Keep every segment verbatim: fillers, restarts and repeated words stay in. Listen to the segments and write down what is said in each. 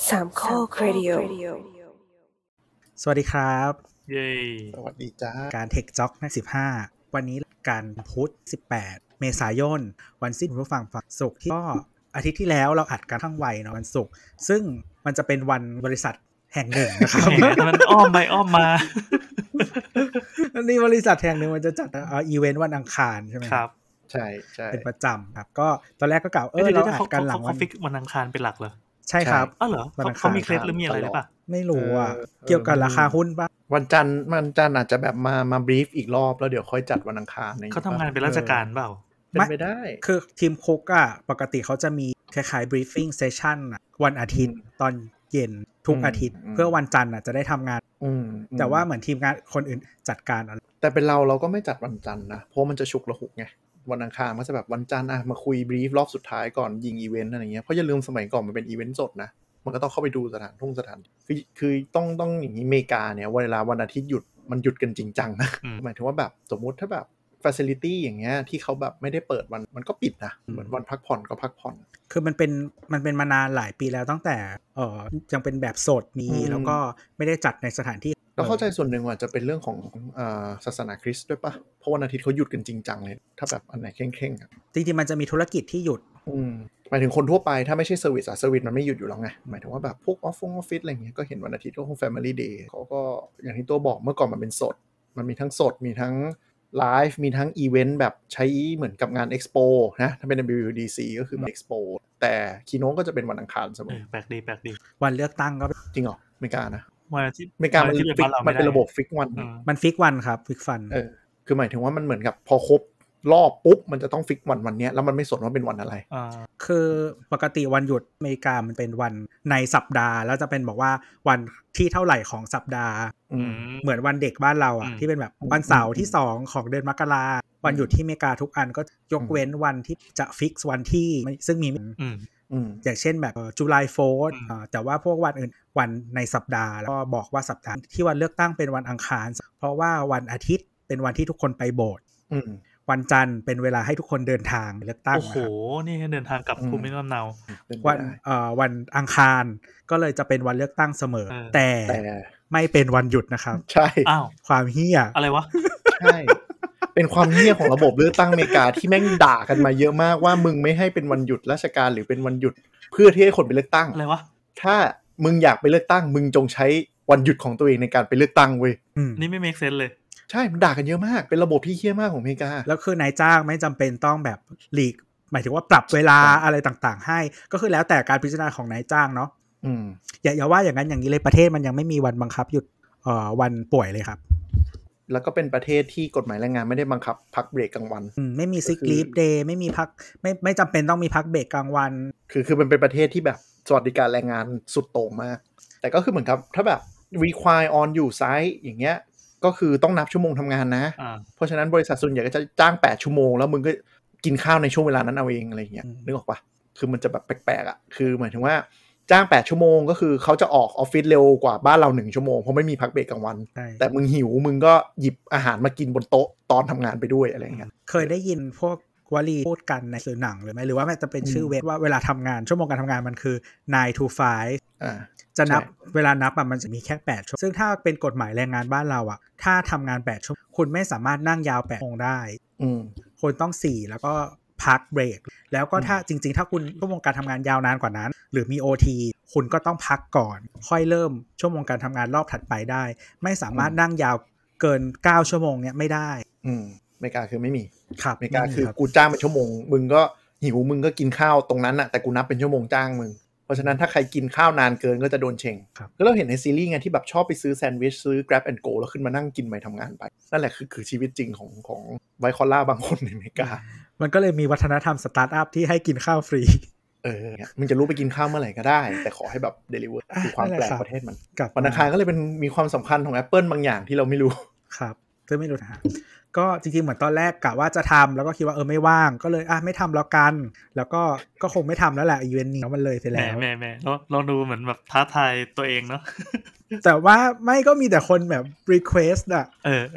สามข้อครดิโอสวัสดีครับเย้สวัสดีจ้าการเทคจ็อกนะสิบห้าวันนี้การพุธสิบแปดเมษายนวันสิ้นผู้ฟังฝักศุกร์ที่ก็อาทิตย์ที่แล้วเราอัดกันข้างไวเนาะวันศุกร์ซึ่งมันจะเป็นวันบริษัทแห่งหนึ่งนะครับมันอ้อมไปอ้อมมาอันนี้บริษัทแห่งหนึ่งมันจะจัดเอ่ออีเวนต์วันอังคารใช่ไหมครับใช่ใช่เป็นประจำครับก็ตอนแรกก็กล่าวเออเราอัดกันหลังวันฟิกวันอังคารเป็นหลักเหรอใช่ครับอ๋อเหรอเขามีเคล็ดหรือมีอะไรหรือเปล่าไม่รู้อ่ะเกี่ยวกับราคาหุ้นป่ะวันจันทร์วันจันทร์อาจจะแบบมามาบรีฟอีกรอบแล้วเดี๋ยวค่อยจัดวันอังคารเขาทำงานเป็นราชการเปล่าเป็นไปได้คือทีมคุกอ่ะปกติเขาจะมีคล้ายๆ briefing session วันอาทิตย์ตอนเย็นทุกอาทิตย์เพื่อวันจันทร์อ่ะจะได้ทำงานแต่ว่าเหมือนทีมงานคนอื่นจัดการอะไรแต่เป็นเราเราก็ไม่จัดวันจันทร์นะเพราะมันจะฉุกละหุกไงวันอังคารมันจะแบบวันจันทร์อ่ะมาคุยบรีฟรอบสุดท้ายก่อนยิงอีเวนต์อะไรเงี้ยเพราะอย่าลืมสมัยก่อนมันเป็นอีเวนต์สดนะมันก็ต้องเข้าไปดูสถานทุ่งสถานคือคือต้องต้องอย่างนี้อเมริกาเนี่ยเวลาวันอาทิตย์หยุดมันหยุดกันจริงจังนะหมายถึงว่าแบบสมมุติถ้าแบบfacility อย่างเงี้ยที่เขาแบบไม่ได้เปิดวันมันก็ปิดนะเหมือนวันพักผ่อนก็พักผ่อนคือมันเป็นมันเป็นมานานหลายปีแล้วตั้งแต่เอ่อยังเป็นแบบสดมีแล้วก็ไม่ได้จัดในสถานที่เราเข้าใจส่วนหนึ่งว่าจะเป็นเรื่องของเอ่อศาสนาคริสต์ด้วยปะเพราะวันอาทิตย์เขาหยุดกันจริงจังเลยถ้าแบบอันไหนเคร่งๆอ่ะจริงๆมันจะมีธุรกิจที่หยุดอืมหมายถึงคนทั่วไปถ้าไม่ใช่เซอร์วิสอะเซอร์วิสมันไม่หยุดอยู่แล้วไงหมายถึงว่าแบบพวกออฟฟงออฟฟิศอะไรเงี้ยก็เห็นวันอาทิตย์ก็คง Family Day เขาก็อย่างที่ตัวบอกเมื่อก่อนมันเป็นสดมันมีทั้งสดมีทั้งไลฟ์มีทั้งอีเวนต์แบบใช้เหมือนกับงาน Expo นะถ้าเป็น ดับเบิลยู ดี ซี ก็คือแบบ Expo แต่คีโนก็จะเป็นวันอังคารเสมอแปลกดีแปลกดีวันเลือกตั้งก็จริงเหรออเมริกานะวันอาทิตย์อเมริกามันฟิกมันเป็นระบบฟิกวันมันฟิกวันครับฟิกฟันเออคือหมายถึงว่ามันเหมือนกับพอครบรอบปุ๊บมันจะต้องฟิกวันวันนี้แล้วมันไม่สนว่าเป็นวันอะไรอ่าคือปกติวันหยุดอเมริกามันเป็นวันในสัปดาห์แล้วจะเป็นบอกว่าวันที่เท่าไหร่ของสัปดาห์เหมือนวันเด็กบ้านเราอ่ะที่เป็นแบบวันเสาร์ที่สองของเดือนมกราวันหยุดที่อเมริกาทุกอันก็ยกเว้นวันที่จะฟิกซ์วันที่ซึ่งมีอย่างเช่นแบบ July โฟร์ อ่าแต่ว่าพวกวันอื่นวันในสัปดาห์แล้วก็บอกว่าสัปดาห์ที่วันเลือกตั้งเป็นวันอังคารเพราะว่าวันอาทิตย์เป็นวันที่ทุกคนไปโบสถ์วันจันทร์เป็นเวลาให้ทุกคนเดินทางเลือกตั้งโอ้โหนี่เดินทางกลับภูมิลำเนาวันเอ่อวันอังคารก็เลยจะเป็นวันเลือกตั้งเสมอแต่ไม่เป็นวันหยุดนะครับใช่อ้าวความเหี้ยอะไรวะใช่เป็นความเหี้ยของระบบเลือกตั้งอเมริกาที่แม่งด่ากันมาเยอะมากว่ามึงไม่ให้เป็นวันหยุดราชการหรือเป็นวันหยุดเพื่อที่ให้คนไปเลือกตั้งอะไรวะถ้ามึงอยากไปเลือกตั้งมึงจงใช้วันหยุดของตัวเองในการไปเลือกตั้งเว้ยนี่ไม่เมคเซนส์เลยใช่มันด่ากันเยอะมากเป็นระบบที่เหี้ยมากของอเมริกาแล้วคือนายจ้างไม่จำเป็นต้องแบบหลีกหมายถึงว่าปรับเวลาอะไรต่างๆให้ก็คือแล้วแต่การพิจารณาของนายจ้างเนาะอืมอย่าอย่าว่าอย่างนั้นอย่างนี้เลยประเทศมันยังไม่มีวันบังคับหยุดเอ่อวันป่วยเลยครับแล้วก็เป็นประเทศที่กฎหมายแรงงานไม่ได้บังคับพักเบรกกลางวันไม่มีซิกลีฟเดย์ไม่มีพักไม่ไม่จำเป็นต้องมีพักเบรกกลางวันคือคือมันเป็นประเทศที่แบบสวัสดิการแรงงานสุดโต่งมากแต่ก็คือเหมือนครับถ้าแบบ require on อยู่ไซต์อย่างเงี้ยก็คือต้องนับชั่วโมงทำงานนะเพราะฉะนั้นบริษัทส่วนใหญ่ก็จะจ้างแปดชั่วโมงแล้วมึงก็กินข้าวในช่วงเวลานั้นเอาเองอะไรอย่างเงี้ยนึกออกปะคือมันจะแบบแปลกๆอ่ะคือหมายถึงว่าจ้างแปดชั่วโมงก็คือเขาจะออกออฟฟิศเร็วกว่าบ้านเราหนึ่งชั่วโมงเพราะไม่มีพักเบรกกลางวันแต่มึงหิวมึงก็หยิบอาหารมากินบนโต๊ะตอนทำงานไปด้วยอะไรอย่างเงี้ยเคยได้ยินพวกวลีพูดกันในสื่อหนังหรือไม่หรือว่ามันจะเป็นชื่อเว็บว่าเวลาทำงานชั่วโมงการทำงานมันคือ nine to five อ่าจะนับเวลานับอ่ะมันจะมีแค่แปดชั่วโมงซึ่งถ้าเป็นกฎหมายแรงงานบ้านเราอ่ะถ้าทำงานแปดชั่วโมงคุณไม่สามารถนั่งยาวแปดชั่วโมงได้อืมคุณต้องสี่แล้วก็พักเบรกแล้วก็ถ้าจริงๆถ้าคุณชั่วโมงการทำงานยาวนานกว่านั้นหรือมี โอ ที คุณก็ต้องพักก่อนค่อยเริ่มชั่วโมงการทำงานรอบถัดไปได้ไม่สามารถนั่งยาวเกินเก้าชั่วโมงเนี้ยไม่ได้อืมอเมริกาคือไม่มีครับอเมริกาคือกูจ้างเป็นชั่วโมงมึงก็หิวมึงก็กินข้าวตรงนั้นน่ะแต่กูนับเป็นชั่วโมงจ้างมึงเพราะฉะนั้นถ้าใครกินข้าวนานเกินก็จะโดนเชงก็เราเห็นในซีรีส์ไงที่แบบชอบไปซื้อแซนด์วิชซื้อ Grab and Go แล้วขึ้นมานั่งกินไปทำงานไปนั่นแหละคือคือชีวิตจริงของของไวท์คอลล่าบางคนในอเมริกามันก็เลยมีวัฒนธรรมสตาร์ทอัพที่ให้กินข้าวฟรีเออมึงจะรู้ไปกินข้าวเมื่อไหร่ก็ได้แต่ขอให้แบบเดลิเวอร์คือความแปลกประเทศมันวันอังคารก็เลยเป็นมีความสำคัญของ Apple บางอย่างที่เราไม่รู้ครับซึ่งไม่รู้นะก็จริงๆเหมือนตอนแรกกะว่าจะทำแล้วก็คิดว่าเออไม่ว่างก็เลยอ่ะไม่ทำแล้วกันแล้วก็ก็คงไม่ทำแล้วแหละอีเวนต์นี้มันเลยไปแล้วแม่แม่เราเราดูเหมือนแบบท้าทายตัวเองเนาะแต่ว่าไม่ก็มีแต่คนแบบ request อ่ะเออเออ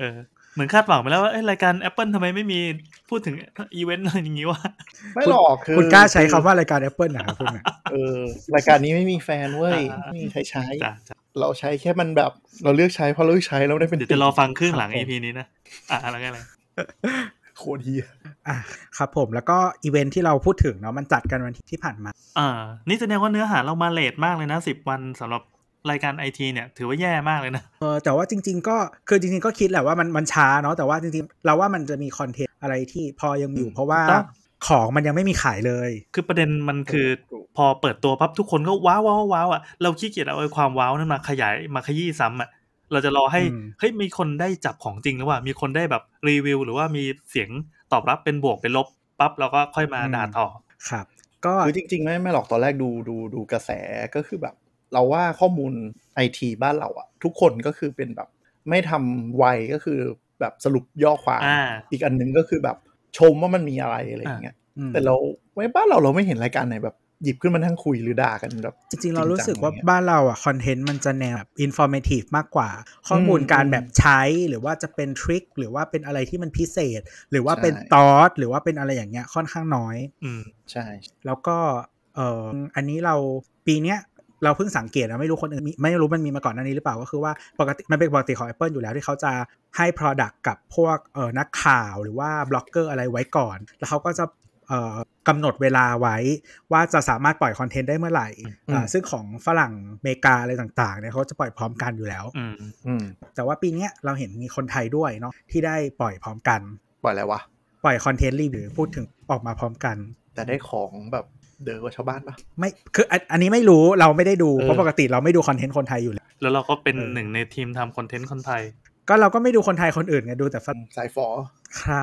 เหมือนคาดหวังไปแล้วว่าเอ้ยรายการ Apple ทำไมไม่มีพูดถึงอีเวนต์อะไรอย่างงี้วะไม่หรอกคือคุณกล้าใช้คำว่ารายการ Apple นะครับคุณน่ะเออรายการนี้ไม่มีแฟนเว้ยไม่มีใครใช้เราใช้แค่มันแบบเราเลือกใช้เพราะเราเลือกใช้แล้วได้เป็นเดี๋ยวจะรอฟังครึ่งหลัง อี พี นี้นะอ่ะอะไรกันเลยโคตรเหี้ยอ่ะครับผมแล้วก็อีเวนท์ที่เราพูดถึงเนาะมันจัดกันวันที่ผ่านมาอ่านี่แสดงว่าเนื้อหาเรามาเลทมากเลยนะสิบวันสำหรับรายการ ไอ ที เนี่ยถือว่าแย่มากเลยนะเออแต่ว่าจริงๆก็คือจริงๆก็คิดแหละว่ามันมันช้าเนาะแต่ว่าจริงๆเราว่ามันจะมีคอนเทนต์อะไรที่พอยังอยู่เพราะว่าของมันยังไม่มีขายเลยคือประเด็นมันคือพอเปิดตัวปั๊บทุกคนก็ว้าวว้าวว้าวอ่ะเราขี้เกียจเอาไอ้ความว้าวนั้นมาขยายมาขยี้ซ้ำอ่ะเราจะรอให้เฮ้ยมีคนได้จับของจริงหรือว่ามีคนได้แบบรีวิวหรือว่ามีเสียงตอบรับเป็นบวกเป็นลบปั๊บเราก็ค่อยมาด่าต่อครับก็คือจริงๆไม่ไม่หรอกตอนแรกดูดูดูกระแสก็คือแบบเราว่าข้อมูล ไอ ที บ้านเราอ่ะทุกคนก็คือเป็นแบบไม่ทำไวก็คือแบบสรุปย่อความ อ, อีกอันนึงก็คือแบบชมว่ามันมีอะไรอะไรอย่างเงี้ยแต่เราไว้บ้านเราเราไม่เห็นรายการไหนแบบหยิบขึ้นมาทั้งคุยหรือด่ากันแบบจริงๆเรารู้สึกว่าบ้านเราอ่ะคอนเทนต์มันจะแนวแบบ informative มากกว่าข้อมูลการแบบใช้หรือว่าจะเป็นทริคหรือว่าเป็นอะไรที่มันพิเศษหรือว่าเป็นตอสหรือว่าเป็นอะไรอย่างเงี้ยค่อนข้างน้อยอืมใช่แล้วก็เอ่ออันนี้เราปีเนี้ยเราเพิ่งสังเกตนะไม่รู้คนอื่นไม่รู้มันมีมาก่อนหน้านี้หรือเปล่าก็คือว่าปกติมันเป็นปกติของ Apple อยู่แล้วที่เขาจะให้ product กับพวกเอ่อนักข่าวหรือว่าบล็อกเกอร์อะไรไว้ก่อนแล้วเขาก็จะเอ่อกำหนดเวลาไว้ว่าจะสามารถปล่อยคอนเทนต์ได้เมื่อไหร่อ่าซึ่งของฝรั่งอเมริกาอะไรต่างๆเนี่ยเขาจะปล่อยพร้อมกันอยู่แล้วแต่ว่าปีนี้เราเห็นมีคนไทยด้วยเนาะที่ได้ปล่อยพร้อมกันปล่อยอะไรวะปล่อยคอนเทนต์รีวิวพูดถึงออกมาพร้อมกันแต่ได้ของแบบเด๋อกว่าชาวบ้านปะไม่คืออันนี้ไม่รู้เราไม่ได้ดูเพราะปกติเราไม่ดูคอนเทนต์คนไทยอยู่แล้วแล้วเราก็เป็นหนึ่งในทีมทำคอนเทนต์คนไทยก็เราก็ไม่ดูคนไทยคนอื่นไงดูแต่สายฝอครับ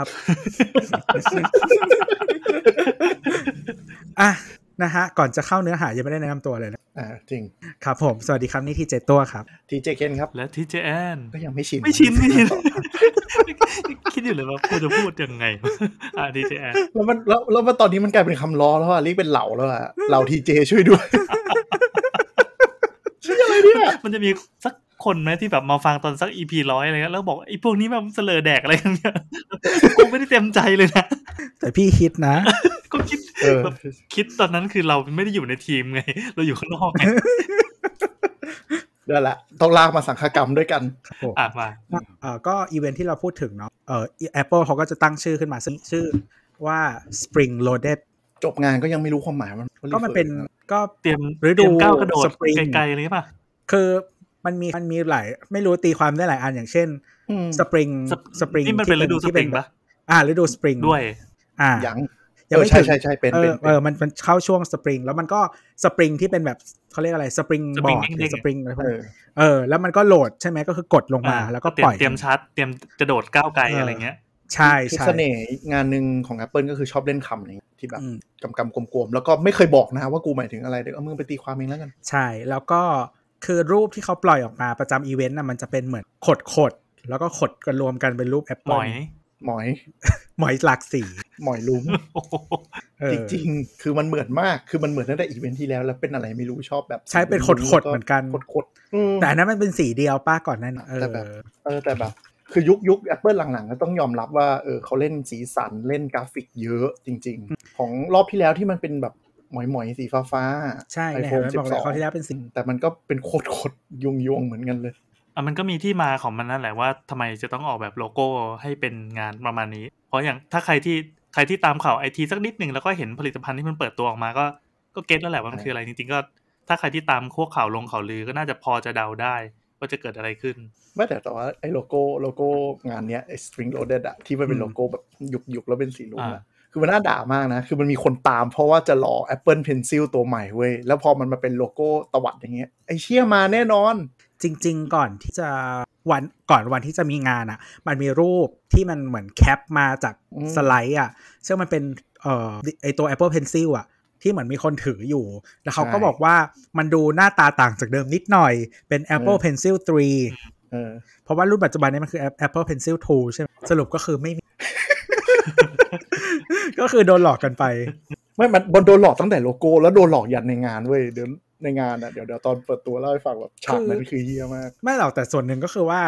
อ่ะนะฮะก่อนจะเข้าเนื้อหายังไม่ได้แนะนำตัวเลยนะอ่าจริงครับผมสวัสดีครับนี่ทีเจตัวครับทีเจเคนครับและทีเจแอนก็ยังไม่ชินไม่ชินไม่ชินคิดอยู่เลยว่ากูจะพูดยังไงอ่าทีเจแอนแล้วมันแล้วแล้วตอนนี้มันกลายเป็นคำล้อแล้วอ่ะเรียกเป็นเหล่าแล้วอ่ะเหล่าทีเจช่วยด้วยชื่ออะไรเนี่ยมันจะมีสักคนไหมที่แบบมาฟังตอนสัก อี พี หนึ่งร้อยอะไรเงี้ยแล้วบอกไอ้พวกนี้มันเสลอแดกอะไรอย่างเงี้ยกูไม่ได้เต็มใจเลยนะแต่พี่คิดนะก็คิดแบบคิดตอนนั้นคือเราไม่ได้อยู่ในทีมไงเราอยู่ข้างนอกไงนั่นแหละต้องลากมาสังฆกรรมด้วยกันอ่ะมาเอ่อก็อีเวนท์ที่เราพูดถึงเนาะเอ่อ Apple เขาก็จะตั้งชื่อขึ้นมาชื่อว่า Spring Loaded จบงานก็ยังไม่รู้ความหมายมันก็มันเป็นก็เตรียมฤดูก้าวกระโดดไกลๆเลยป่ะคือมันมีมันมีหลายไม่รู้ตีความได้หลายอันอย่างเช่น Spring Spring นี่มันเป็นฤดูสปริงป่ะอ่าฤดู Spring ด้วยอ่ายังยังไม่ใช่ใช่ๆๆเป็นเป็นเออมันมันเข้าช่วง Spring แล้วมันก็ Spring ที่เป็นแบบเขาเรียกอะไร Spring Board หรือ Spring อะไรพวกนี้เออแล้วมันก็โหลดใช่ไหมก็คือกดลงมาแล้วก็ปล่อยเตรียมชาร์จเตรียมจะโดดก้าวไกลอะไรเงี้ยใช่ใช่เสน่ห์งานนึงของ Apple ก็คือชอบเล่นคำนี้ที่แบบกำกำกลมๆแล้วก็ไม่เคยบอกนะว่ากูหมายถึงอะไรเดี๋ยวเอามึงไปตีความเองแล้วกันใช่แล้วก็คือรูปที่เขาปล่อยออกมาประจำอีเวนต์น่ะมันจะเป็นเหมือนขดขดแล้วก็ขดกันรวมกันเป็นรูป Apple หมอยหมอยหมอยหลากสีหมอยลุ้งจริงๆคือมันเหมือนมากคือมันเหมือนตั้งแต่อีเวนต์ที่แล้วแล้วเป็นอะไรไม่รู้ชอบแบบใช่เป็นขดขดเหมือนกันขดๆแต่อันนั้นมันเป็นสีเดียวป้าก่อนนั้นเออแต่แบบเออแต่แบบคือยุคยุค Apple หลังๆก็ต้องยอมรับว่าเออเขาเล่นสีสันเล่นกราฟิกเยอะจริงๆของรอบที่แล้วที่มันเป็นแบบหมอยๆสีฟ้าๆใช่ iPhone สิบสองเขาที่แล้วเป็นสีแต่มันก็เป็นโคตรๆยุงๆเหมือนกันเลยอ่ะมันก็มีที่มาของมันนั่นแหละว่าทำไมจะต้องออกแบบโลโก้ให้เป็นงานประมาณนี้เพราะอย่างถ้าใครที่ใครที่ตามข่าว ไอ ที สักนิดนึงแล้วก็เห็นผลิตภัณฑ์ที่มันเปิดตัวออกมาก็ก็เก็ทแล้วแหละว่ามันคืออะไรจริงๆก็ถ้าใครที่ตามพวกข่าวลงข่าวลือก็น่าจะพอจะเดาได้ว่าจะเกิดอะไรขึ้นไม่แต่แต่ว่าไอ้โลโก้โลโก้งานเนี้ยไอ้ Spring Loaded อะที่มันเป็นโลโก้แบบยุกๆแล้วเป็นสีลุ้งอะคือมันน่าด่ามากนะคือมันมีคนตามเพราะว่าจะรอ Apple Pencil ตัวใหม่เว้ยแล้วพอมันมาเป็นโลโก้ตวัดอย่างเงี้ยไอ้เชี่ยมาแน่นอนจริงๆก่อนที่จะวันก่อนวันที่จะมีงานอ่ะมันมีรูปที่มันเหมือนแคปมาจากสไลด์อ่ะซึ่งมันเป็นเอ่อไอตัว Apple Pencil อ่ะที่เหมือนมีคนถืออยู่แล้วเขาก็บอกว่ามันดูหน้าตาต่างจากเดิมนิดหน่อยเป็น Apple Pencil สามเออเพราะว่ารุ่นปัจจุบันนี้มันคือ Apple Pencil สองใช่ไหมสรุปก็คือไม่มี ก็คือโดนหลอกกันไปไม่มันโดนหลอกตั้งแต่โลโก้แล้วโดนหลอกยันในงานเว้ยเดี๋ยวในงานอ่ะเดี๋ยวเดี๋ยวตอนเปิดตัวเล่าให้ฟังแบบฉากนั้นคือเหี้ยมากไม่หรอกแต่ส่วนหนึ่งก็คือว่า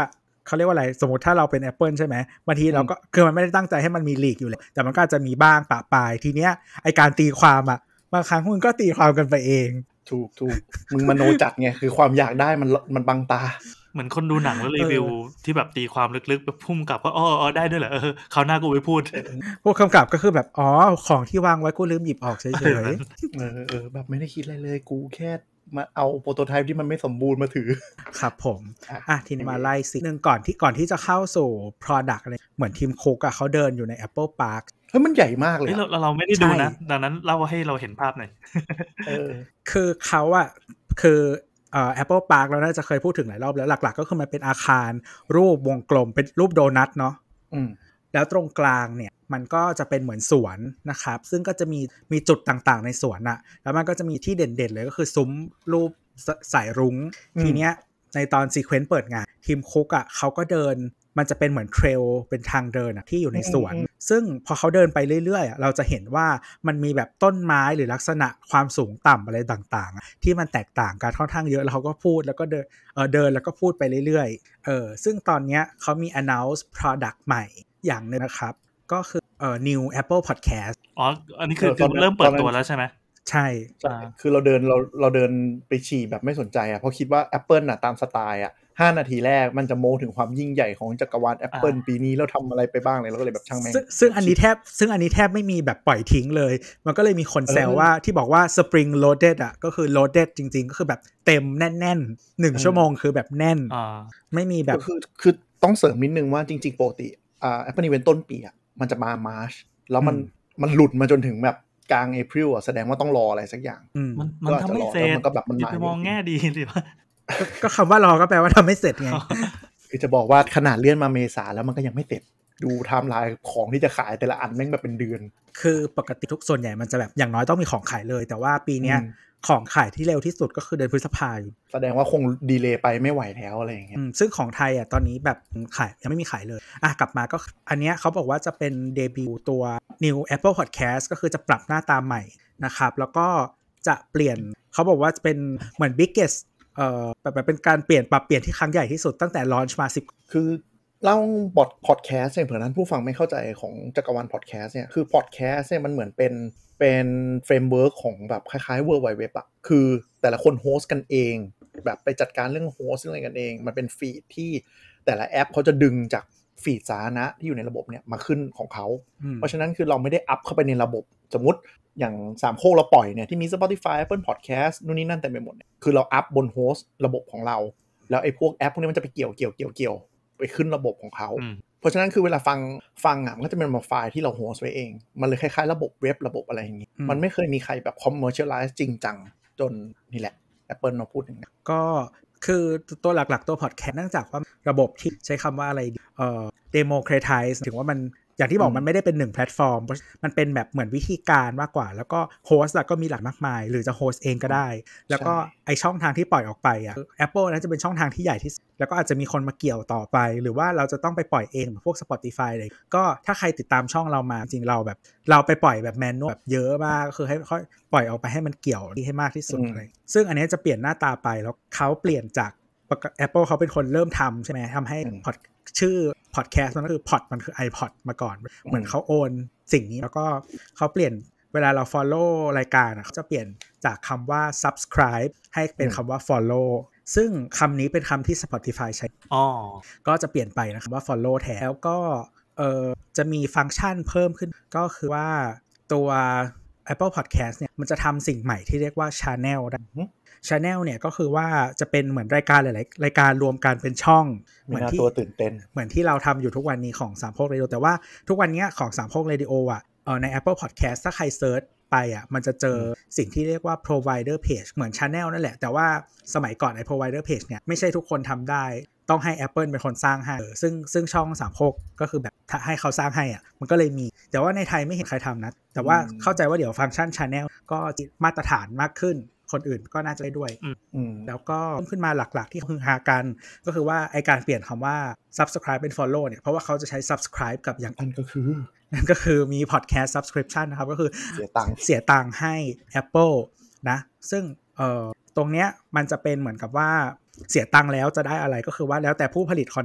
เขาเรียกว่าอะไรสมมติถ้าเราเป็น Apple ใช่ไหมบางทีเราก็คือมันไม่ได้ตั้งใจให้มันมีลีกอยู่เลยแต่มันก็จะมีบ้างปะปายทีเนี้ยไอการตีความอ่ะบางครั้งมึงก็ตีความกันไปเองถูกถูกมึงมโนจัดไงคือความอยากได้มันมันบังตาเหมือนคนดูหนังแล้วรีวิวที่แบบตีความลึกๆแบบพุ่มกับว่าอ๋อได้ด้วยเหรอเออคราวหน้ากูไปพูดพวกคำกลับก็คือแบบอ๋อของที่วางไว้กูลืมหยิบออกเฉยๆเออเออแบบไม่ได้คิดอะไรเลยกูแค่มาเอาโปรโตไทป์ที่มันไม่สมบูรณ์มาถือครับผมอ่ะทีนี้มาไล่สินึงก่อนที่ก่อนที่จะเข้าสู่ product อะไรเหมือนทีมคุกอ่ะเขาเดินอยู่ใน Apple Park เฮ้ยมันใหญ่มากเลยเราเราไม่ได้ดูนะดังนั้นเล่าให้เราเห็นภาพหน่อยเออคือเขาอ่ะคือเอ่อ Apple Park เราน่าจะเคยพูดถึงหลายรอบแล้วหลักๆก็คือมันเป็นอาคารรูปวงกลมเป็นรูปโดนัทเนาะอืมแล้วตรงกลางเนี่ยมันก็จะเป็นเหมือนสวนนะครับซึ่งก็จะมีมีจุดต่างๆในสวนอะแล้วมันก็จะมีที่เด่นๆเลยก็คือซุ้มรูปสายรุ้งทีเนี้ยในตอนซีเควนต์เปิดงานทีมคุกอะเขาก็เดินมันจะเป็นเหมือนเทรลเป็นทางเดินอะที่อยู่ในสวนซึ่งพอเขาเดินไปเรื่อยๆเราจะเห็นว่ามันมีแบบต้นไม้หรือลักษณะความสูงต่ำอะไรต่างๆที่มันแตกต่างกันค่อนข้างเยอะแล้วเขาก็พูดแล้วก็เดินเออเดินแล้วก็พูดไปเรื่อยๆเออซึ่งตอนเนี้ยเขามี announce product ใหม่อย่างนึงนะครับก็คือเอ่อ new Apple Podcast อ๋ออันนี้คือเริ่มเปิดตัวแล้วใช่ไหมใช่ใช่คือเราเดินเราเราเดินไปฉี่แบบไม่สนใจอ่ะเพราะคิดว่า Apple น่ะตามสไตล์อ่ะห้านาทีแรกมันจะโม้ถึงความยิ่งใหญ่ของจักรวาล Apple ปีนี้แล้วทำอะไรไปบ้างเลยแล้วก็เลยแบบช่างแม่งซึ่งอันนี้แทบซึ่งอันนี้แทบไม่มีแบบปล่อยทิ้งเลยมันก็เลยมีคนแซวว่าที่บอกว่า Spring Loaded อ่ะก็คือ loaded จริงๆก็คือแบบเต็มแน่นๆหนึ่งชั่วโมงคือแบบแน่นไม่มีแบบคือคือต้องเสริมนิดนึงว่าจริงๆปกติอ่า Apple Event ต้นปีอ่ะมันจะมา March แล้วมันมันหลุดมาจนถึงแบบกลาง April อ่ะแสดงว่าต้องรออะไรสักอย่างมันมันทำไม่เสร็จมันก็แบบมันหมายมองแง่ดีสิว่าก็คำว่ารอก็แปลว่าทำไม่เสร็จไงคือจะบอกว่าขนาดเลื่อนมาเมษาแล้วมันก็ยังไม่เสร็จดูไทม์ไลน์ของที่จะขายแต่ละอันแม่งแบบเป็นเดือนคือปกติทุกส่วนใหญ่มันจะแบบอย่างน้อยต้องมีของขายเลยแต่ว่าปีนี้ของขายที่เร็วที่สุดก็คือเดือนพฤษภาคมแสดงว่าคงดีเลย์ไปไม่ไหวแล้วอะไรอย่างเงี้ยซึ่งของไทยอ่ะตอนนี้แบบขายยังไม่มีขายเลยอ่ะกลับมาก็อันเนี้ยเขาบอกว่าจะเป็นเดบิวต์ตัว New Apple Podcast ก็คือจะปรับหน้าตาใหม่นะครับแล้วก็จะเปลี่ยนเขาบอกว่าจะเป็นเหมือน biggest เอ่อแบบเป็นการเปลี่ยนปรับเปลี่ยนที่ครั้งใหญ่ที่สุดตั้งแต่ลอนช์มาสิบคือเล่าบอดพอดแคสต์เนี่ยเผื่อนั้นผู้ฟังไม่เข้าใจของจักรวาลพอดแคสต์เนี่ยคือพอดแคสต์เนี่ยมันเหมือนเป็นเป็นเฟรมเวิร์คของแบบคล้ายๆ World Wide Web อะคือแต่ละคนโฮสต์กันเองแบบไปจัดการเรื่องโฮสต์อะไรกันเองมันเป็นฟีดที่แต่ละแอปเขาจะดึงจากฟีดสาธารณะที่อยู่ในระบบเนี่ยมาขึ้นของเขาเพราะฉะนั้นคือเราไม่ได้อัพเข้าไปในระบบสมมติอย่างสามโคกเราปล่อยเนี่ยที่มี Spotify Apple Podcast นู่นนี่นั่นเต็มไปหมดเนี่ยคือเราอัพบนโฮสต์ระบบของเราแล้วไอ้พวกแอปพวกนี้มันจะไปเกี่ยวเกี่ยวเกี่ยวเกี่ยวไปขึ้นระบบของเขาเพราะฉะนั้นคือเวลาฟังฟังอ่ะมันก็จะเป็นไฟล์ที่เราโฮสต์ไว้เองมันเลยคล้ายๆระบบเว็บระบบอะไรอย่างงี้มันไม่เคยมีใครแบบ commercialize จริงจังจนนี่แหละ Apple มาพูดอย่างนี้ก็คือตัวหลักๆตัว podcast เนื่องจากว่าระบบที่ใช้คำว่าอะไรเอ่อ democratize ถึงว่ามันอย่างที่บอกมันไม่ได้เป็นหนึ่งแพลตฟอร์มมันเป็นแบบเหมือนวิธีการมากกว่าแล้วก็โฮสต์ก็มีหลายมากมายหรือจะโฮสต์เองก็ได้แล้วก็ไอช่องทางที่ปล่อยออกไปอ่ะ Apple น่าจะเป็นช่องทางที่ใหญ่ที่สุดแล้วก็อาจจะมีคนมาเกี่ยวต่อไปหรือว่าเราจะต้องไปปล่อยเองเหมือนพวก Spotify เลยก็ถ้าใครติดตามช่องเรามาจริงเราแบบเราไปปล่อยแบบแมนนวลแบบเยอะมากก็คือให้ค่อยปล่อยออกไปให้มันเกี่ยวที่ให้มากที่สุดอะไรซึ่งอันนี้จะเปลี่ยนหน้าตาไปแล้วเขาเปลี่ยนจาก Apple เขาเป็นคนเริ่มทำใช่ไหมทำให้พอดชื่อพอดแคสต์มันก็คือพอดมันคือ iPod มาก่อนเหมือนเขาโอนสิ่งนี้แล้วก็เขาเปลี่ยนเวลาเรา follow รายการเขาจะเปลี่ยนจากคำว่า subscribe ให้เป็นคำว่า follow ซึ่งคำนี้เป็นคำที่ Spotify ใช้อ๋อก็จะเปลี่ยนไปนะครับว่า follow แทนแล้วก็เอ่อจะมีฟังก์ชันเพิ่มขึ้นก็คือว่าตัว Apple Podcast เนี่ยมันจะทำสิ่งใหม่ที่เรียกว่า channel ได้channel เนี่ยก็คือว่าจะเป็นเหมือนรายการหลายๆรายการรวมกันเป็นช่องเหมือนที่ตัวตื่นเต้นเหมือนที่เราทำอยู่ทุกวันนี้ของสามโคกเรดิโอแต่ว่าทุกวันนี้ของสามโคกเรดิโออ่ะเอ่อใน Apple Podcast ถ้าใครเซิร์ชไปอ่ะมันจะเจอสิ่งที่เรียกว่า provider page เหมือน channel นั่นแหละแต่ว่าสมัยก่อนไอ้ provider page เนี่ยไม่ใช่ทุกคนทำได้ต้องให้ Apple เป็นคนสร้างให้ซึ่งซึ่งช่องสามโคกก็คือแบบให้เขาสร้างให้อ่ะมันก็เลยมีแต่ว่าในไทยไม่เห็นใครทำนะแต่ว่าเข้าใจว่าเดี๋ยวฟังก์ชัน channel ก็มาตรฐานมากขึ้นคนอื่นก็น่าจะได้ด้วยแล้วก็ขึ้นมาหลักๆที่ฮือฮากันก็คือว่าไอการเปลี่ยนคำว่า subscribe เป็น follow เนี่ยเพราะว่าเขาจะใช้ subscribe กับอย่างนั่นก็คือนั่นก็คือมี podcast subscription นะครับก็คือเสียตังค์เสียตังค์ให้ Apple นะซึ่งเอ่อตรงเนี้ยมันจะเป็นเหมือนกับว่าเสียตังค์แล้วจะได้อะไรก็คือว่าแล้วแต่ผู้ผลิตคอนเทนต์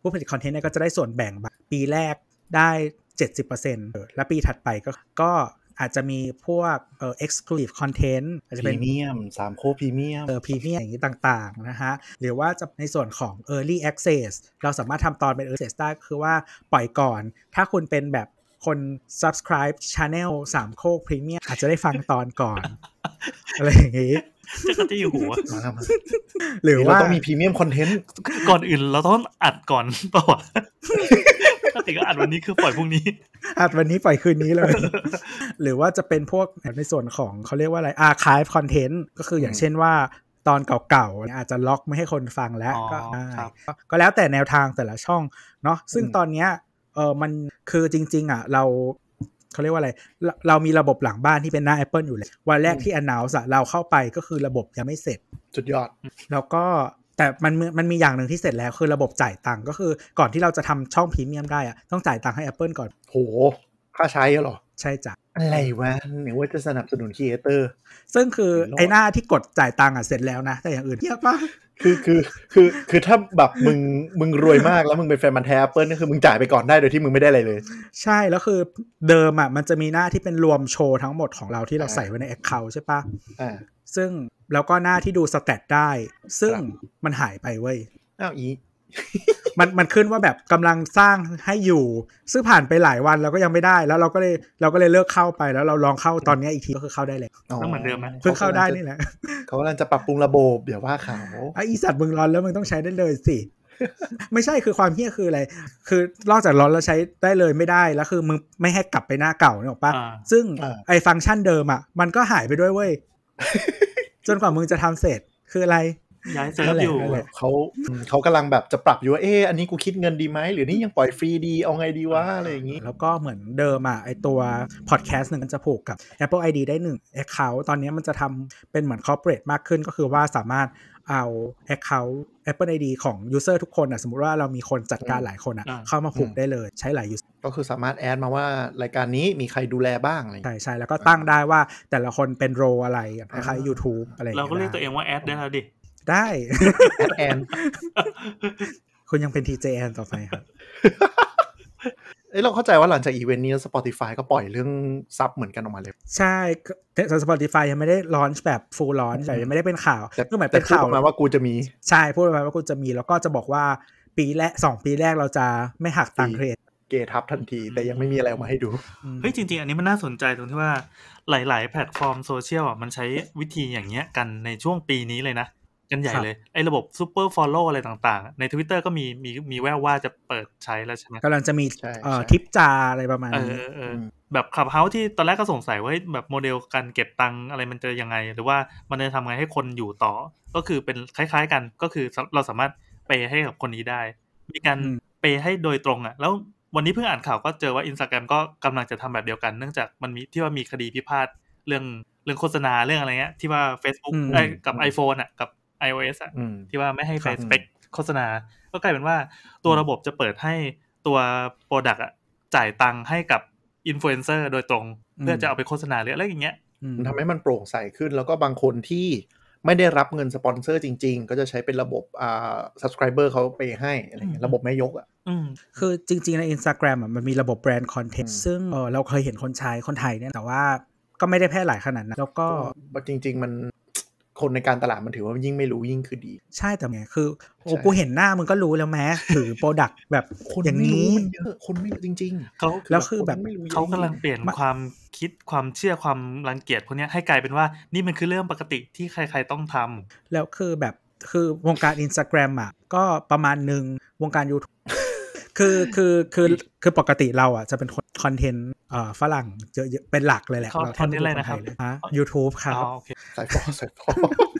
ผู้ผลิตคอนเทนต์เนี่ยก็จะได้ส่วนแบ่งปีแรกได้ เจ็ดสิบเปอร์เซ็นต์ และปีถัดไปก็ก็อาจจะมีพวกเอ่อ exclusive content อาจจะเป็น premium สามโค้ด premium เออ premium อย่างนี้ต่างๆนะฮะหรือว่าจะในส่วนของ early access เราสามารถทำตอนเป็น early access ได้คือว่าปล่อยก่อนถ้าคุณเป็นแบบคน subscribe channel สามโคก premium อาจจะได้ฟังตอนก่อน อะไรอย่างนี้จะก็จะอยู่หัวหรือว่าต้องมี premium content ก่อนอื่นเราต้องอัดก่อนป่าวปกติก็อัดวันนี้คือปล่อยพรุ่งนี้อัดวันนี้ปล่อยคืนนี้เลย หรือว่าจะเป็นพวกในส่วนของเขาเรียกว่าอะไร archive content ก็คืออย่างเช่นว่าตอนเก่าๆอาจจะล็อกไม่ให้คนฟังแล้วก็ก็แล้วแต่แนวทางแต่ละช่องเนาะซึ่งตอนเนี้ยเออมันคือจริงๆอ่ะเราเขาเรียกว่าอะไรเรามีระบบหลังบ้านที่เป็นหน้า Apple อยู่เลยวันแรกที่ announce เราเข้าไปก็คือระบบยังไม่เสร็จสุดยอดแล้วก็แต่มันมันมีอย่างหนึ่งที่เสร็จแล้วคือระบบจ่ายตังค์ก็คือก่อนที่เราจะทำช่องพรีเมียมได้อะต้องจ่ายตังค์ให้ Apple ก่อนโหค่าใช้เหรอใช่จ้ะอะไรวะนึกว่าจะสนับสนุนครีเอเตอร์ซึ่งคือไอ้หน้าที่กดจ่ายตังค์อ่ะเสร็จแล้วนะแต่อย่างอื่นเทียบป่ะคือคือคือคือถ้าแบบมึงมึงรวยมากแล้วมึงเป็นแฟนมันแท้ Apple ก็คือมึงจ่ายไปก่อนได้โดยที่มึงไม่ได้อะไรเลยใช่แล้วคือเดิมอ่ะมันจะมีหน้าที่เป็นรวมโชว์ทั้งหมดของเราที่เราใส่ไว้ใน account ใช่ป่ะอ่าซึ่งแล้วก็หน้าที่ดูสแตทได้ซึ่งมันหายไปเว้ยอ้าวอีมันมันขึ้นว่าแบบกำลังสร้างให้อยู่ซึ่งผ่านไปหลายวันแล้วก็ยังไม่ได้แล้วเราก็เลยเราก็เลยเลิกเข้าไปแล้วเราลองเข้าตอนนี้อีกทีก็คือเข้าได้เลยก็เหมือนเดิมไหมเพิ่งเข้าได้นี่แหละเขากำลังจะปรับปรุงระบบเดี๋ยวว่าเขาไอ้อีสัตว์มึงร้อนแล้วมึงต้องใช้ได้เลยสิ ไม่ใช่คือความเหี้ยคืออะไรคือนอกจากร้อนแล้วใช้ได้เลยไม่ได้แล้วคือมึงไม่ให้กลับไปหน้าเก่าเนี่ยหรอปะซึ่งไอ้ฟังก์ชันเดิมอ่ะมันก็หายไปด้วยเว้ย จนกว่ามึงจะทำเสร็จคืออะไรย้ายเซิร์ฟอยู่เขาเขากำลัลังแบบจะปรับอยู่ว่าเอออันนี้กูคิดเงินดีไหมหรือนี่ยังปล่อยฟรีดีเอาไงดีวะอะไรอย่างงี้แล้วก็เหมือนเดิมอ่ะไอตัวพอดแคสต์นึงมันจะผูกกับ Apple ไอ ดี ได้หนึ่ง account ตอนนี้มันจะทำเป็นเหมือน corporate มากขึ้นก็คือว่าสามารถเอา account Apple ไอ ดี ของ user ทุกคนอ่ะสมมุติว่าเรามีคนจัดการหลายคนอ่ะเข้ามาผูกได้เลยใช้หลาย user ก็คือสามารถแอดมาว่ารายการนี้มีใครดูแลบ้างอะไรใช่ใช่แล้วก็ตั้งได้ว่าแต่ละคนเป็นโรอะไรคล้ายๆ YouTube อะไรเราก็เรียกตัวเองว่าแอดได้แล้วดิได้แอดแอนคุณยังเป็น ที เจ แอนต่อไปครับเอ้ยเราเข้าใจว่าหลังจากอีเวนต์นี้ Spotify ก็ปล่อยเรื่องซับเหมือนกันออกมาเลยใช่แต่ Spotify ยังไม่ได้ลอนช์แบบ full launch แต่ยังไม่ได้เป็นข่าวก็หมายเป็นข่าวมาว่ากูจะมีใช่พูดมาว่ากูจะมีแล้วก็จะบอกว่าปีแรกสองปีแรกเราจะไม่หักตังค์เทรดเกทับทันทีแต่ยังไม่มีอะไรออกมาให้ดูเฮ้ยจริงๆอันนี้มันน่าสนใจตรงที่ว่าหลายๆแพลตฟอร์มโซเชียลอ่ะมันใช้วิธีอย่างเงี้ยกันในช่วงปีนี้เลยนะกันใหญ่เลยไอ้ระบบ Super Follow อะไรต่างๆใน Twitter ก็มีมีมีแววว่าจะเปิดใช้แล้วใช่มั้ยกำลังจะมีเอ่อทิปจาอะไรประมาณนี้เออๆแบบ Clubhouse ที่ตอนแรกก็สงสัยว่าแบบโมเดลการเก็บตังค์อะไรมันจะยังไงหรือว่ามันจะทำไงให้คนอยู่ต่อก็คือเป็นคล้ายๆกันก็คือเราสามารถเปย์ให้กับคนนี้ได้มีการเปย์ให้โดยตรงอ่ะแล้ววันนี้เพิ่งอ่านข่าวก็เจอว่า Instagram ก็กำลังจะทำแบบเดียวกันเนื่องจากมันมีที่ว่ามีคดีพิพาทเรื่องเรื่องโฆษณาเรื่องอะไรเงี้ยที่ว่า Facebook เอ้ยกับ iPhone อ่ะกับiOS อ่ะที่ว่าไม่ให้ใส่สเปคโฆษณาก็กลายเป็นว่าตัวระบบจะเปิดให้ตัว product อ่ะจ่ายตังค์ให้กับอินฟลูเอนเซอร์โดยตรงเพื่อจะเอาไปโฆษณาหรืออะไรอย่างเงี้ยมันทำให้มันโปร่งใสขึ้นแล้วก็บางคนที่ไม่ได้รับเงินสปอนเซอร์จริงๆก็จะใช้เป็นระบบอ่า subscriber เขาไปให้อะไรเงี้ยระบบแม่ยกอ่ะคือจริงๆใน Instagram อ่ะมันมีระบบแบรนด์คอนเทนต์ซึ่งเออเราเคยเห็นคนใช้คนไทยเนี่ยแต่ว่าก็ไม่ได้แพร่หลายขนาดนั้นแล้วก็จริงๆมันคนในการตลาดมันถือว่ายิ่งไม่รู้ยิ่งคือดีใช่แต่ไงคือโอ้กูเห็นหน้ามึงก็รู้แล้วแม้ถือโปรดักต์แบบอย่างนี้มันเยอะคนไม่รู้จริงๆเขาแล้วคือแบบเขากำลังเปลี่ยนความคิดความเชื่อความรังเกียจพวกนี้ให้กลายเป็นว่านี่มันคือเรื่องปกติที่ใครๆต้องทำแล้วคือแบบคือวงการ Instagram อ่ะก็ประมาณนึงวงการ YouTube คือคือคือคือปกติเราอ่ะจะเป็นคอนเทนต์เอ่อฝรั่งเยอะๆเป็นหลักเลยแหละเราทำอะไรนะครับฮะ YouTube ครับอ๋อโอเคใส่ฟอใส่ฟอ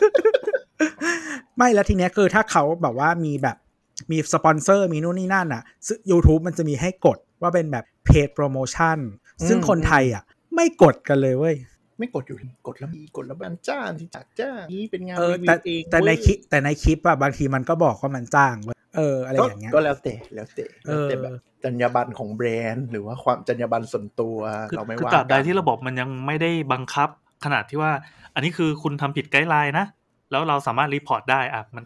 ไม่แล้วทีเนี้ยคือถ้าเขาแบบว่ามีแบบมีสปอนเซอร์มีนู่นนี่นั่นอ่ะซึ่ง YouTube มันจะมีให้กดว่าเป็นแบบเพจโปรโมชั่นซึ่งคนไทยอ่ะไม่กดกันเลยเว้ยไม่กดอยู่กดแล้วมีกดแล้วมันจ้างที่จัดจ้างนี่เป็นงานรีวิวเองแต่ในคลิปแต่ในคลิปอ่ะบางทีมันก็บอกว่ามันจ้างเว้ยเอออะไรอย่างเงี้ยก็แล้วแต่แล้วแต่แล้วแต่แบบจรรยาบรรณของแบรนด์หรือว่าความจรรยาบรรณส่วนตัวเราไม่ว่าคือตราบใดที่ระบบมันยังไม่ได้บังคับขนาดที่ว่าอันนี้คือคุณทำผิดไกด์ไลน์นะแล้วเราสามารถรีพอร์ตได้อ่ะมันก็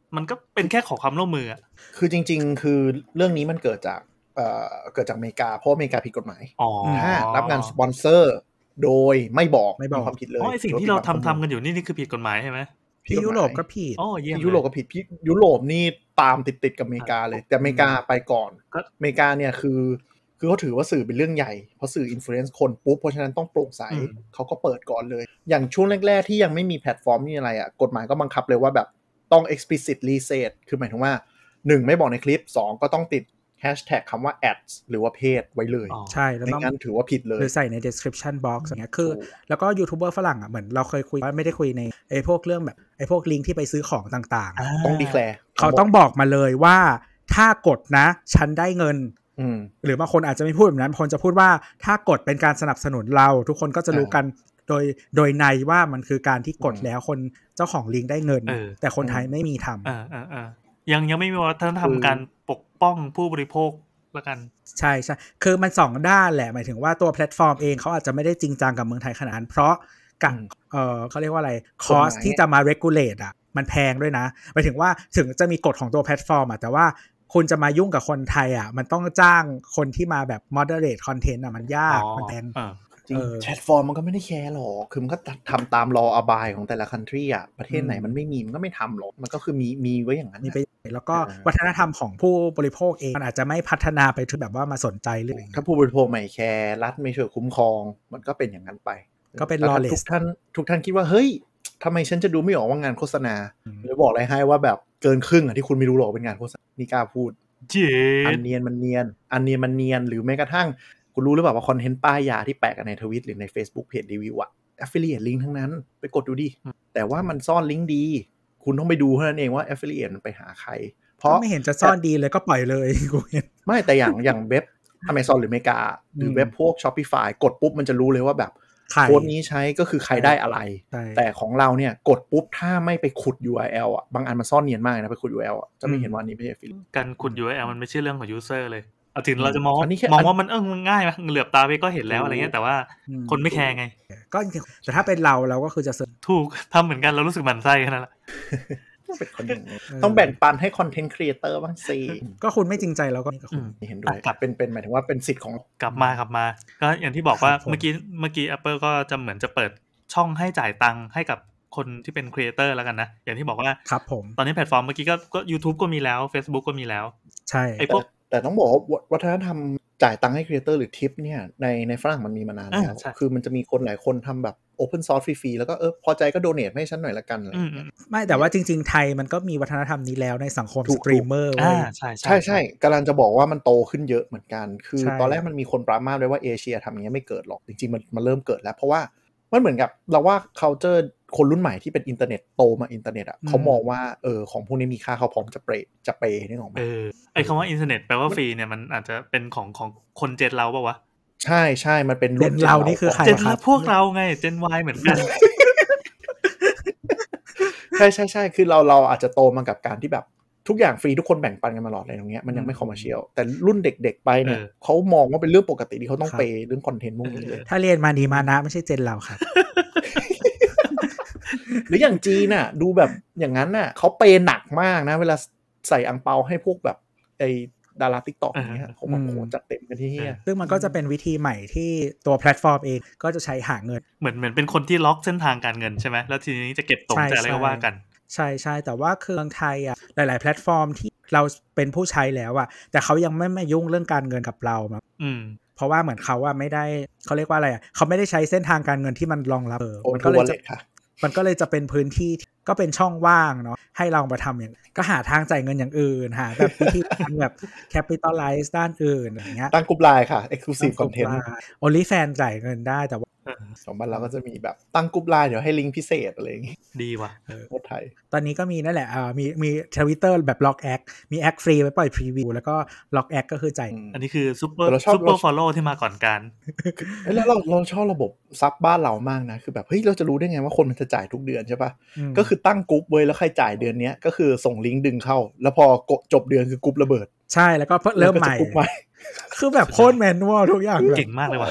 มันก็เป็นแค่ขอความร่วมมืออ่ะคือจริงๆคือเรื่องนี้มันเกิดจากเอ่อเกิดจากอเมริกาเพราะอเมริกาผิดกฎหมายถ้ารับงานสปอนเซอร์โดยไม่บอกไม่บอกความผิดเลยอ๋อไอสิ่งที่เราทำทำกันอยู่นี่นี่คือผิดกฎหมายใช่ไหมที่ยุโรปก็ผิดอ๋อเยี่ยมที่ยุโรปก็ผิดพี่ยุโรปนี่ตามติดๆกับอเมริกาเลยแต่อเมริกาไปก่อนอเมริกาเนี่ยคือคือเขาถือว่าสื่อเป็นเรื่องใหญ่เพราะสื่ออินฟลูเอนซ์คนปุ๊บเพราะฉะนั้นต้องโปร่งใสเขาก็เปิดก่อนเลยอย่างช่วงแรกๆที่ยังไม่มีแพลตฟอร์มนี่อะไรอ่ะกฎหมายก็บังคับเลยว่าแบบต้อง explicitly said คือหมายถึงว่าหนึ่งไม่บอกในคลิปสองก็ต้องติดแฮชแท็กคำว่า ads หรือว่าเพจไว้เลยใช่แล้วไม่งั้นถือว่าผิดเลยหรือใส่ใน description box อย่างเงี้ยคือแล้วก็ยูทูบเบอร์ฝรั่งอ่ะเหมือนเราเคยคุยว่าไม่ได้คุยในไอ้พวกเรื่องแบบไอ้พวกลิงก์ที่ไปซื้อของต่างๆต้อง declare เขาต้องบอกมาเลยว่าถ้ากดนะฉันได้เงินหรือบางคนอาจจะไม่พูดแบบนั้นบางคนจะพูดว่าถ้ากดเป็นการสนับสนุนเราทุกคนก็จะรู้กันโดยโดยในว่ามันคือการที่กดแล้วคนเจ้าของลิงก์ได้เงินแต่คนไทยไม่มีทำยังยังไม่มีวัฒนธรรมการปกป้องผู้บริโภคแล้วกันใช่ใช่คือมันสองด้านแหละหมายถึงว่าตัวแพลตฟอร์มเองเขาอาจจะไม่ได้จริงจังกับเมืองไทยขนาดนั้นเพราะกับเออเขาเรียกว่าอะไรคอสที่จะมา regulate อ่ะมันแพงด้วยนะหมายถึงว่าถึงจะมีกฎของตัวแพลตฟอร์มอ่ะแต่ว่าคุณจะมายุ่งกับคนไทยอ่ะมันต้องจ้างคนที่มาแบบ moderate content อ่ะมันยากมันแพงจริงแพลตฟอร์มมันก็ไม่ได้แคร์หรอกคือมันก็ทำตาม law abide ของแต่ละ country อ่ะประเทศไหนมันไม่มีมันก็ไม่ทำหรอกมันก็คือมีมีไว้อย่างนั้นมีไปแล้วก็วัฒนธรรมของผู้บริโภคเองมันอาจจะไม่พัฒนาไปถึงแบบว่ามาสนใจเรื่องถ้าผู้บริโภคไม่แคร์รัฐไม่ช่วยคุ้มครองมันก็เป็นอย่างนั้นไปก็เป็น lawless ทุกท่านทุกท่านคิดว่าเฮ้ยทำไมฉันจะดูไม่ออกว่างานโฆษณาหรือบอกอะไรให้ว่าแบบเกินครึ่งอ่ะที่คุณไม่รู้หรอกเป็นงานโฆษณานี่กล้าพูดอันเนียนมันเนียนอันเนียนมันเนียนหรือแม้กระทั่งคุณรู้หรือเปล่าว่าคอนเทนต์ป้ายยาที่แปะกันในทวิตหรือใน Facebook เพจรีวิวอะ affiliate link ทั้งนั้นไปกดดูดิแต่ว่ามันซ่อนลิงก์ดีคุณต้องไปดูเท่านั้นเองว่า affiliate มันไปหาใครเพราะไม่เห็นจะซ่อนดีเลยก็ปล่อยเลยกูเห็นไม่แต่อย่างอย่างเว็บ Amazon หรือเมกาหรือเว็บพวก Shopify กดปุ๊บมันจะรู้เลยว่าแบบโค้ดนี้ใช้ก็คือใครได้อะไรแต่ของเราเนี่ยกดปุ๊บถ้าไม่ไปขุด ยู อาร์ แอล อ่ะบางอันมันซ่อนเนียนมากนะไปขุด ยู อาร์ แอล อ่ะจะไม่เห็นว่านี้ไม่ใช่ affiliate การขุด ยู อาร์ แอล มันไม่ใช่เรื่องของ user เลยเอาถึงเราจะมองมองว่ามันเออมันง่ายมั้ยเหลือบตาไปก็เห็นแล้วอะไรเงี้ยแต่ว่าคนไม่แคร์ไงก็จริงๆแต่ถ้าเป็นเราเราก็คือจะถูกทำเหมือนกันเรารู้สึกหมั่นไส้แค่นั้นแหละต้องเป็นคนอย่างนี้ต้องแบ่งปันให้คอนเทนต์ครีเอเตอร์บ้างสิก็คุณไม่จริงใจเราก็นี่กับคุณเห็นด้วยเป็นเป็นหมายถึงว่าเป็นสิทธิ์ของกลับมากลับมาก็อย่างที่บอกว่าเมื่อกี้เมื่อกี้ Apple ก็จะเหมือนจะเปิดช่องให้จ่ายตังค์ให้กับคนที่เป็นครีเอเตอร์แล้วกันนะอย่างที่บอกว่าครับผมตอนนี้แพลตฟอร์มเมื่อกี้ก็ก็ YouTube ก็มีแล้ว Facebook ก็มีแล้วใช่ไอ้พวกแต่ต้องบอกว่าวัฒนธรรมจ่ายตังค์ให้ครีเอเตอร์หรือทิปเนี่ยในในฝรั่งมันมีมานานแล้วคือมันจะมีคนหลายคนทำแบบ Open Source ฟรีๆแล้วก็เออพอใจก็โดเนทให้ฉันหน่อยละกันอะไรอย่างเงี้ยไม่แต่ว่าจริงๆไทยมันก็มีวัฒนธรรมนี้แล้วในสังคมสตรีมเมอร์เว้ยใช่ใช่ใช่กำลังจะบอกว่ามันโตขึ้นเยอะเหมือนกันคือตอนแรกมันมีคนปรามาสเลยว่าเอเชียทำอย่างเงี้ยไม่เกิดหรอกจริงๆมันมันเริ่มเกิดแล้วเพราะว่ามันเหมือนกับเราว่า culture คนรุ่นใหม่ที่เป็นอินเทอร์เน็ตโตมาอินเทอร์เน็ตอ่ะเขามองว่าเออของพวกนี้มีค่าเขาพร้อมจะเปย์จะเปย์นี่ของมันเออไอ้คำว่าอินเทอร์เน็ตแปลว่าฟรีเนี่ยมันอาจจะเป็นของของคนเจนเราป่ะวะใช่ใช่มันเป็นรุ่นเรานี่คือใครเจนพวกเราไงเจน Y เหมือนกันใช่ใช่ใช่คือเราเราอาจจะโตมากับการที่แบบทุกอย่างฟรีทุกคนแบ่งปันกันมาหลอดอะไรตรงเนี้ยมันยังไม่คอมเมอร์เชียลแต่รุ่นเด็กๆไปเนี่ยเขามองว่าเป็นเรื่องปกติที่เขาต้องเปย์เรื่องคอนเทนต์พวกนี้เลยถ้าเรียนมาดีมานะไม่ใช่เจนเราครับหรืออย่างจีนน่ะดูแบบอย่างนั้นน่ะเขาเปย์หนักมากนะเวลาใส่อังเปาให้พวกแบบไอ้ดารา TikTok อย่างเงี้ยเขาบอกโหจัดเต็มกันที่เหี้ยซึ่งมันก็จะเป็นวิธีใหม่ที่ตัวแพลตฟอร์มเองก็จะใช้หาเงินเหมือนเหมือนเป็นคนที่ล็อกเส้นทางการเงินใช่ไหมแล้วทีนี้จะเก็บตรงแต่อะไรก็ว่ากันใช่ใช่แต่ว่าคือเมืองไทยอ่ะหลายๆแพลตฟอร์มที่เราเป็นผู้ใช้แล้วอ่ะแต่เขายังไม่มายุ่งเรื่องการเงินกับเรามาอืมเพราะว่าเหมือนเขาอ่ะไม่ได้เขาเรียกว่าอะไรอ่ะเขาไม่ได้ใช้เส้นทางการเงินที่มันรองรับมันก็เลยจะมันก็เลยจะเป็นพื้นที่ก็เป็นช่องว่างเนาะให้เรามาทำอย่างก็หาทางจ่ายเงินอย่างอื่นหาแบบวิธีการแบบ capitalize ด้านอื่นอย่างเงี้ยตั้งกลุ่มไลน์ค่ะ exclusive content OnlyFans จ่ายเงินได้แต่ว่าของบ้านเราก็จะมีแบบตั้งกลุ่มไลน์เดี๋ยวให้ลิงก์พิเศษอะไรอย่างงี้ดีว่ะเออโคตรไทยตอนนี้ก็มีนั่นแหละอ่ามีมี Twitter แบบ Lock Act มีแอคฟรีไว้ปล่อยพรีวิวแล้วก็ Lock Act ก็คือจ่ายอันนี้คือซุปเปอร์ซุปเปอร์ฟอลโล่ที่มาก่อนการแล้วเราเราชอบระบบซับบ้านเรามากนะคือแบบเฮ้ยเราจะรู้ได้ไงว่าคนมันจะจ่ายทุกเดือนใช่ป่ะก็คือตั้งกลุ่มเว้ยแล้วใครจ่ายเดือนนี้ก็คือส่งลิงก์ดึงเข้าแล้วพอจบเดือนคือกลุ่มระเบิดใช่แล้วก็เริ่มใหม่คือแบบโคตรแมนนวลทุกอย่างเก่งมากเลยว่ะ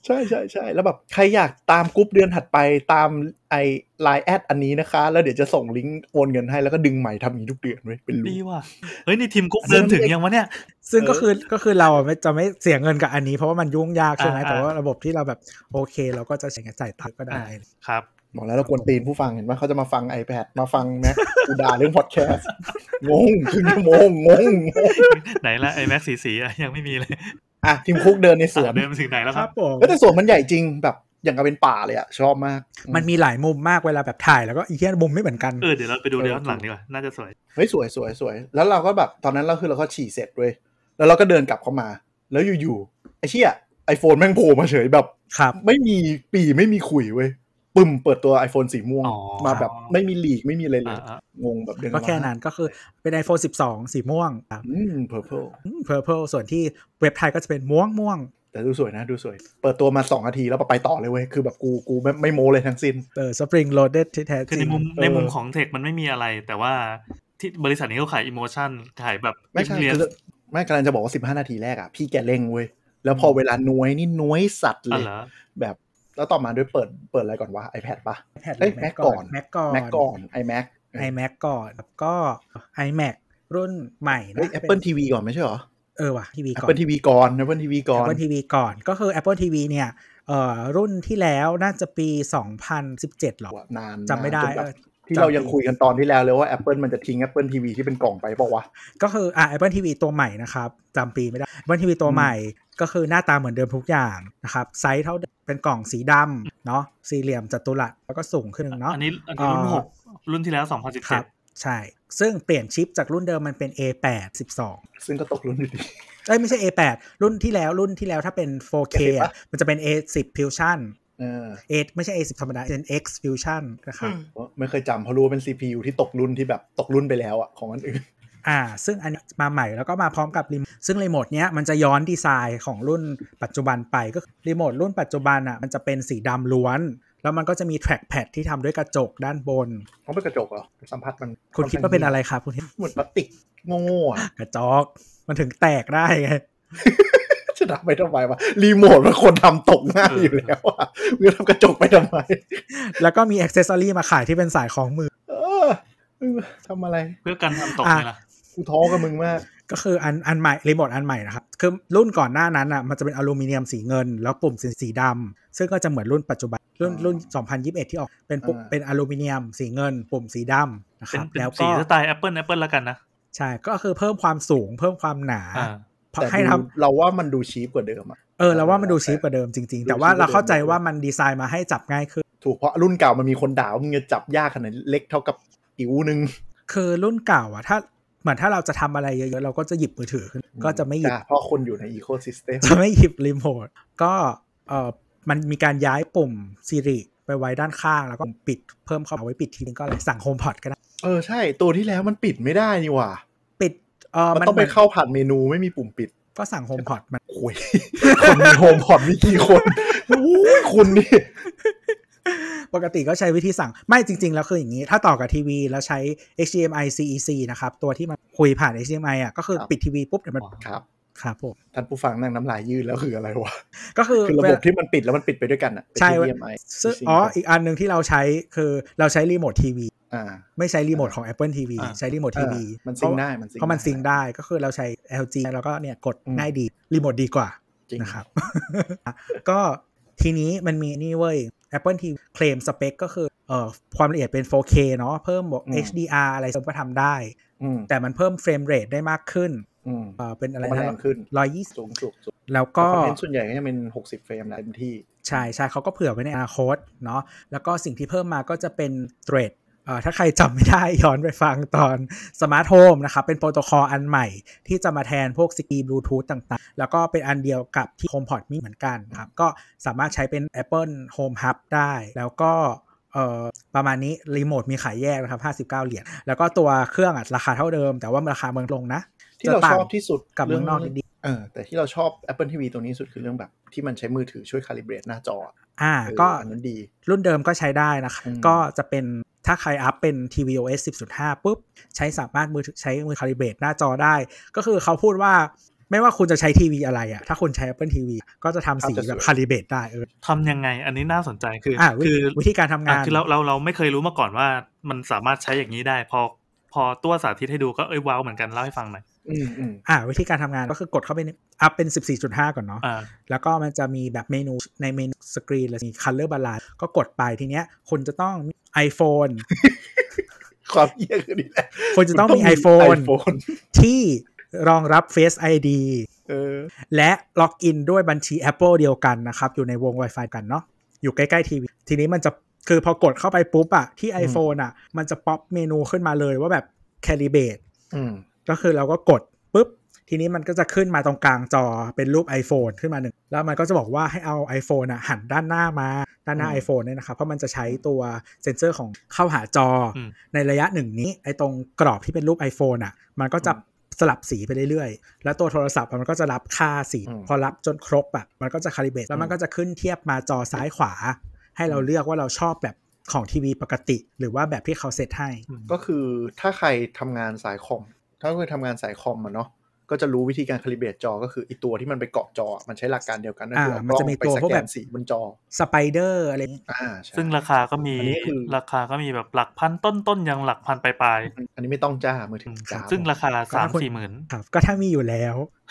ใช่ใช่ใช่แล้วแบบใครอยากตามกรุ๊ปเดือนถัดไปตามไอไลน์แอดอันนี้นะคะแล้วเดี๋ยวจะส่งลิงก์โอนเงินให้แล้วก็ดึงใหม่ทำอย่างนี้ทุกเดือนเว้ยเป็นรูดีว่ะเฮ้ยนี่ทีมกรุ๊ปเดินถึงยังวะเนี่ยซึ่งก็คือก็คือเราไม่จะไม่เสียเงินกับอันนี้เพราะว่ามันยุ่งยากใช่ไหมแต่ว่าระบบที่เราแบบโอเคเราก็จะใช้จ่ายตังค์ก็ได้ครับบอกแล้วเราควรตีนผู้ฟังเห็นว่าเขาจะมาฟัง iPad มาฟังนะกูด่าเรื่องพอดแคสต์งงครึ่งชั่วโมงงงไหนละไอแม็กสีๆอ่ะยังไม่มีเลยอ่ะทีมคุกเดินในสวนเดินมาถึงไหนแล้วครับผมแต่สวนมันใหญ่จริงแบบอย่างกับเป็นป่าเลยอ่ะชอบมากมันมีหลายมุมมากเวลาแบบถ่ายแล้วก็อีกแค่มุมไม่เหมือนกันเออเดี๋ยวเราไปดูย้อนหลังดีกว่าน่าจะสวยเฮ้ยสวยสวยสวยแล้วเราก็แบบตอนนั้นเราคือเราก็ฉี่เสร็จด้วยแล้วเราก็เดินกลับเข้ามาแล้วอยู่ๆไอ้เชี่ย iPhone แม่งโผล่มาเฉยแบบไม่มีปีไม่มีขุยเว้ยปึ้มเปิดตัว iPhone สีม่วงมาแบบไม่มีลีกไม่มีอะไรเลยงงแบบเดินก็แค่นั้นก็คือเป็น iPhone สิบสองสีม่วงครับอืม purple purple ส่วนที่เว็บไทยก็จะเป็นม่วงม่วงแต่ดูสวยนะดูสวยเปิดตัวมาสองนาทีแล้วไปต่อเลยเว้ยคือแบบกูกูไม่ไม่โม้เลยทั้งสิ้นเออ Spring Loaded ที่แท้จริงคือในมุมในมุมของเทคมันไม่มีอะไรแต่ว่าที่บริษัทนี้เขาขาย emotion ขายแบบไม่ใช่คือไม่กำลังจะบอกว่าสิบห้านาทีแรกอ่ะพี่แกเร่งเว้ยแล้วพอเวลาน้อยนี่น้อยสัตว์เลยแบบแล้วต่อมาด้วยเปิดเปิดอะไรก่อนวะ iPad ป่ะ iPad เอ้ย Mac ก่อน Mac ก่อน Mac ก่อน iMac iMac ก่อนแล้วก็ iMac รุ่นใหม่นะ Apple ที วี ก่อนไม่ใช่เหรอเออว่ะ ที วี ก่อน Apple ที วี ก่อน Apple ที วี ก่อน Apple ที วี ก่อนก็คือ Apple ที วี เนี่ยเอ่อรุ่นที่แล้วน่าจะปีสองพันสิบเจ็ดหรอนานจำไม่ได้ที่เรายังคุยกันตอนที่แล้วเลยว่า Apple มันจะทิ้ง Apple ที วี ที่เป็นกล่องไปเปล่าวะก็คืออ่ะ Apple ที วี ตัวใหม่นะครับจำปีไม่ได้ Apple ที วี ตัวใหม่ก็คือหน้าตาเหมือนเดิมทุกอย่างนะครับไซส์เท่าเป็นกล่องสีดำเนาะสี่เหลี่ยมจัตุรัสแล้วก็สูงขึ้นเนาะอันนี้อันนี้รุ่นหกรุ่นที่แล้วสองพันสิบเจ็ดใช่ซึ่งเปลี่ยนชิปจากรุ่นเดิมมันเป็น เอ แปด สิบสองซึ่งก็ตกรุ่นอยู่ดีเอ้ยไม่ใช่ เอ แปด รุ่นที่แล้วรุ่นที่แล้วถ้าเป็น โฟร์เค อ่ะมันจะเป็น เอ สิบ Fusion เออเอ ไม่ใช่ เอ สิบ ธรรมดาเป็น X Fusion นะครับไม่เคยจำเพราะรู้ว่าเป็น ซี พี ยู ที่ตกรุ่นที่แบบตกรุ่นไปแล้วอ่ะของอันอื่นอ่าซึ่งอันนี้มาใหม่แล้วก็มาพร้อมกับรีโมทซึ่งรีโมทเนี้ยมันจะย้อนดีไซน์ของรุ่นปัจจุบันไปก็รีโมทรุ่นปัจจุบันอ่ะมันจะเป็นสีดำล้วนแล้วมันก็จะมีแทร็กแพดที่ทำด้วยกระจกด้านบนเขาเป็นกระจกเหรอสัมผัสมันคุณคิดว่าเป็นอะไรครับคุณเหมือนพลาสติกโง่ๆอ่ะกระจกมันถึงแตกได้ไงจะทำไปทำไมวะรีโมทมันคนทำตกง่ายอยู่แล้วอ่ะมึงทำกระจกไปทำไมแล้วก็มีอ็อกเซสซอรี่มาขายที่เป็นสายคล้องมือเออทำอะไรเพื่อกันทำตกไงล่ะกูท้อกับมึงมากก็คืออันอันใหม่รีโมทอันใหม่นะครับคือรุ่นก่อนหน้านั้นอ่ะมันจะเป็นอลูมิเนียมสีเงินแล้วปุ่มสีสีดำซึ่งก็จะเหมือนรุ่นปัจจุบันรุ่นรุ่นสองพันยี่สิบเอ็ดที่ออกเป็นปุ๊บเป็นอลูมิเนียมสีเงินปุ่มสีดำนะครับแล้วก็สีสไตล์ Apple Apple แล้วกันนะใช่ก็คือเพิ่มความสูงเพิ่มความหนาให้ทำเราว่ามันดูชีพกว่าเดิมอ่ะเออเราว่ามันดูชีพกว่าเดิมจริงๆแต่ว่าเราเข้าใจว่ามันดีไซน์มาให้จับง่ายขึ้นถูกเพราะรุ่นเก่ามันมีคนด่าว่ามึงจะจับยากขนาดเล็กเท่ากับอิ๋วนึงคือรุ่นเก่าอ่ะถ้าเหมือนถ้าเราจะทำอะไรเยอะๆเราก็จะหยิบมือถือขึ้นก็จะไม่หยิบเพราะคนอยู่ในอีโคซิสเต็มจะไม่หยิบรีโมทก็เออมันมีการย้ายปุ่ม Siri ไปไว้ด้านข้างแล้วก็ปิดเพิ่มเข้าเอาไว้ปิดทีนึงก็อะไรสั่ง HomePod ก็ได้เออใช่ตัวที่แล้วมันปิดไม่ได้นี่หว่าปิดเออมันต้องไปเข้าผ่านเมนูไม่มีปุ่มปิดก็สั่ง HomePod มันโอ้ยคนมี HomePod มีกี่คนโอ้ยคุณนี่ปกติก็ใช้วิธีสั่งไม่จริงๆแล้วคืออย่างนี้ถ้าต่อกับทีวีแล้วใช้ เอช ดี เอ็ม ไอ ซี อี ซี นะครับตัวที่มันคุยผ่าน เอช ดี เอ็ม ไอ อ่ะก็คือปิดทีวีปุ๊บเดี๋ยวมันครับครับผมท่านผู้ฟังนั่งน้ำลายยืดแล้วคืออะไรวะก็คือคือระบบที่มันปิดแล้วมันปิดไปด้วยกันอ่ะใช่ซึ่งอ๋ออีกอันนึงที่เราใช้คือเราใช้รีโมททีวีอ่าไม่ใช้รีโมทของ Apple ที วี ใช้รีโมททีวีมันซิงได้เพราะมันซิงได้ก็คือเราใช้ แอล จี แล้วก็เนี่ยกดง่ายดีรีโมทดีกว่านะครับก็ทีนี้มันมีนี่เว้ย Apple ที วี เคลมสเปคก็คือเอ่อความละเอียดเป็น โฟร์เค เนาะเพิ่ม เอช ดี อาร์ อะไรก็ทำได้แต่มันเพิ่มเฟรมเรทได้มากขึ้นเอ่อเป็นอะไรนะหนึ่งร้อยยี่สิบสูงสุดแล้วก็คอนเทนต์ส่วนใหญ่ก็จะเป็นหกสิบเฟรมนะเต็มที่ใช่ๆเขาก็เผื่อไว้ในอนาคตเนาะแล้วก็สิ่งที่เพิ่มมาก็จะเป็น Thread เอ่อถ้าใครจำไม่ได้ย้อนไปฟังตอน Smart Home นะครับเป็นโปรโตคอลอันใหม่ที่จะมาแทนพวก Zigbee Bluetooth ต่างๆแล้วก็เป็นอันเดียวกับที่ HomePod มีเหมือนกันครับก็สามารถใช้เป็น Apple Home Hub ได้แล้วก็เอ่อประมาณนี้รีโมทมีขายแยกนะครับห้าสิบเก้าเหรียญแล้วก็ตัวเครื่องอ่ะราคาเท่าเดิมแต่ว่าราคาเมืองลงนะที่เราชอบที่สุดกับเมืองนอกนิดๆเออแต่ที่เราชอบ Apple ที วี ตัวนี้สุดคือเรื่องแบบที่มันใช้มือถือช่วย calibrate หน้าจออ่าก็อันนั้นดีรุ่นเดิมก็ใช้ได้นะครับก็จะเป็นถ้าใครอัพเป็น ที วี โอ เอส สิบ จุด ห้า ปุ๊บใช้สามารถมือใช้มือ calibrate หน้าจอได้ก็คือเขาพูดว่าไม่ว่าคุณจะใช้ทีวีอะไรอ่ะถ้าคุณใช้ Apple ที วี ก็จะทำสีแบบคาลิเบรตได้เออทำยังไงอันนี้น่าสนใจคือคือวิธีการทำงานคือเราเราเราไม่เคยรู้มาก่อนว่ามันสามารถใช้อย่างนี้ได้พอพอตัวสาธิตให้ดูก็เอ้ยว้าวเหมือนกันเล่าให้ฟังหน่อยอืมอืมอ่าวิธีการทำงานก็คือกดเข้าไปอัพเป็น สิบสี่จุดห้า ก่อนเนาะแล้วก็มันจะมีแบบเมนูในเมนูสกรีนแล้วมี color balance ก็กดไปทีเนี้ยคุณจะต้อง iPhone ความเหี้ยคือนี่แหละคุณจะต้องมี iPhone ที่รองรับ Face ไอ ดีเออและล็อกอินด้วยบัญชี Apple เดียวกันนะครับอยู่ในวง Wi-Fi กันเนาะอยู่ใกล้ๆทีวีทีนี้มันจะคือพอกดเข้าไปปุ๊บอะที่ iPhone อะมันจะป๊อปเมนูขึ้นมาเลยว่าแบบ Calibrate อืมก็คือเราก็กดปุ๊บทีนี้มันก็จะขึ้นมาตรงกลางจอเป็นรูป iPhone ขึ้นมาหนึ่งแล้วมันก็จะบอกว่าให้เอา iPhone อ่ะหันด้านหน้ามาด้านหน้า iPhone เนี่ยนะครับเพราะมันจะใช้ตัวเซ็นเซอร์ของเข้าหาจอในระยะหนึ่งนี้ไอ้ตรงกรอบที่เป็นรูป iPhone อ่ะมันก็จะสลับสีไปเรื่อยๆแล้วตัวโทรศัพท์มันก็จะรับค่าสีพอรับจนครบอ่ะมันก็จะคาลิเบรตแล้วมันก็จะขึ้นเทียบมาจอซ้ายขวาให้เราเลือกว่าเราชอบแบบของทีวีปกติหรือว่าแบบที่เขาเซตให้ก็คือถ้าใครทำงานสายคอมถ้าเคยทำงานสายคอมอ่ะเนาะก็จะรู้วิธีการคาลิเบรตจอก็คืออีตัวที่มันไปเกาะจอมันใช้หลักการเดียวกันก็คือมันจะมีตัวพวกแบบสีบนจอสไปเดอร์อะไรอ่าซึ่งราคาก็มีราคาก็มีแบบหลักพันต้นๆยังหลักพันปลายๆอันนี้ไม่ต้องจ้ามือถือจ้าซึ่งราคา สามถึงสี่หมื่นครับก็ถ้ามีอยู่แล้ว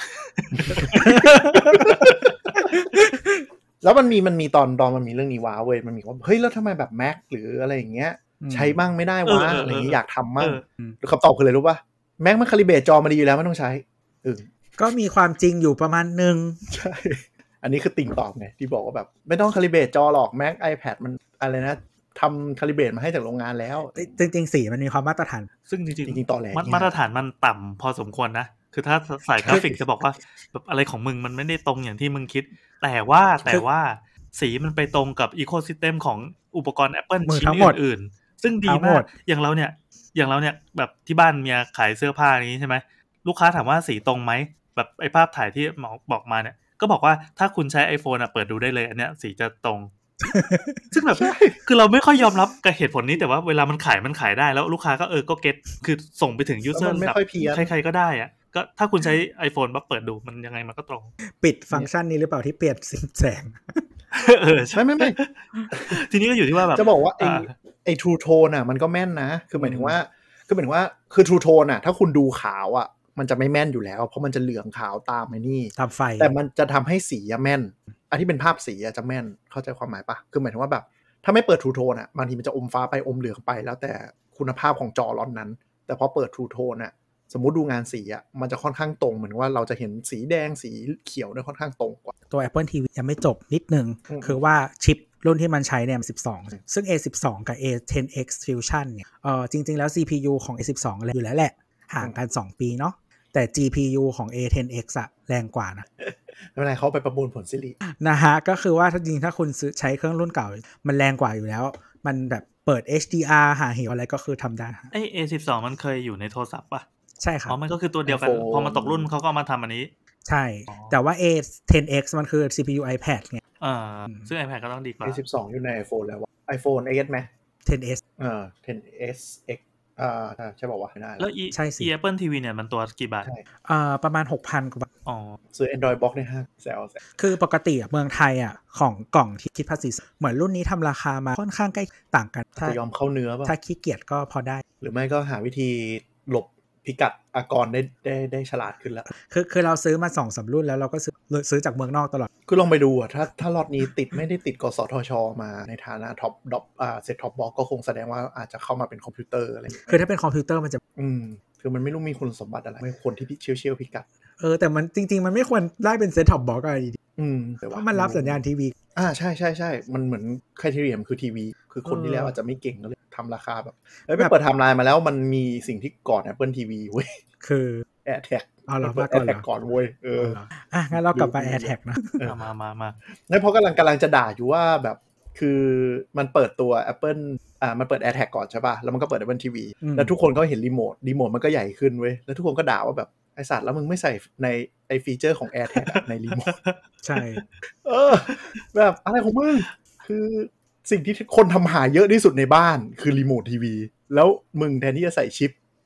แล้วมันมีมันมีตอนตอนมันมีเรื่องนี้ว้าเว้ยมันมีว่าเฮ้ยแล้วทำไมแบบ Mac หรืออะไรอย่างเงี้ยใช้บ้างไม่ได้วะอะไรอย่างเงี้ยอยากทำมั่งคำตอบคืออะไรรู้ป่ะ Mac มันคาลิเบรตจอมาดีอยู่แล้วไม่ต้องใช้เออก็มีความจริงอยู่ประมาณนึงใช่อันนี้คือติ่งตอบไงที่บอกว่าแบบไม่ต้องคาลิเบรตจอหรอก Mac iPad มันอะไรนะทำคาลิเบรตมาให้จากโรงงานแล้วจริงๆสีมันมีความมาตรฐานซึ่งจริงๆจริงๆต่อแหลมาตรฐานมันต่ำพอสมควรนะคือถ้าสายกราฟิกจะบอกว่าแบบอะไรของมึงมันไม่ได้ตรงอย่างที่มึงคิดแต่ว่าแต่ว่าสีมันไปตรงกับอีโคซิสเต็มของอุปกรณ์ Apple ชิ้นอื่นๆซึ่งดีมากอย่างเราเนี่ยอย่างเราเนี่ยแบบที่บ้านเมียขายเสื้อผ้านี้ใช่ไหมลูกค้าถามว่าสีตรงไหมแบบไอ้ภาพถ่ายที่หมอบอกมาเนี่ยก็บอกว่าถ้าคุณใช้ iPhone อ่ะเปิดดูได้เลยอันเนี้ยสีจะตรง ซึ่งแบบคือเราไม่ค่อยยอมรับกับเหตุผลนี้แต่ว่าเวลามันขายมันขายได้แล้วลูกค้าก็เออก็เก็ตคือส่งไปถึงยูเซอร์แบบใครๆก็ได้อ่ะก็ถ้าคุณใช้ iPhone ปั๊บเปิดดูมันยังไงมันก็ตรงปิดฟังก์ชันนี้หรือเปล่าที่เปลี่ยนสีแสงเออใช่ไม่ไม่ทีนี้ก็อยู่ที่ว่าแบบจะบอกว่าไอ้ไอ้ True Tone อ่ะมันก็แม่นนะคือหมายถึงว่าคือหมายถึงว่าคือ True Tone อ่ะถ้าคุณดูขาวอ่ะมันจะไม่แม่นอยู่แล้วเพราะมันจะเหลืองขาวตามไอ้นี่ตามไฟแต่มันจะทำให้สีแม่นอันที่เป็นภาพสีจะแม่นเข้าใจความหมายปะคือหมายถึงว่าแบบถ้าไม่เปิด True Tone อ่ะบางทีมันจะอมฟ้าไปอมเหลืองไปแล้วแต่คุณภาพของจอร้อนนั้นแต่พอเปิด True Tone อ่ะสมมุติดูงานสีอ่ะมันจะค่อนข้างตรงเหมือนว่าเราจะเห็นสีแดงสีเขียวเนี่ยค่อนข้างตรงกว่าตัว Apple ที วี ยังไม่จบนิดนึงคือว่าชิปรุ่นที่มันใช้เนี่ยสิบสองซึ่ง เอ สิบสอง กับ เอ เท็น เอ็กซ์ Fusion เนี่ยเออจริงๆแล้ว ซี พี ยู ของ เอ สิบสอง อยู่แล้วแหละห่างกันสองปีเนาะแต่ จี พี ยู ของ เอ เท็น เอ็กซ์ อะแรงกว่านะไม่เป็นไรเขาไปประมูลผลสิรินะฮะก็คือว่าถ้าจริงถ้าคุณซื้อใช้เครื่องรุ่นเก่ามันแรงกว่าอยู่แล้วมันแบบเปิด เอช ดี อาร์ หาเหวอะไรก็คือทำได้ไอ้ เอ สิบสอง มันเคยอยู่ในโทรศัพท์ป่ะใช่ครับอ๋อมันก็คือตัวเดียวกันพอมาตกรุ่นเขาก็มาทำอันนี้ใช่แต่ว่า เอ เท็น เอ็กซ์ มันคือ ซี พี ยู iPad ไงอ่าซึ่ง iPad ก็ต้องดีกว่าเอ สิบสอง อยู่ใน iPhone แล้ว iPhone เอ ไหมเท็น เอสเออ เท็น เอส X อ่าใช่บอกว่าไม่ได้แล้วใช่สิ Apple ที วี เนี่ยมันตัวกี่บาทอ่าประมาณ หกพัน กว่าบาทอ๋อซื้อ Android Box ได้ห้าแซวๆคือปกติอ่ะเมืองไทยอ่ะของกล่องที่คิดภาษีเหมือนรุ่นนี้ทำราคามาค่อนข้างใกล้ต่างกันถ้ายอมเข้าเนื้อป่ะถ้าขี้เกียจก็พอได้หรือไม่ก็หาวิธีหลบพิกัดอากรได้ได้ได้ฉลาดขึ้นแล้วคือคือเราซื้อมา สองสาม รุ่นแล้วเราก็ซื้อซื้อจากเมืองนอกตลอดคือลองไปดูอ่ะถ้าถ้าล็อตนี้ติดไม่ได้ติดกสทชมาในฐานะท็อปดอปอ่าเซ็ตท็อปบ็อกก็คงแสดงว่าอาจจะเข้ามาเป็นคอมพิวเตอร์อะไรอย่างเงี้ยคือถ้าเป็นคอมพิวเตอร์มันจะอืมคือมันไม่รู้มีคุณสมบัติอะไรไม่ควรที่พิเชี่ยวเชี่ยวพิกัดเออแต่มันจริงๆมันไม่ควรได้เป็นเซ็ตท็อปบ็อกอะไรดีอืมแต่ว่ามันรับสัญญาณทีวีอ่าใช่ใช่ใช่มันเหมือนไครทีเรียมคือทีวีคือคนที่แล้วอาจจะไม่เก่งก็เลยทำราคาแบบเอ้ยไปเปิดไทม์ไลน์มาแล้วมันมีสิ่งที่ก่อน Apple ที วี เว้ยคือ AirTag เอาเรามาก่อนก่อนเว้ยเอออ่ะงั้นเรากลับไป AirTag นะมามามางั้นเพราะกำลังกำลังจะด่าอยู่ว่าแบบคือมันเปิดตัว Apple อ่ามันเปิด AirTag ก่อนใช่ป่ะแล้วมันก็เปิด Apple ที วี แล้วทุกคนก็เห็นรีโมทรีโมทมันก็ใหญ่ขึ้นเว้ยแล้วทุกคนก็ด่าว่าแบบไอสัตว์แล้วมึงไม่ใส่ในไอฟีเจอร์ของ AirTag ในรีโมทใช่เออแบบอะไรของมึงคือสิ่งที่คนทำหาเยอะที่สุดในบ้านคือรีโมททีวีแล้วมึงแทนที่จะใส่ชิป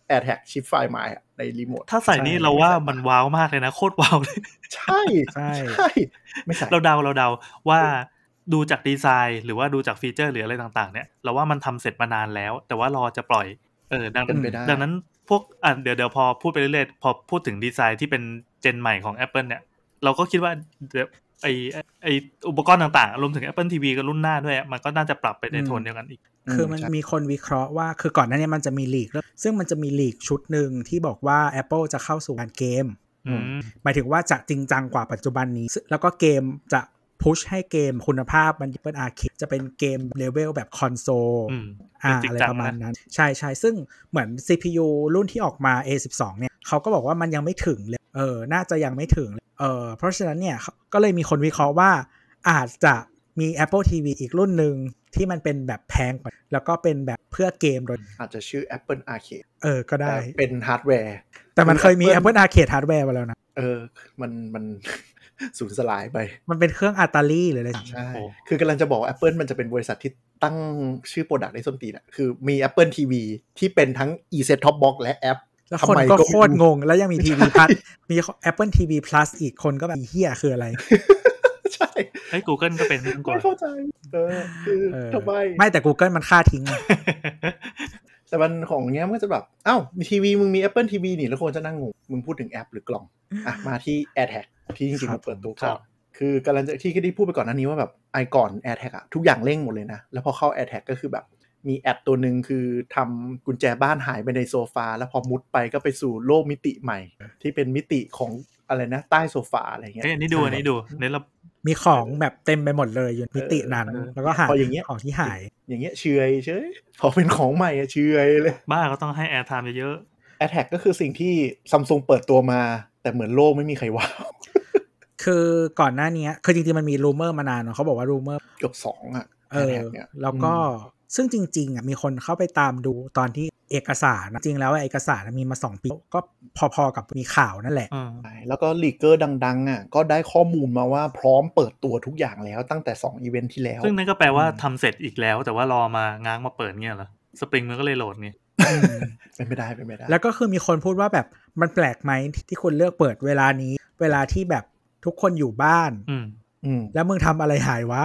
AirTag Shift Find My ในรีโมทถ้าใส่นี่เราว่ามันว้าวมากเลยนะโคตรว้าวเลยใช่ใช่ใช่ไม่ใช่เราเดาเราเดาว่าดูจากดีไซน์หรือว่าดูจากฟีเจอร์หรืออะไรต่างๆเนี่ยเราว่ามันทำเสร็จมานานแล้วแต่ว่ารอจะปล่อยเออดังนั้นดังนั้นพวกอ่ะเดี๋ยวเดี๋ยวพอพูดไปเรื่อยๆพอพูดถึงดีไซน์ที่เป็นเจนใหม่ของ Apple เนี่ยเราก็คิดว่าไอไออุปกรณ์ต่างๆรวมถึง Apple ที วี ก็รุ่นหน้าด้วยมันก็น่าจะปรับไปในโทนเดียวกันอีกคือมันมีคนวิเคราะห์ว่าคือก่อนหน้านี้มันจะมีลีกซึ่งมันจะมีลีกชุดหนึ่งที่บอกว่า Apple จะเข้าสู่การเกมหมายถึงว่าจะจริงจังกว่าปัจจุบันนี้แล้วก็เกมจะพุชให้เกมคุณภาพมันเป็นอาร์เคดจะเป็นเกมเลเวลแบบคอนโซลอ่าอะไรประมาณนั้นใช่ๆซึ่งเหมือน ซี พี ยู รุ่นที่ออกมา เอ สิบสอง เนี่ยเขาก็บอกว่ามันยังไม่ถึงเลยเออน่าจะยังไม่ถึงเออเพราะฉะนั้นเนี่ยก็เลยมีคนวิเคราะห์ว่าอาจจะมี Apple ที วี อีกรุ่นนึงที่มันเป็นแบบแพงกว่าแล้วก็เป็นแบบเพื่อเกมโดยอาจจะชื่อ Apple Arcade เออก็ได้เป็นฮาร์ดแวร์แต่มันเคยมี Apple Arcade ฮาร์ดแวร์มาแล้วนะเออมันมันสูญสลายไปมันเป็นเครื่อง Atari หรืออะไรใช่คือกำลังจะบอก Apple มันจะเป็นบริษัทที่ตั้งชื่อโปรดักต์ได้ส้นตีนอ่ะคือมี Apple ที วี ที่เป็นทั้ง e-set top box และแอปแล้วคนก็โคตรงงแล้วยังมี ที วี Plus มี Apple ที วี Plus อีกคนก็แบบเหี้ยคืออะไรใช่ไอ้ Google ก็เป็นก่อนไม่เข้าใจเออคือทำไมไม่แต่ Google มันฆ่าทิ้งแต่มันของเงี้ยมันก็จะแบบอ้าวมีทีวีมึงมี Apple ที วี นี่แล้วคนจะนั่งงงมึงพูดถึงแอปหรือกล่องอ่ะมาที่ AirTag ที่จริงๆมันเปิดตัวก่อนคือกำลังจะที่ได้พูดไปก่อนหน้านี้ว่าแบบไอก่อน AirTag อ่ะทุกอย่างเร่งหมดเลยนะแล้วพอเข้า AirTag ก็คือแบบมีแอปตัวนึงคือทำกุญแจบ้านหายไปในโซฟาแล้วพอมุดไปก็ไปสู่โลกมิติใหม่ที่เป็นมิติของอะไรนะใต้โซฟาอะไรเงี้ยเอ้ยนี่ดูอันนี้ดูเนี่ยเรามีของแบบเต็มไปหมดเลยอยู่มิตินั้นแล้วก็หายของที่หายอย่างเงี้ยเฉยเฉยพอเป็นของใหม่อะเฉยเลยบ้าก็ต้องให้ AirTime เยอะๆ AirTag ก็คือสิ่งที่ Samsung เปิดตัวมาแต่เหมือนโลกไม่มีใครว้าวคือก่อนหน้านี้คือจริงๆมันมีรูเมอร์มานานเนาะเขาบอกว่ารูเมอร์เกือบสองอ่ะ AirTag เนี่ยแล้วก็ซึ่งจริงๆอ่ะมีคนเข้าไปตามดูตอนที่เอกสารจริงแล้วเอกสารมีมาสองปีก็พอๆกับมีข่าวนั่นแหละแล้วก็ลีกเกอร์ดังๆอ่ะก็ได้ข้อมูลมาว่าพร้อมเปิดตัวทุกอย่างแล้วตั้งแต่สองอีเวนท์ที่แล้วซึ่งนั่นก็แปลว่าทำเสร็จอีกแล้วแต่ว่ารอมาง้างมาเปิดเงี้ยเหรอสปริงมันก็เลยโหลดไงเป็นไม่ได้เป็นไม่ได้แล้วก็คือมีคนพูดว่าแบบมันแปลกไหมที่คุณเลือกเปิดเวลานี้เวลาที่แบบทุกคนอยู่บ้านแล้วมึงทำอะไรหายวะ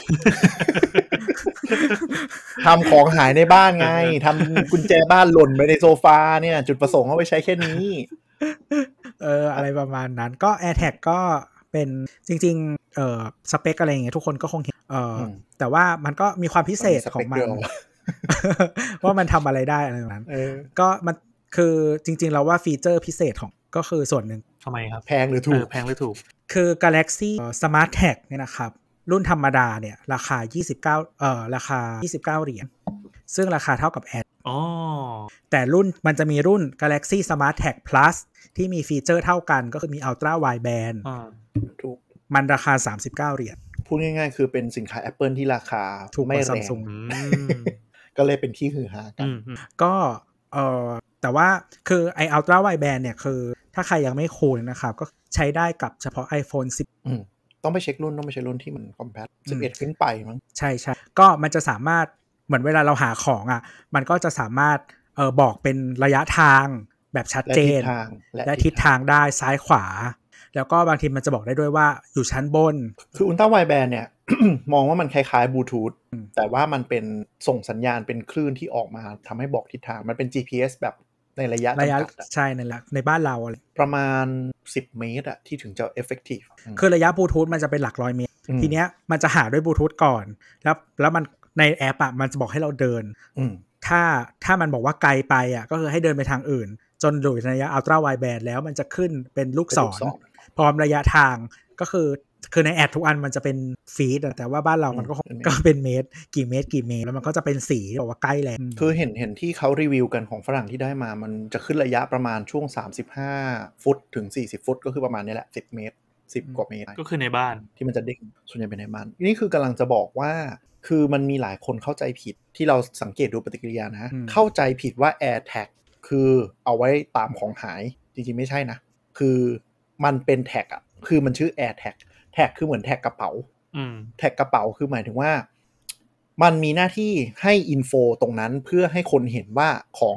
ทำของหายในบ้านไงทำกุญแจบ้านหล่นไปในโซฟาเนี่ยจุดประสงค์เอาไปใช้แค่นี้เอออะไรประมาณนั้นก็ AirTag ก็เป็นจริงๆเอ่อสเปคอะไรอย่างเงี้ยทุกคนก็คงเห็นเอ่อแต่ว่ามันก็มีความพิเศษของมันว่ามันทำอะไรได้อะไรแบบนั้นก็มันคือจริงๆแล้วว่าฟีเจอร์พิเศษของก็คือส่วนหนึ่งทำไมครับแพงหรือถูกแพงหรือถูกคือ Galaxy Smart Tag เนี่ยนะครับรุ่นธรรมดาเนี่ยราคายี่สิบเก้าเอ่อราคายี่สิบเก้าเหรียญซึ่งราคาเท่ากับ Air อ๋อแต่รุ่นมันจะมีรุ่น Galaxy Smart Tag Plus ที่มีฟีเจอร์เท่ากันก็คือมี Ultra Wideband อ่าถูกมันราคาสามสิบเก้าเหรียญพูดง่ายๆคือเป็นสินค้า Apple ที่ราคาไม่แรง ก็เลยเป็นที่ฮือฮากันก็เอ่อแต่ว่าคือไอ้ Ultra Wideband เนี่ยคือถ้าใครยังไม่คุ้นนะครับก็ใช้ได้กับเฉพาะ iPhone สิบอืมต้องไปเช็ครุ่นต้องไปเช็ครุ่นที่มัน compact สิบเอ็ดขึ้นไปมั้งใช่ๆก็มันจะสามารถเหมือนเวลาเราหาของอ่ะมันก็จะสามารถเอ่อบอกเป็นระยะทางแบบชัดเจนและทิศทางได้ซ้ายขวาแล้วก็บางทีมันจะบอกได้ด้วยว่าอยู่ชั้นบนคือ Ultra Wideband เนี่ย มองว่ามันคล้ายๆบลูทูธแต่ว่ามันเป็นส่งสัญญาณเป็นคลื่นที่ออกมาทำให้บอกทิศทางมันเป็น จี พี เอส แบบในระยะระยะใช่นั่นแหละในบ้านเราอะไรประมาณสิบเมตรอะที่ถึงจะ effective คือระยะบลูทูธมันจะเป็นหลักร้อยเมตรทีเนี้ยมันจะหาด้วยบลูทูธก่อนแล้วแล้วมันในแอปอะมันจะบอกให้เราเดินถ้าถ้ามันบอกว่าไกลไปอะก็คือให้เดินไปทางอื่นจนอยู่ในระยะ Ultra Wideband แล้วมันจะขึ้นเป็นลูกศรพร้อมระยะทางก็คือคือในแอดทุกอันมันจะเป็นฟีดแต่ว่าบ้านเรามันก็ก็เป็นเมตรกี่เมตรกี่เมตรแล้วมันก็จะเป็นสีบอกว่าใกล้แล้วคือเห็นเห็นที่เขารีวิวกันของฝรั่งที่ได้มามันจะขึ้นระยะประมาณช่วงสามสิบห้าฟุตถึงสี่สิบฟุตก็คือประมาณนี้แหละสิบเมตรสิบกว่าเมตรก็คือในบ้านที่มันจะเด้งส่วนใหญ่เป็นในบ้านนี่คือกำลังจะบอกว่าคือมันมีหลายคนเข้าใจผิดที่เราสังเกตดูปฏิกิริยานะเข้าใจผิดว่า AirTag คือเอาไว้ตามของหายจริงๆไม่ใช่นะคือมันเป็นแท็กอ่ะคือมันชื่อ AirTag แท็กคือเหมือนแท็กกระเป๋าแท็กกระเป๋าคือหมายถึงว่ามันมีหน้าที่ให้อินโฟตรงนั้นเพื่อให้คนเห็นว่าของเนี้ย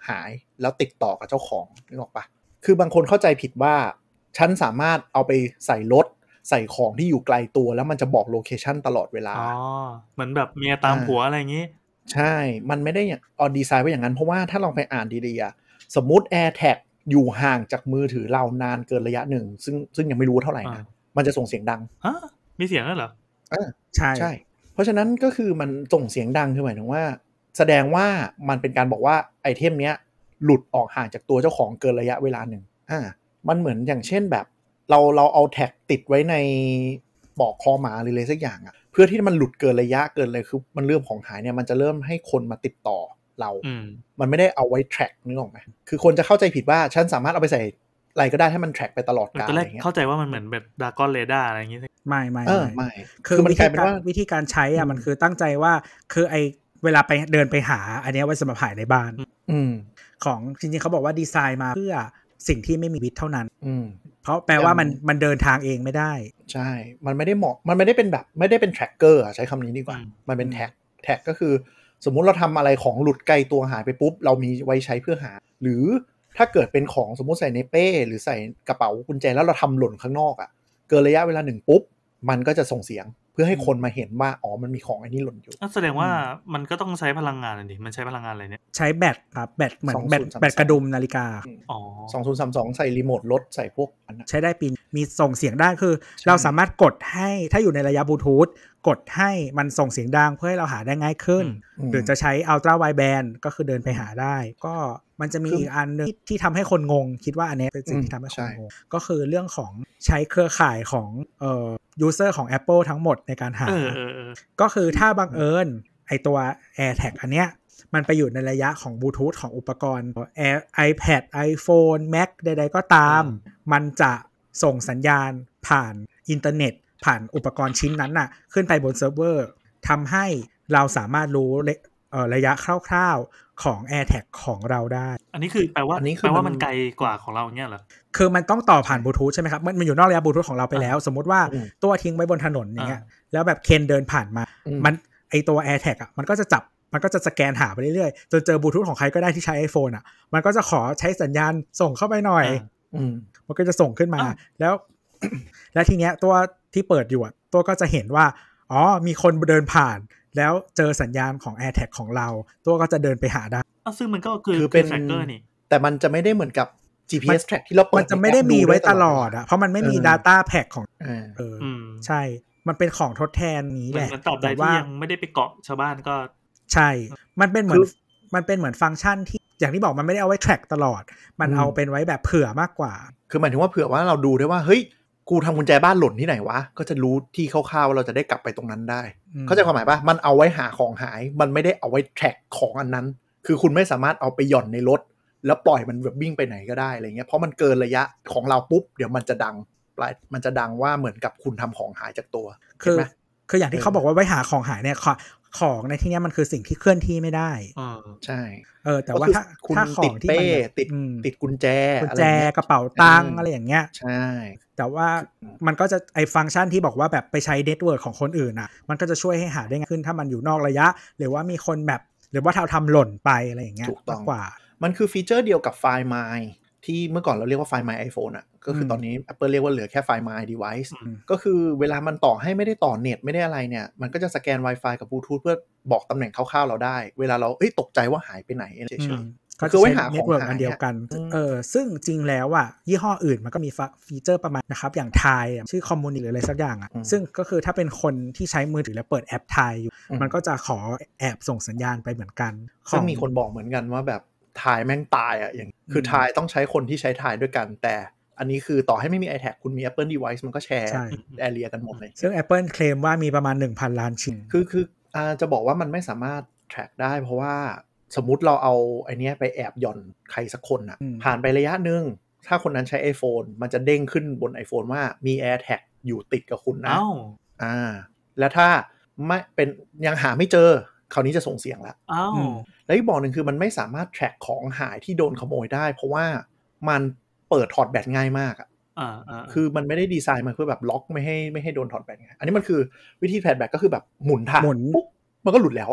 หายแล้วติดต่อกับเจ้าของนึกออกปะคือบางคนเข้าใจผิดว่าฉันสามารถเอาไปใส่รถใส่ของที่อยู่ไกลตัวแล้วมันจะบอกโลเคชันตลอดเวลาอ๋อเหมือนแบบเมียตามผัวอะไรอย่างงี้ใช่มันไม่ได้เอาดีไซน์ไว้อย่างนั้นเพราะว่าถ้าลองไปอ่านดีๆอ่ะสมมุติ AirTag อยู่ห่างจากมือถือเรานานเกินระยะหนึ่งซึ่งซึ่งยังไม่รู้เท่าไหร่นะมันจะส่งเสียงดังฮะมีเสียงด้วยเหรออ่าใช่ใช่เพราะฉะนั้นก็คือมันส่งเสียงดังคือหมายถึงว่าแสดงว่ามันเป็นการบอกว่าไอเทมเนี้ยหลุดออกห่างจากตัวเจ้าของเกินระยะเวลาหนึ่งอ่ามันเหมือนอย่างเช่นแบบเราเราเอาแท็กติดไว้ในปลอกคอหมาหรืออะไรสักอย่างอ่ะเพื่อที่มันหลุดเกินระยะเกินเลยคือมันเรื่องของหายเนี่ยมันจะเริ่มให้คนมาติดต่อเรามันไม่ได้เอาไว้ track นึกออกไหมคือคนจะเข้าใจผิดว่าฉันสามารถเอาไปใส่อะไรก็ได้ให้มัน track ไปตลอดกาลอะไรเงี้ยเข้าใจว่ามันเหมือนแบบ Dragon Radar อะไรอย่างงี้ไม่ไม่ไม่คือมันกลายเป็นว่าวิธีการใช้อ่ะมันคือตั้งใจว่าคือไอเวลาไปเดินไปหาอันนี้ไว้สำหรับหายในบ้านของจริงๆเขาบอกว่าดีไซน์มาเพื่อสิ่งที่ไม่มีวิทย์เท่านั้นเพราะแปลว่ามันมันเดินทางเองไม่ได้ใช่มันไม่ได้เหมาะมันไม่ได้เป็นแบบไม่ได้เป็น tracker อ่ะใช้คำนี้ดีกว่ามันเป็นแท็กแท็กก็คือสมมุติเราทำอะไรของหลุดไกลตัวหายไปปุ๊บเรามีไว้ใช้เพื่อหาหรือถ้าเกิดเป็นของสมมุติใส่ในเป้หรือใส่กระเป๋ากุญแจแล้วเราทำหล่นข้างนอกอ่ะเกินระยะเวลาหนึ่งปุ๊บมันก็จะส่งเสียงเพื่อให้คนมาเห็นว่าอ๋อมันมีของไอ้นี่หล่นอยู่แสดงว่ามันก็ต้องใช้พลังงานดิมันใช้พลังงานอะไรเนี่ยใช้แบตครับแบตเหมือนแบตแบตกระดุมนาฬิกาอ๋อสองพันสามสิบสองใส่รีโมทรถใส่พวกอันนั้นใช้ได้ปีมีส่งเสียงได้คือเราสามารถกดให้ถ้าอยู่ในระยะบลูทูธกดให้มันส่งเสียงดังเพื่อให้เราหาได้ง่ายขึ้นหรือจะใช้อัลตร้าไวด์แบนด์ก็คือเดินไปหาได้ก็มันจะมีอีกอันนึงที่ทำให้คนงงคิดว่าอันนี้เป็นสิ่งที่ทำให้คนงงก็คือเรื่องของใช้เครือข่ายของเอ่อยูเซอร์ของ Apple ทั้งหมดในการหาก็คือถ้าบังเอิญไอตัว AirTag อันเนี้ยมันไปอยู่ในระยะของบลูทูธของอุปกรณ์ Air iPad iPhone Mac ใดๆก็ตามมันจะส่งสัญญาณผ่านอินเทอร์เน็ตผ่านอุปกรณ์ชิ้นนั้นน่ะขึ้นไปบนเซิร์ฟเวอร์ทำให้เราสามารถรู้ระยะคร่าวๆของ AirTag ของเราได้อันนี้คือแปลว่าแปลว่ามันไกลกว่าของเราเงี้ยเหรอคือมันต้องต่อผ่านบลูทูธใช่ไหมครับมันมันอยู่นอกระยะบลูทูธของเราไปแล้วสมมติว่าตัวทิ้งไว้บนถนนอย่างเงี้ยแล้วแบบเคนเดินผ่านมามันไอตัว AirTag อ่ะมันก็จะจับมันก็จะสแกนหาไปเรื่อยๆจนเจอบลูทูธของใครก็ได้ที่ใช้ iPhone อ่ะมันก็จะขอใช้สัญญาณส่งเข้าไปหน่อยมันก็จะส่งขึ้นมาแล้วแล้วทีเนี้ยตัวที่เปิดอยู่อ่ะตัวก็จะเห็นว่าอ๋อมีคนเดินผ่านแล้วเจอสัญญาณของ AirTag ของเราตัวก็จะเดินไปหาได้อ้าวซึ่งมันก็คือคือเป็น tracker นี่แต่มันจะไม่ได้เหมือนกับ จี พี เอส track ที่เราเปิดมันจะไม่ได้มีไว้ตลอดอ่ะเพราะมันไม่มี data pack ของเออใช่มันเป็นของทดแทนนี้แหละมันตอบได้ที่ยังไม่ได้ไปเกาะชาวบ้านก็ใช่มันเป็นเหมือนมันเป็นเหมือนฟังก์ชันที่อย่างที่บอกมันไม่ได้เอาไว้ track ตลอดมันเอาเป็นไว้แบบเผื่อมากกว่าคือหมายถึงว่าเผื่อว่าเราดูได้ว่าเฮ้ยกูทำกุญแจบ้านหล่นที่ไหนวะก็จะรู้ที่คร่าวๆว่าเราจะได้กลับไปตรงนั้นได้เข้าใจความหมายป่ะมันเอาไว้หาของหายมันไม่ได้เอาไว้ track ของอันนั้นคือคุณไม่สามารถเอาไปหย่อนในรถแล้วปล่อยมันแบบวิ่งไปไหนก็ได้อะไรเงี้ยเพราะมันเกินระยะของเราปุ๊บเดี๋ยวมันจะดังปลายมันจะดังว่าเหมือนกับคุณทำของหายจากตัวคือคืออย่างที่เขาบอกว่าไว้หาของหายเนี่ยของในที่นี้มันคือสิ่งที่เคลื่อนที่ไม่ได้อ่าใช่เออแต่ว่าถ้าถ้าของที่มันติดติดกุญแจกุญแจกระเป๋าตังค์อะไรอย่างเงี้ยใช่แต่ว่ามันก็จะไอฟังก์ชันที่บอกว่าแบบไปใช้เน็ตเวิร์กของคนอื่นอ่ะมันก็จะช่วยให้หาได้ง่ายขึ้นถ้ามันอยู่นอกระยะหรือว่ามีคนแบบหรือว่าเราทำหล่นไปอะไรอย่างเงี้ยมากกว่ามันคือฟีเจอร์เดียวกับ Find My ที่เมื่อก่อนเราเรียกว่า Find My iPhone อ่ะก็คือตอนนี้ Apple เรียกว่าเหลือแค่ Find My Device ก็คือเวลามันต่อให้ไม่ได้ต่อเน็ตไม่ได้อะไรเนี่ยมันก็จะสแกน Wi-Fi กับบลูทูธเพื่อบอกตำแหน่งคร่าวๆเราได้เวลาเราเอ้ยตกใจว่าหายไปไหนเฉยๆก็คือไว้หาของหายอันเดียวกันเออซึ่งจริงแล้วอ่ะยี่ห้ออื่นมันก็มีฟีเจอร์ประมาณนะครับอย่าง Thai ชื่อ Community หรืออะไรสักอย่างอ่ะซึ่งก็คือถ้าเป็นคนที่ใช้มือถือแล้วเปิดแอป Thai อยู่มันก็จะขอแอบส่งสัญญาณไปเหมือนกันซึ่งมีคนบอกเหมือนกันว่าแบบถ่ายแม่งตายอ่ะอย่างคือถ่ายต้องใช้คนที่ใช้ถ่ายด้วยกันแต่อันนี้คือต่อให้ไม่มี iTag คุณมี Apple Device มันก็แชร์ Area กันหมดเลยซึ่ง Apple เคลมว่ามีประมาณ หนึ่งพัน ล้านชิ้นคือคืออ่าจะบอกว่ามันไม่สามารถ track ได้เพราะว่าสมมุติเราเอาไอ้นี้ไปแอบหย่อนใครสักคนน่ะผ่านไประยะนึงถ้าคนนั้นใช้ iPhone มันจะเด้งขึ้นบน iPhone ว่ามี AirTag อยู่ติดกับคุณนะอ่าแล้วถ้าไม่เป็นยังหาไม่เจอคราวนี้จะส่งเสียงแล้วอ้าวแล้วอีกบอกหนึ่งคือมันไม่สามารถ track ของหายที่โดนขโมยได้เพราะว่ามันเปิดถอดแบตง่ายมากอ่ะคือมันไม่ได้ดีไซน์มาเพื่อแบบล็อกไม่ให้ไม่ให้โดนถอดแบตไงอันนี้มันคือวิธีถอดแบตก็คือแบบหมุนถ่านปุ๊บมันก็หลุดแล้วอ่ะ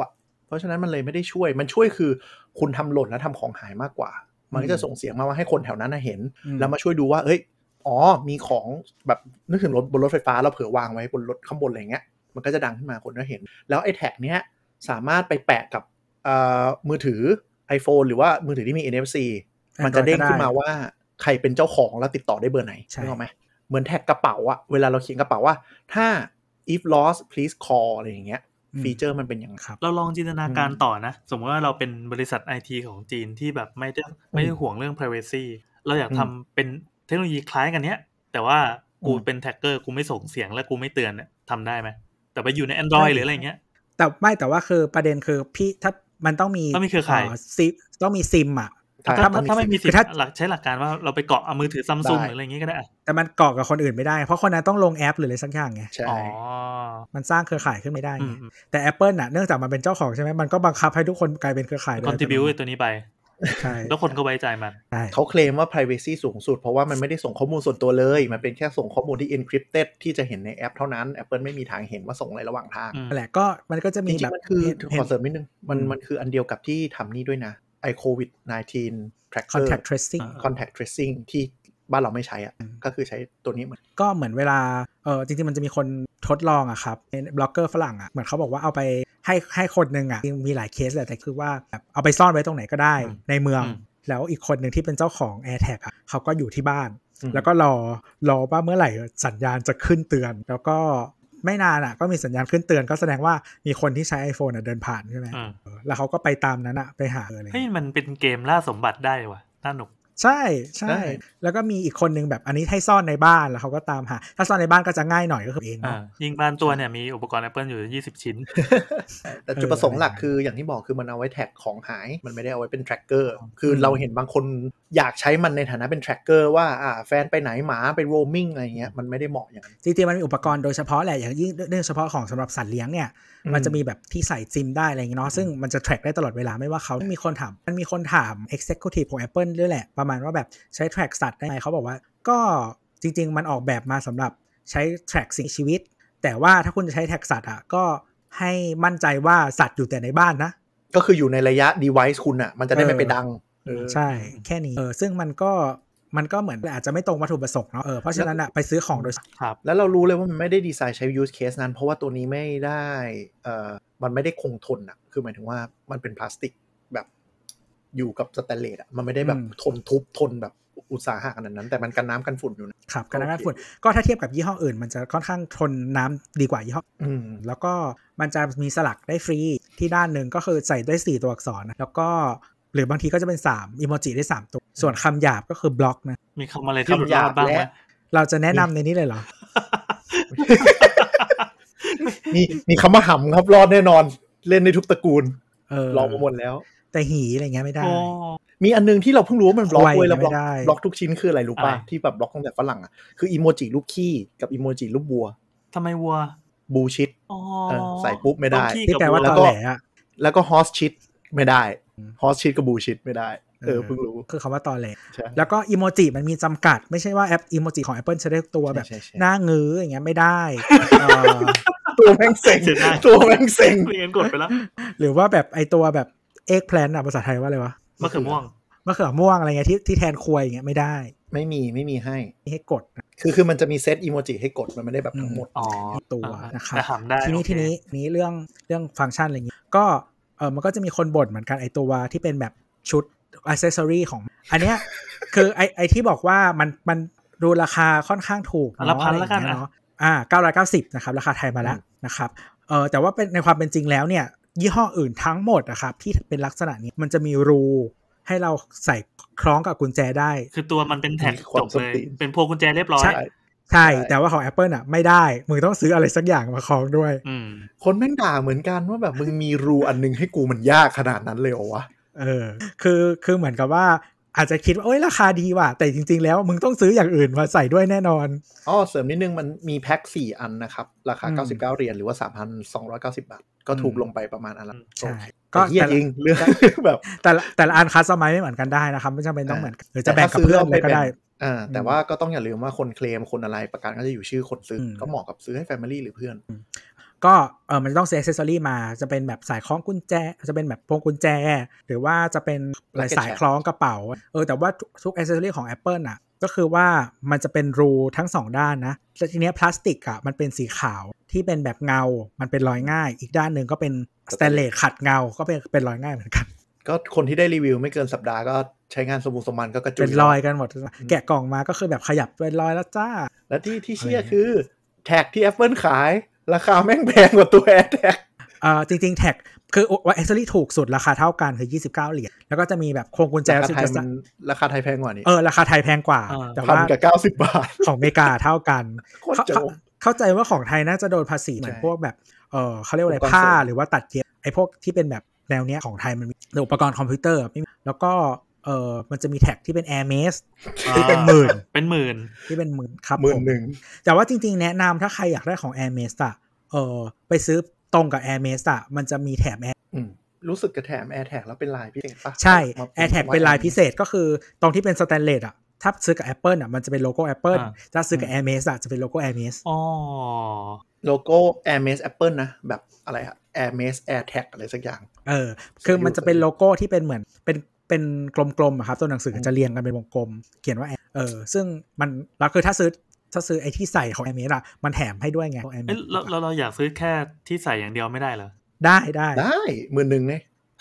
เพราะฉะนั้นมันเลยไม่ได้ช่วยมันช่วยคือคุณทำหล่นแล้วทำของหายมากกว่ามันก็จะส่งเสียงมาว่าให้คนแถวนั้นเห็นแล้วมาช่วยดูว่าเอ้ยอ๋อมีของแบบนึกถึงรถบนรถไฟฟ้าเราเผื่อวางไว้บนรถข้างบนอะไรเงี้ยมันก็จะดังขึ้นมาคนก็เห็นแล้วไอ้แท็กเนี้ยสามารถไปแปะกับมือถือ iPhone หรือว่ามือถือที่มี เอ็น เอฟ ซี มันจะเด้งขึ้นมาว่าใครเป็นเจ้าของแล้วติดต่อได้เบอร์ไหนใช่ไหมเหมือนแท็กกระเป๋าอะเวลาเราเขียนกระเป๋าว่าถ้า if lost please call อะไรอย่างเงี้ยฟีเจอร์มันเป็นอย่างนั้นเราลองจินตนาการต่อนะสมมติว่าเราเป็นบริษัท ไอ ที ของจีนที่แบบไม่ได้ไม่ได้ห่วงเรื่อง privacy เราอยากทำเป็นเทคโนโลยีคล้ายกันเนี้ยแต่ว่ากูเป็นแท็กเกอร์กูไม่ส่งเสียงและกูไม่เตือนเนี่ยทำได้ไหมแต่ไปอยู่ใน Android หรืออะไรเงี้ยแต่ไม่แต่ว่าคือประเด็นคือพี่ถ้ามันต้องมีต้องมีเครือข่ายซิมต้องมีซิมอ่ะถ้าถ้าไม่มีซิมหลักใช้หลักการว่าเราไปเกาะเอามือถือ Samsung หรืออะไรอย่างงี้ก็ได้แต่มันเกาะกับคนอื่นไม่ได้เพราะคนนั้นต้องลงแอปหรืออะไรสักอย่างไงอ๋อมันสร้างเครือข่ายขึ้นไม่ได้ไงแต่ Apple น่ะเนื่องจากมันเป็นเจ้าของใช่ไหมมันก็บังคับให้ทุกคนกลายเป็นเครือข่ายโดย contribute ตัวนี้ไปใช่แล้วคนก็ไว้ใจมันเขาเคลมว่า privacy สูงสุดเพราะว่ามันไม่ได้ส่งข้อมูลส่วนตัวเลยมันเป็นแค่ส่งข้อมูลที่ encrypted ที่จะเห็นในแอปเท่านั้น Apple ไม่มีทางเห็นว่าส่งอะไรระหว่างทางแหละก็มันก็จะมีแบบมันคือขอเสริมนิดนึงมันมันคืออันเดียวกับที่ทำนี่ด้วยนะไอ้ โควิดสิบเก้า tracker contact tracing contact tracing ที่บ้านเราไม่ใช้อ่ะก็คือใช้ตัวนี้เหมือนก็เหมือนเวลาเออจริงๆมันจะมีคนทดลองอะครับเป็นบล็อกเกอร์ฝรั่งอะเหมือนเขาบอกว่าเอาไปให้ให้คนนึงอะมีหลายเคสแหละแต่คือว่าแบบเอาไปซ่อนไว้ตรงไหนก็ได้ในเมืองแล้วอีกคนหนึ่งที่เป็นเจ้าของ AirTag อ่ะเขาก็อยู่ที่บ้านแล้วก็รอรอว่าเมื่อไหร่สัญญาณจะขึ้นเตือนแล้วก็ไม่นานอ่ะก็มีสัญญาณขึ้นเตือนก็แสดงว่ามีคนที่ใช้ iPhone อ่ะเดินผ่านใช่ไหมแล้วเขาก็ไปตามนั้นอ่ะไปหาอะไรเฮ้ยมันเป็นเกมล่าสมบัติได้ว่ะน่าหนุกใช่ใช่แล้วก็มีอีกคนนึงแบบอันนี้ให้ซ่อนในบ้านแล้วเขาก็ตามหาถ้าซ่อนในบ้านก็จะง่ายหน่อยก็คือเองอ่ายิงบ้านตัวเนี่ยมีอุปกรณ์ Apple อยู่ยี่สิบชิ้นแต่จุดประสงค์หลักคืออย่างที่บอกคือมันเอาไว้แท็กของหายมันไม่ได้เอาไว้เป็น tracker คือเราเห็นบางคนอยากใช้มันในฐานะเป็น tracker ว่าอ่าแฟนไปไหนหมาไป roaming อะไรเงี้ยมันไม่ได้เหมาะอย่างนั้นจริงๆมันมีอุปกรณ์โดยเฉพาะแหละอย่างยิ่งโดยเฉพาะของสำหรับสัตว์เลี้ยงเนี่ยมันจะมีแบบที่ใส่ซิมได้อะไรอย่างเงี้ยเนาะซึ่งมันจะ track ได้ตลอดเวลาไม่ว่าเขามีคนถามมันมีคนถาม executive ของ Apple ด้วยแหละประมาณว่าแบบใช้ track สัตว์ได้ไหมเขาบอกว่าก็จริงๆมันออกแบบมาสำหรับใช้ track สิ่งมีชีวิตแต่ว่าถ้าคุณจะใช้ track สัตว์อ่ะก็ให้มั่นใจว่าสัตว์อยู่แต่ในบ้านนะก็คืออยู่ในระยะ device คุณอ่ะมันจะได้ไม่ไปดังใช่แค่นี้เออซึ่งมันก็มันก็เหมือนอาจจะไม่ตรงวัตถุประสงค์เนาะเออเพราะฉะนั้นอ่ะไปซื้อของโดยครับแล้วเรารู้เลยว่ามันไม่ได้ดีไซน์ใช้ use case นั้นเพราะว่าตัวนี้ไม่ได้เอ่อมันไม่ได้คงทนอ่ะคือหมายถึงว่ามันเป็นพลาสติกแบบอยู่กับสแตนเลสอ่ะมันไม่ได้แบบทนทุบทนแบบอุตสาหะขนาดนั้นแต่มันกันน้ำกันฝุ่นอยู่นะครับกันน้ำกันฝุ่นก็ถ้าเทียบกับยี่ห้ออื่นมันจะค่อนข้างทนน้ำดีกว่ายี่ห้ออืมแล้วก็มันจะมีสลักได้ฟรีที่ด้านหนึ่งก็คือใส่ได้สี่ตัวอักษรนะแล้วก็หรือบางทีก็จะเป็นสามอีโมจิได้สามตัวส่วนคำหยาบก็คือบล็อกนะมีคำอะไรที่หยาบบ้างไหมเราจะแนะนำในนี้เลยเหรอมีมีคำว่าหำครับรอดแน่นอนเล่นในทุกตระกูลลองมาหมดแล้วแต่หีอะไรเงี้ยไม่ได้มีอันนึงที่เราเพิ่งรู้ว่ามันบล็อกไว้แล้วบล็อกบล็อกทุกชิ้นคืออะไรรู้ป่ะที่แบบบล็อกตั้งแต่ฝรั่งอ่ะคืออีโมจิรูปขี้กับอีโมจิรูปวัวทำไมวัวบูชิตใส่ปุ๊บไม่ได้ที่แปลว่าตอแหลอ่ะแล้วก็ฮอสชิตไม่ได้ฮอสชิตกับบูชิตไม่ได้เออเพิ่งรู้คือคำว่าตอแหลแล้วก็อีโมจิมันมีจำกัดไม่ใช่ว่าแอปอีโมจิของ Apple จะได้ตัวแบบหน้าเงื้ออย่างเงี้ยไม่ได้ตัวแม่งเซ็งตัวแม่งเซ็งเรียนกดไปแล้วหรือว่าแบบไอตัวแบบเอ็กแพลนอ่ะภาษาไทยว่าอะไรวะมะเขือม่วงมะเขือม่วงอะไรเงี้ยที่ที่แทนควยอย่างเงี้ยไม่ได้ไม่มีไม่มีให้ให้กดคือคือมันจะมีเซตอีโมจิให้กดมันไม่ได้แบบทั้งหมดอ๋อตัวนะครับทีนี้ทีนี้นี้เรื่องเรื่องฟังก์ชันอะไรเงี้ยก็เออมันก็จะมีคนบ่นเหมือนกันไอตัวที่เป็นแบบชุดaccessory ของอันเนี้ยคือไอไอที่บอกว่ามันมันดูราคาค่อนข้างถูกเนาะอะไรอย่างเงี้ยเนาะอ่าเก้าร้อยเก้าสิบนะครับราคาไทยมาแล้วนะครับเออแต่ว่าเป็นในความเป็นจริงแล้วเนี่ยยี่ห้ออื่นทั้งหมดอะครับที่เป็นลักษณะนี้มันจะมีรูให้เราใส่คล้องกับกุญแจได้คือตัวมันเป็นแท็กจบเลยเป็นพวงกุญแจเรียบร้อยใช่แต่ว่าของ Apple อ่ะไม่ได้มึงต้องซื้ออะไรสักอย่างมาคล้องด้วยคนแม่งด่าเหมือนกันว่าแบบมึงมีรูอันนึงให้กูมันยากขนาดนั้นเลยเหรอวะเออคือคือเหมือนกับว่าอาจจะคิดว่าโอ๊ยราคาดีว่ะแต่จริงๆแล้วมึงต้องซื้ออย่างอื่นมาใส่ด้วยแน่นอนอ๋อเสริมนิดนึงมันมีแพ็คสี่อันนะครับราคาเก้าสิบเก้าเหรียญหรือว่า สามพันสองร้อยเก้าสิบ บาทก็ถูกลงไปประมาณอันละใช่ก็เหี้ยจริงเรื่องแบบแต่ละแต่ละอันคัสตอมไมซ์ไม่เหมือนกันได้นะครับไม่จำเป็นต้องเหมือนหรือจะแบ่งกับเพื่อนก็ได้อ่าแต่ว่าก็ต้องอย่าลืมว่าคนเคลมคนอะไรประกันก็จะอยู่ชื่อคนซื้อก็เหมาะกับซื้อให้ Family หรือเพื่อนก็เออมันต้องซื้อ accessory มาจะเป็นแบบสายคล้องกุญแจจะเป็นแบบพวงกุญแจหรือว่าจะเป็นอะไรสายคล้องกระเป๋าเออแต่ว่าทุก accessory ของ Apple น่ะก็คือว่ามันจะเป็นรูทั้งสองด้านนะแต่ทีเนี้ยพลาสติกอ่ะมันเป็นสีขาวที่เป็นแบบเงามันเป็นรอยง่ายอีกด้านนึงก็เป็นสแตนเลสขัดเงาก็เป็นเป็นรอยง่ายเหมือนกันก็คนที่ได้รีวิวไม่เกินสัปดาห์ก็ใช้งานสมบุกสมบันก็กระจุยเป็นรอยกันหมดแกะกล่องมาก็คือแบบขยับเป็นรอยแล้วจ้าและที่ที่เชี่ยคือแท็กที่ Apple ขายราคาแม่งแพงกว่าตัว AirTag อ่าจริงๆแท็กคือว่า accessory ถูกสุดราคาเท่ากันคือยี่สิบเก้าเหรียญแล้วก็จะมีแบบโครงกุญแจราคาไทยมันราคาไทยแพงกว่านี้เออราคาไทยแพงกว่าแต่ว่ากับเก้าสิบบาทของอเมริกาเท่ากันเข้าใจว่าของไทยน่าจะโดนภาษีเหมือนพวกแบบเออเขาเรียกว่าอะไรผ้าหรือว่าตัดเย็บไอ้พวกที่เป็นแบบแนวเนี้ยของไทยมันมีอุปกรณ์คอมพิวเตอร์แล้วก็เออมันจะมีแท็กที่เป็น Air Maze ที่เป็นหมื่นเป็นหมื่นที่เป็นหมื่นครับหมื่นหนึ่งแต่ว่าจริงๆแนะนำถ้าใครอยากได้ของ Air Maze อ่ะเออไปซื้อตรงกับ Air Maze อ่ะมันจะมีแถม Air รู้สึกจะแถม AirTag แล้วเป็นลายพิเศษป่ะใช่ AirTag เป็นลายพิเศษก็คือตรงที่เป็นสแตนเลสอ่ะถ้าซื้อกับ Apple อ่ะมันจะเป็นโลโก้ Apple ถ้าซื้อกับ Air Maze อ่ะจะเป็นโลโก้ Air Maze อ๋อโลโก้ Air Maze Apple นะแบบอะไรอะ Air Maze AirTag อะไรสักอย่างเออคือมันจะเป็นโลโก้ที่เป็นเหมือนเป็นเป็นกลมๆครับตัวหนังสือจะเรียงกันเป็นวงกลมเขียนว่าเออซึ่งมันแล้วคือถ้าซื้อถ้าซื้อไอ้ที่ใส่ของ Air Maze อ่ะมันแถมให้ด้วยไงเอ้ยเราเราอยากซื้อแค่ที่ใส่อย่างเดียวไม่ได้เหรอได้ได้ได้หมื่นหนึ่งไง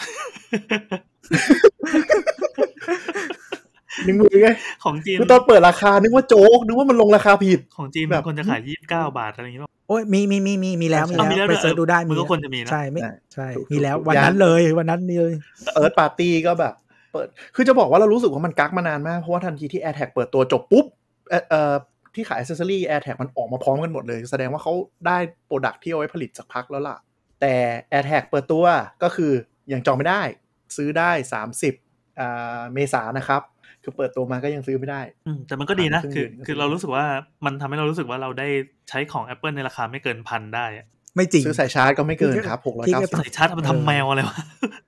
หนึ่งหมื่นไงของจีนคือตอนเปิดราคานึกว่าโจ๊กนึกว่ามันลงราคาผิดของจีนแบบคนจะขายยี่สิบเก้าบาทอะไรอย่างเงี้ยโอ้ยมีมีมีมีมีแล้วมีแล้วไปเสิร์ชดูได้มีก็ควรจะมีนะใช่ไม่ใช่มีแล้ววันนั้นเลยวันนั้นเลยเอิร์ธปาร์ตี้ก็แบบเปิดคือจะบอกว่าเรารู้สึกว่ามันกักมานานมากเพราะว่าทันทีที่ AirTag เปิดตัวจบปุ๊บเอ่อที่ขาย accessory AirTag มันออกมาพร้อมกันหมดเลยแสดงว่าเขาได้โปรดักต์ที่เอาไว้ผลิตสักพักแล้วล่ะแต่ AirTag เปิดตัวก็คือยังจองไม่ได้ซื้อได้สามสิบอ่าเมษายนนะครับคือเปิดตัวมาก็ยังซื้อไม่ได้แต่มันก็ดีนะคือคือเรารู้สึกว่ามันทำให้เรารู้สึกว่าเราได้ใช้ของ Apple ในราคาไม่เกินพันได้ไม่จริงซื้อสายชาร์จก็ไม่เกินครับหกร้อยเก้าสิบสายชาร์จมันทำแมวอะไรวะ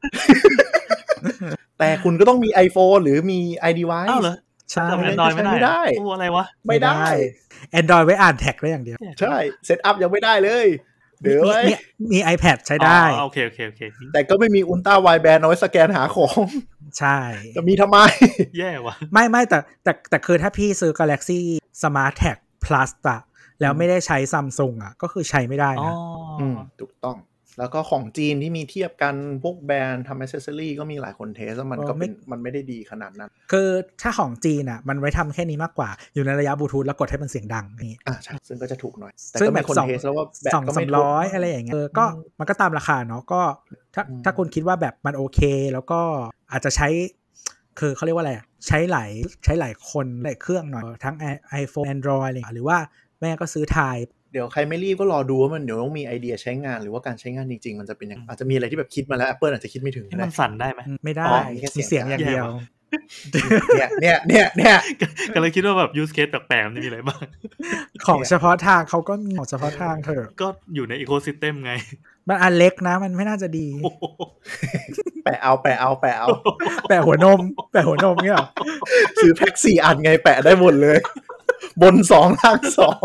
แต่คุณก็ต้องมี iPhone หรือมี iDevice อ้าวเหรอใช่ Android ไม่ได้โอ้อะไรวะไม่ได้ Android ไว้อ่านแท็กได้อย่างเดียวใช่เซตอัพยังไม่ได้เลยเดี๋ยวไว้มี iPad ใช้ได้โอเคโอเคโอเคแต่ก็ไม่มี Ultra Wideband เอาไว้สแกนหาของใช่จะมีทำไมแย่ว่ะไม่ไม่แต่แต่แต่คือถ้าพี่ซื้อ Galaxy Smart Tag Plus อะแล้วไม่ได้ใช้ Samsung อะก็คือใช้ไม่ได้นะอืมถูกต้องแล้วก็ของจีนที่มีเทียบกันพวกแบรนด์ทำ accessory ก็มีหลายคนเทสมันก็เป็นมันไม่ได้ดีขนาดนั้นคือถ้าของจีนอ่ะมันไว้ทำแค่นี้มากกว่าอยู่ในระยะบลูทูธแล้วกดให้มันเสียงดังนี่อ่าใช่ซึ่งก็จะถูกหน่อยแต่ก็มีคนเทสแล้วว่าแบบก็ไม่ร้อยอะไรอย่างเงี้ยเออก็มันก็ตามราคาเนาะก็ถ้าถ้าคุณคิดว่าแบบมันโอเคแล้วก็อาจจะใช้คือเขาเรียกว่าอะไรใช้หลายใช้หลายคนหลายเครื่องหน่อยทั้ง iPhone Android อะไรหรือว่าแม่ก็ซื้อไทยเดี๋ยวใครไม่รีบก็รอดูว่ามันเดี๋ยวต้องมีไอเดียใช้งานหรือว่าการใช้งานจริงๆมันจะเป็นยังอาจจะมีอะไรที่แบบคิดมาแล้ว Apple อาจจะคิดไม่ถึงมันสั่นได้ไหมไม่ได้มีเสียงอย่างเดียวเนี่ยเนี่ยเนี่ยเนี่ยก็เลยคิดว่าแบบ use case แปลกๆมันมีอะไรบ้างของเฉพาะทางเขาก็มีของเฉพาะทางเถอะก็อยู่ใน ecosystem ไงมันอันเล็กนะมันไม่น่าจะดีแปะเอาแปะเอาแปะเอาแปะหัวนมแปะหัวนมเนี่ยซื้อแพ็คสี่อันไงแปะได้หมดเลยบนสองล่างสอง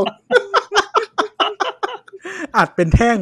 อัดเป็นแท่ง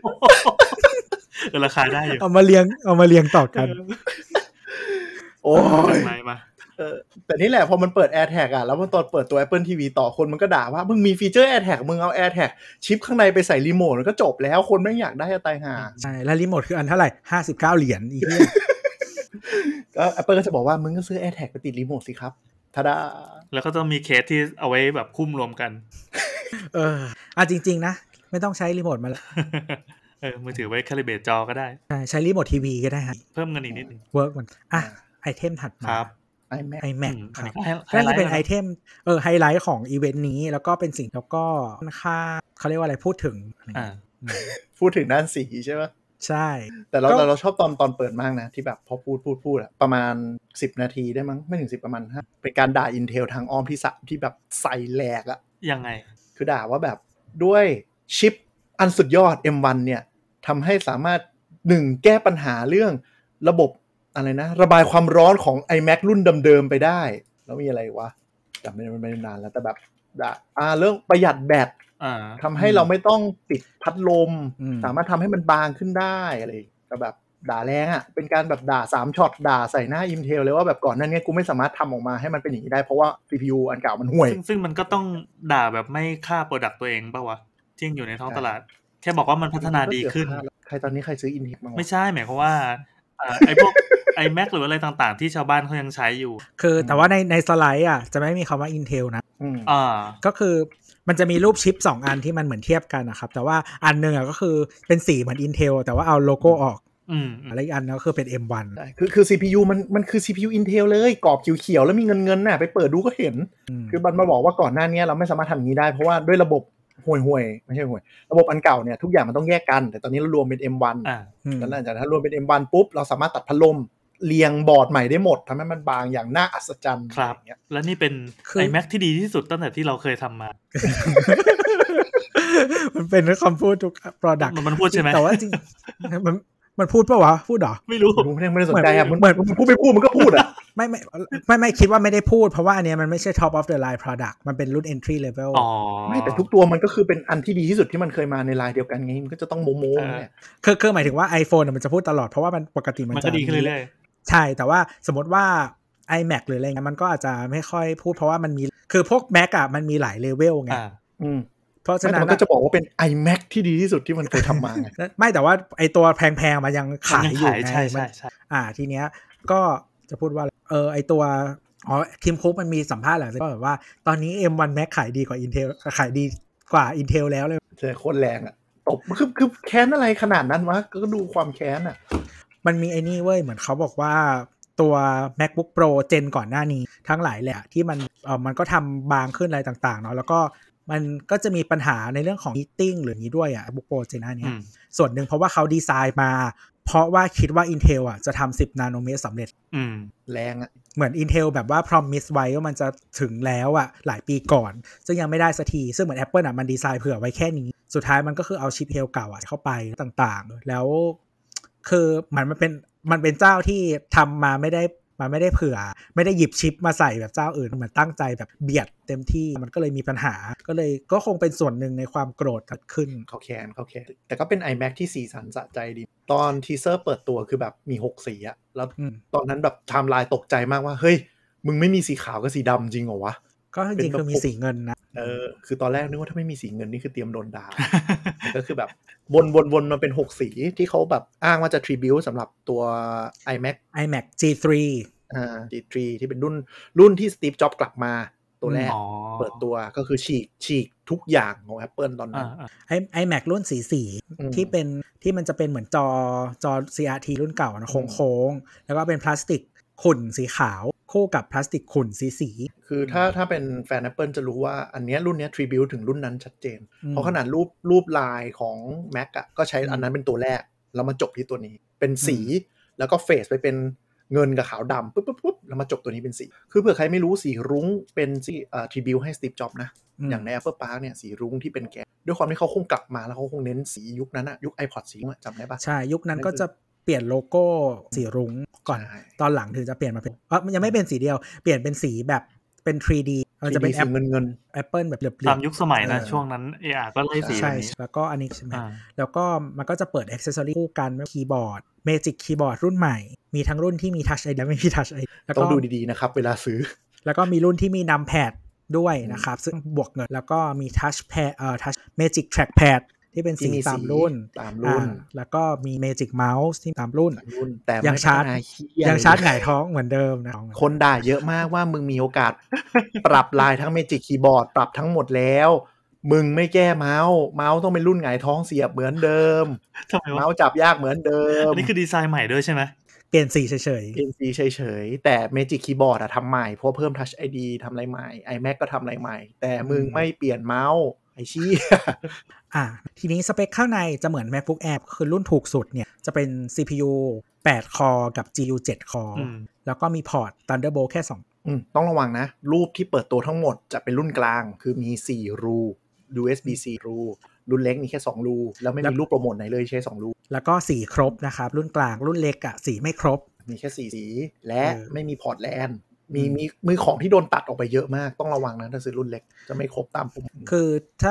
ราคาได้อยู่เอามาเรียงเอามาเรียงต่อกันโอ้ยมามาเออแต่นี่แหละพอมันเปิด AirTag อ่ะแล้วมันตอนเปิดตัว Apple ที วี ต่อคนมันก็ด่าว่ามึงมีฟีเจอร์ AirTag มึงเอา AirTag ชิปข้างในไปใส่รีโมทมันก็จบแล้วคนไม่อยากได้ตายห่าใช่แล้วรีโมทคืออันเท่าไหร่ห้าสิบเก้าเหรียญอีกเนี่ยก็ Apple ก็จะบอกว่ามึงก็ซื้อ AirTag ไปติดรีโมทสิครับทาดาแล้วก็ต้องมีเคสที่เอาไว้แบบคุ้มรวมกันเอออ่ะจริงๆนะไม่ต้องใช้รีโมทมาแล้วเออมือถือไว้คาลิเบรตจอก็ได้ใช่ใช้รีโมททีวีก็ได้ฮะเพิ่มเงินอีกนิดนึงเวิร์กมันอ่ะไอเทมถัดมาครับ iMac iMac ครับก็จะเป็นไอเทมเออไฮไลท์ของอีเวนต์นี้แล้วก็เป็นสิ่งแล้วก็ค่าเขาเรียกว่าอะไรพูดถึงอ่าพูดถึงด้านสีใช่ไหมใช่แต่เราเราชอบตอนตอนเปิดมากนะที่แบบพอพูดพูดพูดอะประมาณสิบนาทีได้มั้งไม่ถึงสิบประมาณห้าเป็นการด่า Intel ทางอ้อมที่สัที่แบบใส่แหลกอะยังไงคือด่าว่าแบบด้วยชิปอันสุดยอด เอ็ม วัน เนี่ยทำให้สามารถหนึ่งแก้ปัญหาเรื่องระบบอะไรนะระบายความร้อนของ iMac รุ่นเดิมๆไปได้แล้วมีอะไรวะจำไม่ได้มันไม่นานแล้วแต่แบบด่าอ่าเรื่องประหยัดแบตทำให้เราไม่ต้องติดพัดลมสามารถทำให้มันบางขึ้นได้อะไรก็แบบด่าแรงอ่ะเป็นการแบบด่าสามช็อตด่าใส่หน้า Intel เลยว่าแบบก่อนหน้านี้กูไม่สามารถทำออกมาให้มันเป็นอย่างนี้ได้เพราะว่า ซี พี ยู อันเก่ามันห่วยซึ่งมันก็ต้องด่าแบบไม่ฆ่าโปรดักต์ตัวเองป่ะวะที่ยังอยู่ในท้องตลาดแค่บอกว่ามันพัฒนาดีขึ้นใครตอนนี้ใครซื้อ Intel บ้างไม่ใช่หมายความว่าไอ้พวกไอ้ Mac หรืออะไรต่างๆที่ชาวบ้านเขายังใช้อยู่คือแต่ว่าในในสไลด์อ่ะจะไม่มีคำว่า Intel นะอ่าก็คือมันจะมีรูปชิปสองอันที่มันเหมือนเทียบกันนะครับแต่ว่าอันนึงอ่ะก็คือเป็นสีเหมือน Intel แต่ว่าเอาโลโก้ออกอืมอะไรอีกอันนึงก็คือเป็น เอ็ม วันใช่คือคือ ซี พี ยู มันมันคือ ซี พี ยู Intel เลยกรอบเขียวๆแล้วมีเงินๆน่ะไปเปิดดูก็เห็นคือมันมาบอกว่าก่อนหน้านี้เราไม่สามารถทำอย่างนี้ได้เพราะว่าด้วยระบบห่วยๆไม่ใช่ห่วยระบบอันเก่าเนี่ยทุกอย่างมันต้องแยกกันแต่ตอนนี้เรารวมเป็น เอ็ม วันอ่าแล้วหลังจากนั้นรวมเป็น เอ็ม วัน ปุ๊บเราสามารถตัดพัดลมเรียงบอร์ดใหม่ได้หมดทำให้มันบางอย่างน่าอัศจรรย์ครับและนี่เป็นไอ Mac ที่ดีที่สุดตั้งแต่ที่เราเคยทำมามันเป็นคำพูดทุก product มันพูดใช่ไหมแต่ว่าจริงมันมันพูดป่ะวะพูดหรอไม่รู้ไม่ได้สนใจอ่ะมันเหมือนมันพูดไม่พูดมันก็พูดอ่ะไม่ไม่ไม่ไม่คิดว่าไม่ได้พูดเพราะว่าอันเนี้ยมันไม่ใช่ top of the line product มันเป็นรุ่น entry level อ๋อไม่แต่ทุกตัวมันก็คือเป็นอันที่ดีที่สุดที่มันเคยมาในไลน์เดียวกันไงมันก็จะต้องโมโม่เนี่ยคือคือหมายถึงว่า iPhone มันจะพูดตลอดเพราะว่ามันปกติมันจะดีขึ้นเรื่อยๆใช่แต่ว่าสมมติว่า iMac หรืออะไรเงี้ยมันก็อาจจะไม่ค่อยพูดเพราะว่ามันมีคือพวก Mac อ่ะมันมีหลายเลเวลไงอืมเพราะฉะนั้นมันก็จะบอกว่าเป็น iMac ที่ดีที่สุดที่มันเคยทำมาไงไม่แต่ว่าไอตัวแพงๆมันยังขายอยู่ไงใช่ใช่ใช่อ่าทีเนี้ยก็จะพูดว่าเออไอตัวอ๋อทีมคุกมันมีสัมภาษณ์แหละก็แบบว่าตอนนี้ เอ็ม วัน Mac ขายดีกว่า Intel ขายดีกว่า Intel แล้วเลยใช่โคตรแรงอ่ะตบคือคือแค้นอะไรขนาดนั้นวะก็ดูความแค้นอ่ะมันมีไอ้นี่เว้ยเหมือนเขาบอกว่าตัว MacBook Pro เจนก่อนหน้านี้ทั้งหลายแหละที่มันเออมันก็ทำบางขึ้นอะไรต่างๆเนาะแล้วก็มันก็จะมีปัญหาในเรื่องของ heating หรืออย่างนี้ด้วยอ่ะ MacBook Pro เจนหน้านี้ส่วนหนึ่งเพราะว่าเขาดีไซน์มาเพราะว่าคิดว่า Intel อ่ะจะทำสิบนาโนเมตรสำเร็จอืมแรงอ่ะเหมือน Intel แบบว่า promise ไว้ว่ามันจะถึงแล้วอ่ะหลายปีก่อนซึ่งยังไม่ได้สักทีซึ่งเหมือน Apple อ่ะมันดีไซน์เผื่อไว้แค่นี้สุดท้ายมันก็คือเอาชิป Intel เก่าอ่ะเข้าไปต่างๆแล้วคือมันมันเป็นมันเป็นเจ้าที่ทำมาไม่ได้มันไม่ได้เผื่อไม่ได้หยิบชิปมาใส่แบบเจ้าอื่นเหมือนตั้งใจแบบเบียดเต็มที่มันก็เลยมีปัญหาก็เลยก็คงเป็นส่วนหนึ่งในความโกรธเกิดขึ้นเขาแค้นเขาแค้นแต่ก็เป็น iMac ที่สีสันสะใจดีตอนทีเซอร์เปิดตัวคือแบบมีหกสีอะแล้วตอนนั้นแบบไทม์ไลน์ตกใจมากว่าเฮ้ยมึงไม่มีสีขาวกับสีดำจริงเหรอวะก็จริงๆคือมีสีเงินนะเออคือตอนแรกนึกว่าถ้าไม่มีสีเงินนี่คือเตรียมโดนด่า ก็คือแบบวนๆๆมาเป็นหกสีที่เขาแบบอ้างว่าจะ tribute สำหรับตัว iMac iMac จี ทรีอ่า จี ทรี ที่เป็นรุ่นรุ่นที่ Steve Jobs กลับมาตัวแรกเปิดตัวก็คือฉีกฉีกทุกอย่างของ Apple ตอนนั้นไอ้ iMac รุ่นสีสีที่เป็นที่มันจะเป็นเหมือนจอจอ ซี อาร์ ที รุ่นเก่านะโค้งๆแล้วก็เป็นพลาสติกขุ่นสีขาวคู่กับพลาสติกขุ่นสีสีคือถ้าถ้าเป็นแฟน Apple จะรู้ว่าอันนี้รุ่นนี้ tribute ถึงรุ่นนั้นชัดเจนเพราะขนาดรูปรูปลายของ Mac อ่ะก็ใช้อันนั้นเป็นตัวแรกแล้วมาจบที่ตัวนี้เป็นสีแล้วก็เฟสไปเป็นเงินกับขาวดำปุ๊บปุ๊บปุ๊บแล้วมาจบตัวนี้เป็นสีคือเผื่อใครไม่รู้สีรุ้งเป็นสีเอ่อ tribute ให้ Steve Jobs นะอย่างใน Apple Park เนี่ยสีรุ้งที่เป็นแกนด้วยความที่เขาคงกลับมาแล้วเขาคงเน้นสียุคนั้นอะยุค iPod สีจำได้ปะใช่ยุคนั้นก็จะเปลี่ยนโลโก้สีรุ้งก่อนตอนหลังถึงจะเปลี่ยนมาเป็นเออมันยังไม่เป็นสีเดียวเปลี่ยนเป็นสีแบบเป็น ทรี ดี มันจะเป็นแอปเงิน Apple แบบเหลือบๆตามยุคสมัยนะช่วงนั้น เอ อาร์ ก็ไล่สีแบบนี้แล้วก็อันนี้ใช่ไหมแล้วก็มันก็จะเปิด accessory คู่กันคีย์บอร์ด Magic Keyboard รุ่นใหม่มีทั้งรุ่นที่มี Touch ไอ ดี และไม่มี Touch ไอ ดี แล้วก็ต้องดูดีๆนะครับเวลาซื้อแล้วก็มีรุ่นที่มี Numpad ด้วยนะครับซึ่งบวกเงินแล้วก็มี Touch Pad เอ่อ Touch Magic Trackpadที่เป็นสีตามรุ่นตามรุ่นแล้วก็มี Magic Mouse ที่ตามรุ่นแต่ยังชาร์จยังชาร์จหงายท้องเหมือนเดิมนะคนด่าเยอะมากว่ามึงมีโอกาสปรับลายทั้ง Magic Keyboard ปรับทั้งหมดแล้วมึงไม่แก้เมาส์เมาส์ต้องเป็นรุ่นหงายท้องเสียบเหมือนเดิมเมาส์จับยากเหมือนเดิมอันนี้คือดีไซน์ใหม่ด้วยใช่ไหมเปลี่ยนสีเฉยๆเปลี่ยนสีเฉยๆแต่ Magic Keyboard อะทำใหม่เพราะเพิ่ม Touch ไอ ดี ทำอะไรใหม่ iMac ก็ทำอะไรใหม่แต่มึงไม่เปลี่ยนเมาส์ไอ้ชี้อ่ะทีนี้สเปคข้างในจะเหมือน MacBook Air คือรุ่นถูกสุดเนี่ยจะเป็น ซี พี ยู แปด คอร์กับ จี ยู เจ็ด คอร์แล้วก็มีพอร์ต Thunderbolt แค่สองอืมต้องระวังนะรูปที่เปิดตัวทั้งหมดจะเป็นรุ่นกลางคือมีสี่รู ยู เอส บี ซี รูรุ่นเล็กมีแค่สองรูแล้วไม่มีรูปโปรโมทไหนเลยใช้สองรูแล้วก็สีครบนะครับรุ่นกลางรุ่นเล็กอ่ะสีไม่ครบมีแค่สี่สีและไม่มีพอร์ตแลนมีมีมือของที่โดนตัดออกไปเยอะมากต้องระวังนะถ้าซื้อรุ่นเล็กจะไม่ครบตามปุ่มคือถ้า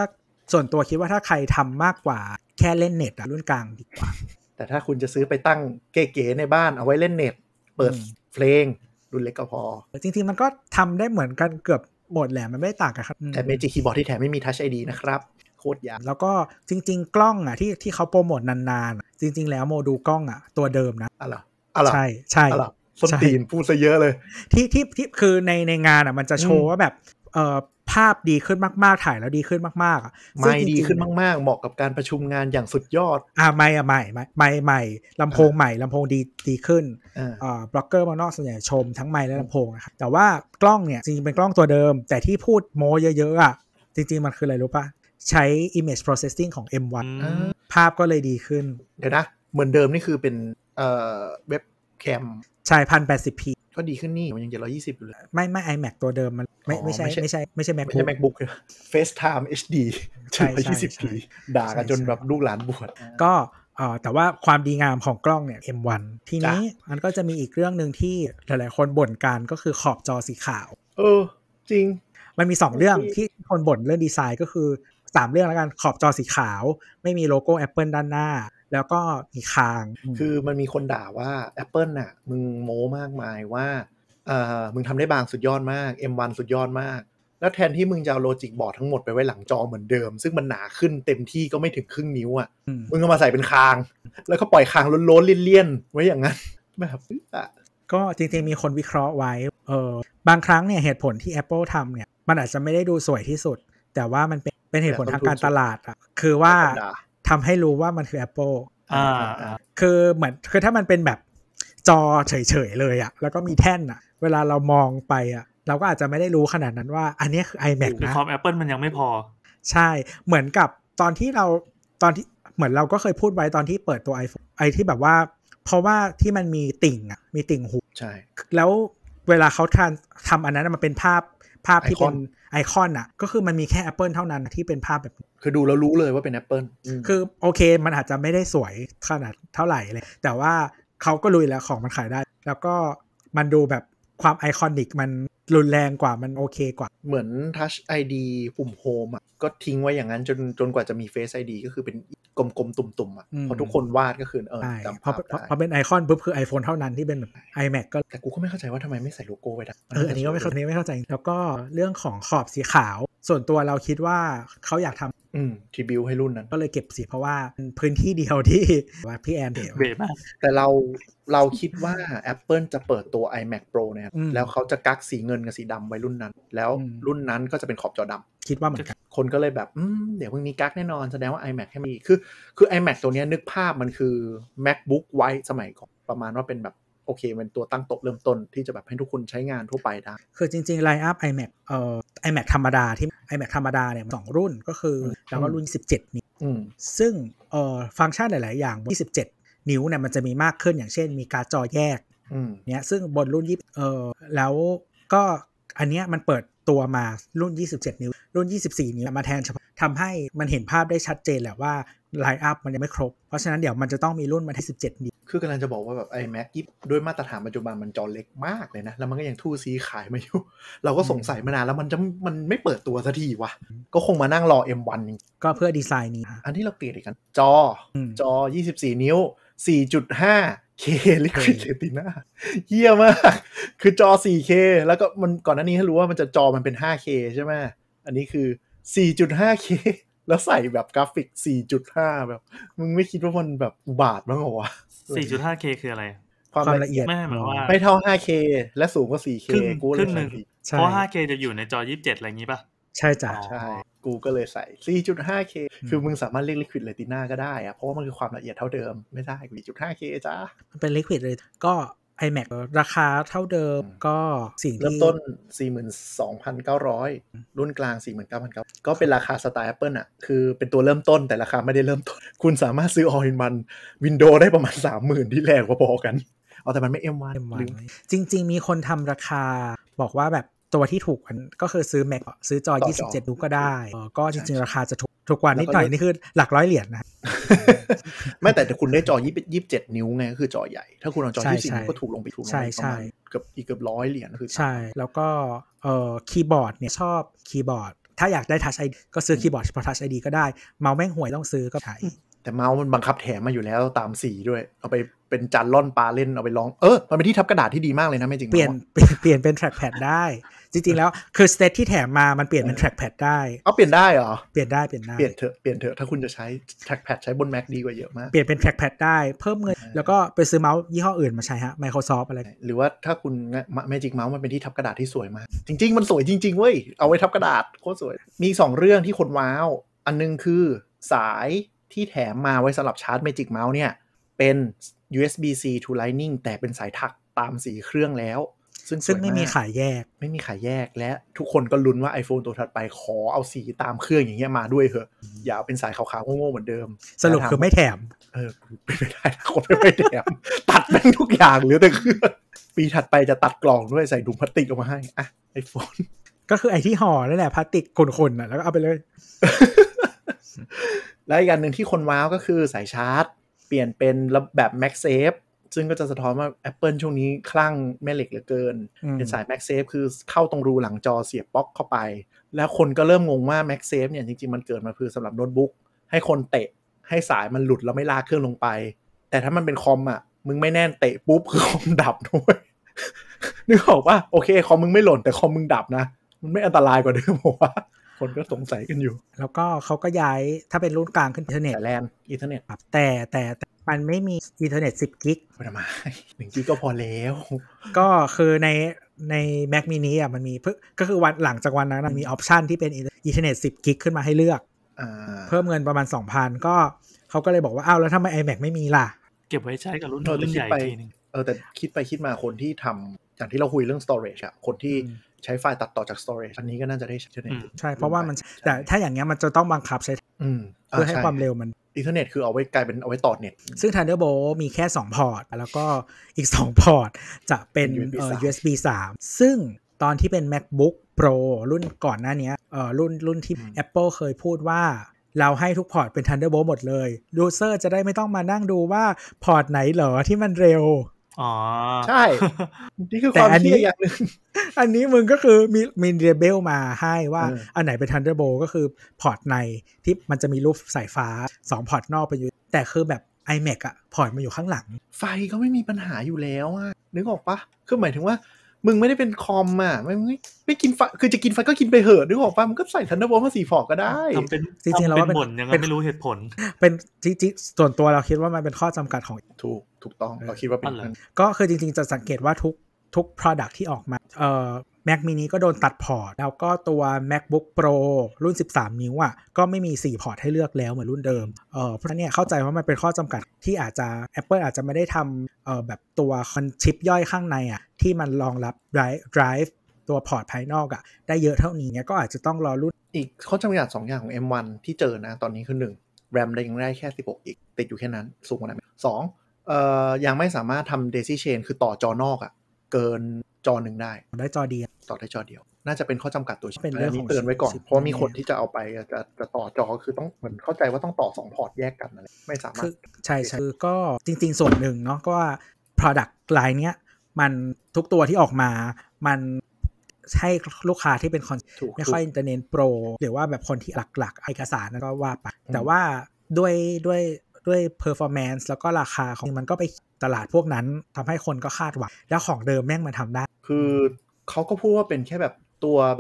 ส่วนตัวคิดว่าถ้าใครทำมากกว่าแค่เล่นเน็ตอะรุ่นกลางดีกว่าแต่ถ้าคุณจะซื้อไปตั้งเก๋ๆในบ้านเอาไว้เล่นเน็ตเปิดเพลงรุ่นเล็กก็พอจริงๆมันก็ทำได้เหมือนกันเกือบหมดแหละมันไม่ต่างกันครับแต่ Magic Keyboard ที่แถมไม่มี Touch ไอ ดี นะครับโคตรยากแล้วก็จริงๆกล้องอ่ะที่ที่เขาโปรโมทนานๆจริงๆแล้วโมดูลกล้องอ่ะตัวเดิมนะอะไรอะไรใช่ใช่ส้นตีนพูดซะเยอะเลยที่ที่ที่คือในในงานอ่ะมันจะโชว์ว่าแบบเอ่อภาพดีขึ้นมากๆถ่ายแล้วดีขึ้นมากๆอ่ะไม่ดีขึ้นมากๆเหมาะกับการประชุมงานอย่างสุดยอดอ่าไม่อ่ะไม่ไม่ไม่ใหม่ลำโพงใหม่ลำโพงดีดีขึ้นอ่าบล็อกเกอร์มานอกส่วนใหญ่ชมทั้งไมค์และลำโพงนะครับแต่ว่ากล้องเนี่ยจริงๆเป็นกล้องตัวเดิมแต่ที่พูดโมเยอะๆอ่ะจริงๆมันคืออะไรรู้ป่ะใช้ image processing ของ เอ็ม วัน ภาพก็เลยดีขึ้นเดี๋ยวนะเหมือนเดิมนี่คือเป็นเอ่อเว็บแคมใช่ หนึ่งพันแปดสิบพีก็ดีขึ้นนี่มันยังเจ็ดร้อยยี่สิบอยู่เลยไม่ไม่ iMac ตัวเดิมมันไม่ไม่ใช่ไม่ใช่ไม่ใช่ MacBook ไม่ใช่ MacBook FaceTime เอช ดี เจ็ดร้อยยี่สิบพี ด่ากันจนแบบลูกหลานบวชก็เอ่อแต่ว่าความดีงามของกล้องเนี่ย เอ็ม วัน ทีนี้มันก็จะมีอีกเรื่องนึงที่หลายๆคนบ่นกันก็คือขอบจอสีขาวเออจริงมันมีสองเรื่องที่คนบ่นเรื่องดีไซน์ก็คือสามเรื่องแล้วกันขอบจอสีขาวไม่มีโลโก้ Apple ด้านหน้าแล้วก็มีคางคือมันมีคนด่าว่า Apple น่ะมึงโม้มากมายว่าเอ่อมึงทำได้บางสุดยอดมาก เอ็ม วัน สุดยอดมากแล้วแทนที่มึงจะเอาโลจิกบอร์ดทั้งหมดไปไว้หลังจอเหมือนเดิมซึ่งมันหนาขึ้นเต็มที่ก็ไม่ถึงครึ่งนิ้วอ่ะมึงก็มาใส่เป็นคางแล้วก็ปล่อยคางโล้นๆเลี่ยนๆไว้อย่างนั้นแบบก็จริงๆมีคนวิเคราะห์ไว้เออบางครั้งเนี่ยเหตุผลที่ Apple ทำเนี่ยมันอาจจะไม่ได้ดูสวยที่สุดแต่ว่ามันเป็นเป็นเหตุผลทางการตลาดอ่ะคือว่าทำให้รู้ว่ามันคือ Apple อ่าคือเหมือนคือถ้ามันเป็นแบบจอเฉยๆเลยอ่ะแล้วก็มีแท่นอ่ะเวลาเรามองไปอ่ะเราก็อาจจะไม่ได้รู้ขนาดนั้นว่าอันนี้คือ iMac นะความ Apple มันยังไม่พอใช่เหมือนกับตอนที่เราตอนที่เหมือนเราก็เคยพูดไว้ตอนที่เปิดตัว iPhone ไอที่แบบว่าเพราะว่าที่มันมีติ่งอ่ะมีติ่งหูใช่แล้วเวลาเขาทำทำอันนั้นมันเป็นภาพภาพที่เป็นไอคอนอ่ะก็คือมันมีแค่ Apple เท่านั้นที่เป็นภาพแบบคือดูแล้วรู้เลยว่าเป็น Apple คือโอเคมันอาจจะไม่ได้สวยขนาดเท่าไหร่เลยแต่ว่าเขาก็รู้แล้วของมันขายได้แล้วก็มันดูแบบความไอคอนิกมันรุนแรงกว่ามันโอเคกว่าเหมือน Touch ไอ ดี ปุ่ม Home อ่ะก็ทิ้งไว้อย่างนั้นจนจนกว่าจะมี Face ไอ ดี ก็คือเป็นกลมๆตุ่มๆอ่ะพอทุกคนวาดก็คือเออจำภาพได้พอเป็นไอคอนปุ๊บคือ iPhone เท่านั้นที่เป็นแบบ iMac ก็แต่กูก็ไม่เข้าใจว่าทำไมไม่ใส่โลโก้ไว้ได้เอออันนี้ก็ไม่เข้าใจไม่เข้าใจแล้วก็เรื่องของขอบสีขาวส่วนตัวเราคิดว่าเขาอยากทำอืมทริบิวให้รุ่นนั้นก็เลยเก็บสีเพราะว่าพื้นที่เดียวที่ว่าพี่แอนเบมากแต่เราเราคิดว่า Apple จะเปิดตัว iMac Pro เนี่ยแล้วเขาจะกักสีเงินกับสีดำไว้รุ่นนั้นแล้วรุ่นนั้นก็จะเป็นขอบจอดำคิดว่าเหมือนกันคนก็เลยแบบอืมเดี๋ยวมึงมีกักแน่นอนแสดงว่า iMac ให้มีคือคือ iMac ตัวนี้นึกภาพมันคือ MacBook ไว้สมัยก่อนประมาณว่าเป็นแบบโอเคเป็นตัวตั้งโต๊ะเริ่มต้นที่จะแบบให้ทุกคนใช้งานทั่วไปได้คือจริงๆไลน์อัพ iMac เอ่อ iMac ธรรมดาที่ iMac ธรรมดาเนี่ยสองรุ่นก็คือแล้วก็รุ่นสิบเจ็ดนิ้วซึ่งเอ่อฟังก์ชันหลายๆอย่างยี่สิบเจ็ดนิ้วเนี่ยมันจะมีมากขึ้นอย่างเช่นมีการ์ดจอแยกเนี่ยซึ่งบนรุ่นยี่เอ่อแล้วก็อันเนี้ยมันเปิดตัวมารุ่นยี่สิบเจ็ดนิ้วรุ่นยี่สิบสี่นิ้วมาแทนเฉพาะทำให้มันเห็นภาพได้ชัดเจนแหละว่าไลน์อัพมันยังไม่ครบเพราะฉะนั้นเดี๋ยวมันจะต้องมีรุ่นมาที่สิบเจ็ดนิ้วคือกำลังจะบอกว่าแบบ iMac ด้วยมาตรฐานปัจจุบันมันจอเล็กมากเลยนะแล้วมันก็ยังทู่ซีขายมาอยู่เราก็สงสัยมานานแล้วมันจะมันไม่เปิดตัวสักทีวะก็คงมานั่งรอ เอ็ม วันก็เพื่อดีไซน์นี้อันที่เราเกลียดอีกกันจอจอยี่สิบสี่นิ้ว สี่จุดห้า เค Liquid Retina เหี้ยมากคือจอ โฟร์เค แล้วก็มันก่อนหน้านี้ให้รู้ว่ามันจะจอมันเป็น ไฟว์เค ใช่ไหมอันนี้คือ สี่จุดห้า เค แล้วใส่แบบกราฟิก สี่จุดห้า แบบมึงไม่คิดว่ามันแบบอุบาทบ้างเหรอวะสี่จุดห้า เค คืออะไรความละเอียดไม่หมายว่าไม่เท่า ไฟว์เค และสูงกว่า โฟร์เคกูเลยใส่เพราะ ไฟว์เค จะอยู่ในจอยี่สิบเจ็ดอะไรอย่างงี้ป่ะใช่จ้ะใช่กูก็เลยใส่ สี่จุดห้า เค คือมึงสามารถเรียก Liquid Retina ก็ได้อะเพราะว่ามันคือความละเอียดเท่าเดิมไม่ได้ สี่จุดห้า เค จ้ามันเป็น Liquid เลยก็ iMac ราคาเท่าเดิมก็สิ่งที่เริ่มต้น สี่หมื่นสองพันเก้าร้อย รุ่นกลาง สี่หมื่นเก้าพันเก้าร้อย ก็เป็นราคาสไตล์ Apple อ่ะคือเป็นตัวเริ่มต้นแต่ราคาไม่ได้เริ่มต้นคุณสามารถซื้อ All in One Windows ได้ประมาณ สามหมื่น ที่แรงพอๆกันเอาแต่มันไม่ เอ็ม วันจริงๆมีคนทำราคาบอกว่าแบบตัวที่ถูกก็คือซื้อ Mac ซื้อจอยี่สิบเจ็ดนิ้วก็ได้ก็จริงๆราคาจะถูกถูกกว่านิดหน่อยนี่คือหลักร้อยเหรียญนะไม่แต่คุณได้จอยี่สิบเจ็ดนิ้วไงก็คือจอใหญ่ถ้าคุณเอาจอยี่สิบนิ้วก็ถูกลงไปถูกลงไปประมาณเกือบอีกเกือบร้อยเหรียญคือใช่แล้วก็เอ่อคีย์บอร์ดเนี่ยชอบคีย์บอร์ดถ้าอยากได้ Touch ไอ ดี ก็ซื้อคีย์บอร์ดเฉพาะ Touch ไอ ดี ก็ได้เมาส์แม่งห่วยต้องซื้อก็ใช้แต่เมาส์มันบังคับแถมมาอยู่แล้วตามสีด้วยเอาไปเป็นจานล่อนปลาเล่นเอาไปลองเออมันเป็นที่ทับกระดาษที่ดีมากเลยนะไม่จริงเปลี่ยนเปลี่ยนเป็น trackpad ได้จริงๆแล้วคือสเตทที่แถมมามันเปลี่ยนเป็น trackpad ได้เอาเปลี่ยนได้เหรอเปลี่ยนได้เปลี่ยนได้เปลี่ยนเถอะเปลี่ยนเถอะถ้าคุณจะใช้ trackpad ใช้บน Mac ดีกว่าเยอะมากเปลี่ยนเป็น trackpad ได้เพิ่มเงินแล้วก็ไปซื้อเมาส์ยี่ห้ออื่นมาใช้ฮะ Microsoft อะไรหรือว่าถ้าคุณ Magic Mouse มันเป็นที่ทับกระดาษที่สวยมากจริงๆมันสวยจริงๆเว้ยเอาไว้ทับกระดาษโคตรสวยมีสองเรื่องที่คนว้าวอันนึงคือสายที่แถมมาไว้สำหรับชาร์จ Magic Mouse เนี่ยเป็น ยู เอส บี ซี to Lightning แต่เป็นสายถักตามสีเครื่องแล้วซึ่งซึ่งไม่มีขายแยกไม่มีขายแยกและทุกคนก็ลุ้นว่า iPhone ตัวถัดไปขอเอาสีตามเครื่องอย่างเงี้ยมาด้วยเถอะอย่าเป็นสายขาวๆโง่ๆเหมือนเดิมสรุปคือไม่แถมเออเป็นไปได้คนไม่แถมตัดแม่งทุกอย่างเหลือแต่เครื่องปีถัดไปจะตัดกล่องด้วยใส่ถุงพลาสติกออกมาให้อ่ะ iPhone ก็คือไอ้ที่ห่อนั่นแหละพลาสติกขุ่นๆน่ะแล้วก็เอาไปเลยแล้วอีกอันนึงที่คนว้าวก็คือสายชาร์จเปลี่ยนเป็นแบบ MagSafe ซึ่งก็จะสะท้อนว่า Apple ช่วงนี้คลั่งแม่เหล็กเหลือเกินเป็นสาย MagSafe คือเข้าตรงรูหลังจอเสียบปลั๊กเข้าไปแล้วคนก็เริ่มงงว่า MagSafe เนี่ยจริงๆมันเกิดมาเพื่อสำหรับโน้ตบุ๊กให้คนเตะให้สายมันหลุดแล้วไม่ลากเครื่องลงไปแต่ถ้ามันเป็นคอมอ่ะมึงไม่แน่นเตะปุ๊บคือคอมดับด้วยนึกออกป่ะโอเคคอมมึงไม่หล่นแต่คอมมึงดับนะมันไม่อันตรายกว่าเดิมหรอวะคนก็สงสัยกันอยู่แล้วก็เขาก็ย้ายถ้าเป็นรุ่นกลางขึ้นอินเทอร์เน็ตแลนอินเทอร์เน็ตแต่แต่มันไม่มีอินเทอร์เน็ตสิบกิกไม่ทำไมหนึ่งกิกก็พอแล้วก็คือในใน Mac mini อ่ะมันมีก็คือวันหลังจากวันนั้นมันมีออปชันที่เป็นอินเทอร์เน็ตสิบกิกขึ้นมาให้เลือกเพิ่มเงินประมาณ สองพัน ก็เขาก็เลยบอกว่าอ้าวแล้วทำไม iMac ไม่มีล่ะเก็บไว้ใช้กับรุ่นรุ่นใหญ่ทีนึงเออแต่คิดไปคิดมาคนที่ทำอย่างที่เราคุยเรื่อง storage อ่ะคนที่ใช้ไฟล์ตัดต่อจาก storage อันนี้ก็น่าจะได้ใช้ใช่เพราะว่ามันแต่ถ้าอย่างเงี้ยมันจะต้องบังคับใช้เพื่อให้ความเร็วมันอินเทอร์เน็ตคือเอาไว้กลายเป็นเอาไว้ต่อเน็ตซึ่ง Thunderbolt มีแค่สองพอร์ตแล้วก็อีกสองพอร์ตจะเป็นเอ่อ ยู เอส บี สาม ซึ่งตอนที่เป็น MacBook Pro รุ่นก่อนหน้านี้เอ่อรุ่นรุ่นที่ Apple เคยพูดว่าเราให้ทุกพอร์ตเป็น Thunderbolt หมดเลยยูเซอร์จะได้ไม่ต้องมานั่งดูว่าพอร์ตไหนเหรอที่มันเร็วอ๋อใช่นี่คือความเชื่ออย่างนึงอันนี้มึงก็คือมีมีเลเบลมาให้ว่าอันไหนเป็น Thunderbolt ก็คือพอร์ตในที่มันจะมีรูปสายฟ้าสองพอร์ตนอกไปอยู่แต่คือแบบ iMac อ่ะพอร์ตมาอยู่ข้างหลังไฟก็ไม่มีปัญหาอยู่แล้วอ่ะนึกออกปะคือหมายถึงว่ามึงไม่ได้เป็นคอมอ่ะไม่ไม่ไม่กินไฟคือจะกินไฟก็กินไปเหอะนึกออกปะมึงก็ใส่ Thunderbolt มาสี่พอร์ตก็ได้ทำเป็นจริงๆแล้วว่าเป็นยังไม่รู้เหตุผลเป็นจริงๆส่วนตัวเราคิดว่ามันเป็นข้อจำกัดของถูกถูกต้องเราคิดว่าเป็นก็คือจริงๆจะสังเกตว่าทุกทุก product ที่ออกมาเอ่อ Mac mini ก็โดนตัดพอร์ตแล้วก็ตัว MacBook Pro รุ่นสิบสามนิ้วอ่ะก็ไม่มีสี่พอร์ตให้เลือกแล้วเหมือนรุ่นเดิมเอ่อเพราะฉะนั้นเนี่ยเข้าใจว่ามันเป็นข้อจำกัดที่อาจจะ Apple อาจจะไม่ได้ทำเอ่อแบบตัวชิปย่อยข้างในอ่ะที่มันรองรับ drive drive ตัวพอร์ตภายนอกอ่ะได้เยอะเท่านี้เนี่ยก็อาจจะต้องรอรุ่นอีกข้อจำกัดสองอย่างของ เอ็ม วัน ที่เจอนะตอนนี้คือหนึ่ง RAM ได้ยังได้แค่สิบหกอีกติดอยู่แค่นั้นสูงกว่านั้นสองเอ่อยังไม่สามารถทำ Daisy Chain คือต่อจอนอกอ่ะเกินจอหนึ่งได้ได้จอเดียวต่อได้จอเดียวน่าจะเป็นข้อจำกัดตัวชิ้นอันนี้เตือนไว้ก่อนเพราะมีคนที่จะเอาไปจะจะต่อจอคือต้องเหมือนเข้าใจว่าต้องต่อสองพอร์ตแยกกันอะไรไม่สามารถใช่ๆคือก็จริงๆส่วนหนึ่งเนาะก็ว่า product line เนี้ยมันทุกตัวที่ออกมามันให้ลูกค้าที่เป็นคนไม่ค่อยอินเทอร์เน็ตโปรหรือว่าแบบคนที่หลักๆเอกสารก็ว่าไปแต่ว่าด้วยด้วยด้วย performance แล้วก็ราคาของมันก็ไปตลาดพวกนั้นทำให้คนก็คาดหวังแล้วของเดิมแม่งมันทำได้คือเขาก็พูดว่าเป็นแค่แบบตัวแบบ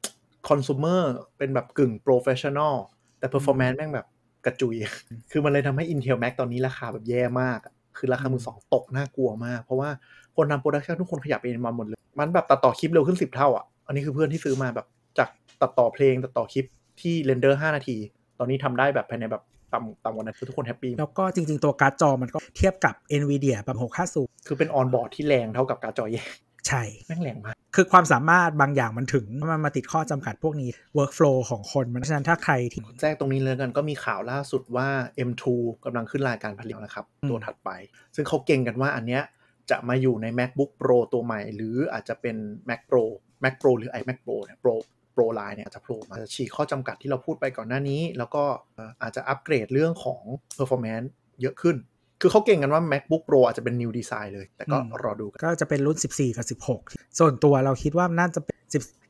consumer เป็นแบบกึ่ง professional แต่ performance แม่งแบบกระจุยคือมันเลยทำให้ Intel Mac ตอนนี้ราคาแบบแย่มากคือราคามือสองตกน่ากลัวมากเพราะว่าคนทำโปรดักชันทุกคนขยับไปมาหมดเลยมันแบบตัดต่อคลิปเร็วขึ้นสิบเท่าอ่ะอันนี้คือเพื่อนที่ซื้อมาแบบจากตัดต่อเพลงตัดต่อคลิปที่เรนเดอร์ห้านาทีตอนนี้ทำได้แบบภายในแบบต่ำต่ำกว่านั้นทุกคนแฮปปี้แล้วก็จริงๆตัวการ์ดจอมันก็เทียบกับ Nvidia แบบหกห้าศูนย์คือเป็นออนบอร์ดที่แรงเท่ากับการ์ดจอแยกใช่แม่งแรงมากคือความสามารถบางอย่างมันถึงมันมาติดข้อจำกัดพวกนี้ workflow ของคนเพราะฉะนั้นถ้าใครที่แทรกตรงนี้เลยกันก็มีข่าวล่าสุดว่า เอ็ม ทู กำลังขึ้นรายการผลิตนะครับตัวถัดไปซึ่งเขาเก่งกันว่าอันเนี้ยจะมาอยู่ใน MacBook Pro ตัวใหม่หรืออาจจะเป็น Mac Pro Mac Pro หรือ iMac Pro เนี่ย Pro Pro Line เนี่ยอาจจะโผล่มาจะฉีกข้อจำกัดที่เราพูดไปก่อนหน้านี้แล้วก็อาจจะอัปเกรดเรื่องของ performance เยอะขึ้นคือเขาเก่งกันว่า MacBook Pro อาจจะเป็น new design เลยแต่ก็รอดูก็จะเป็นรุ่นสิบสี่กับสิบหกส่วนตัวเราคิดว่าน่าจะเป็น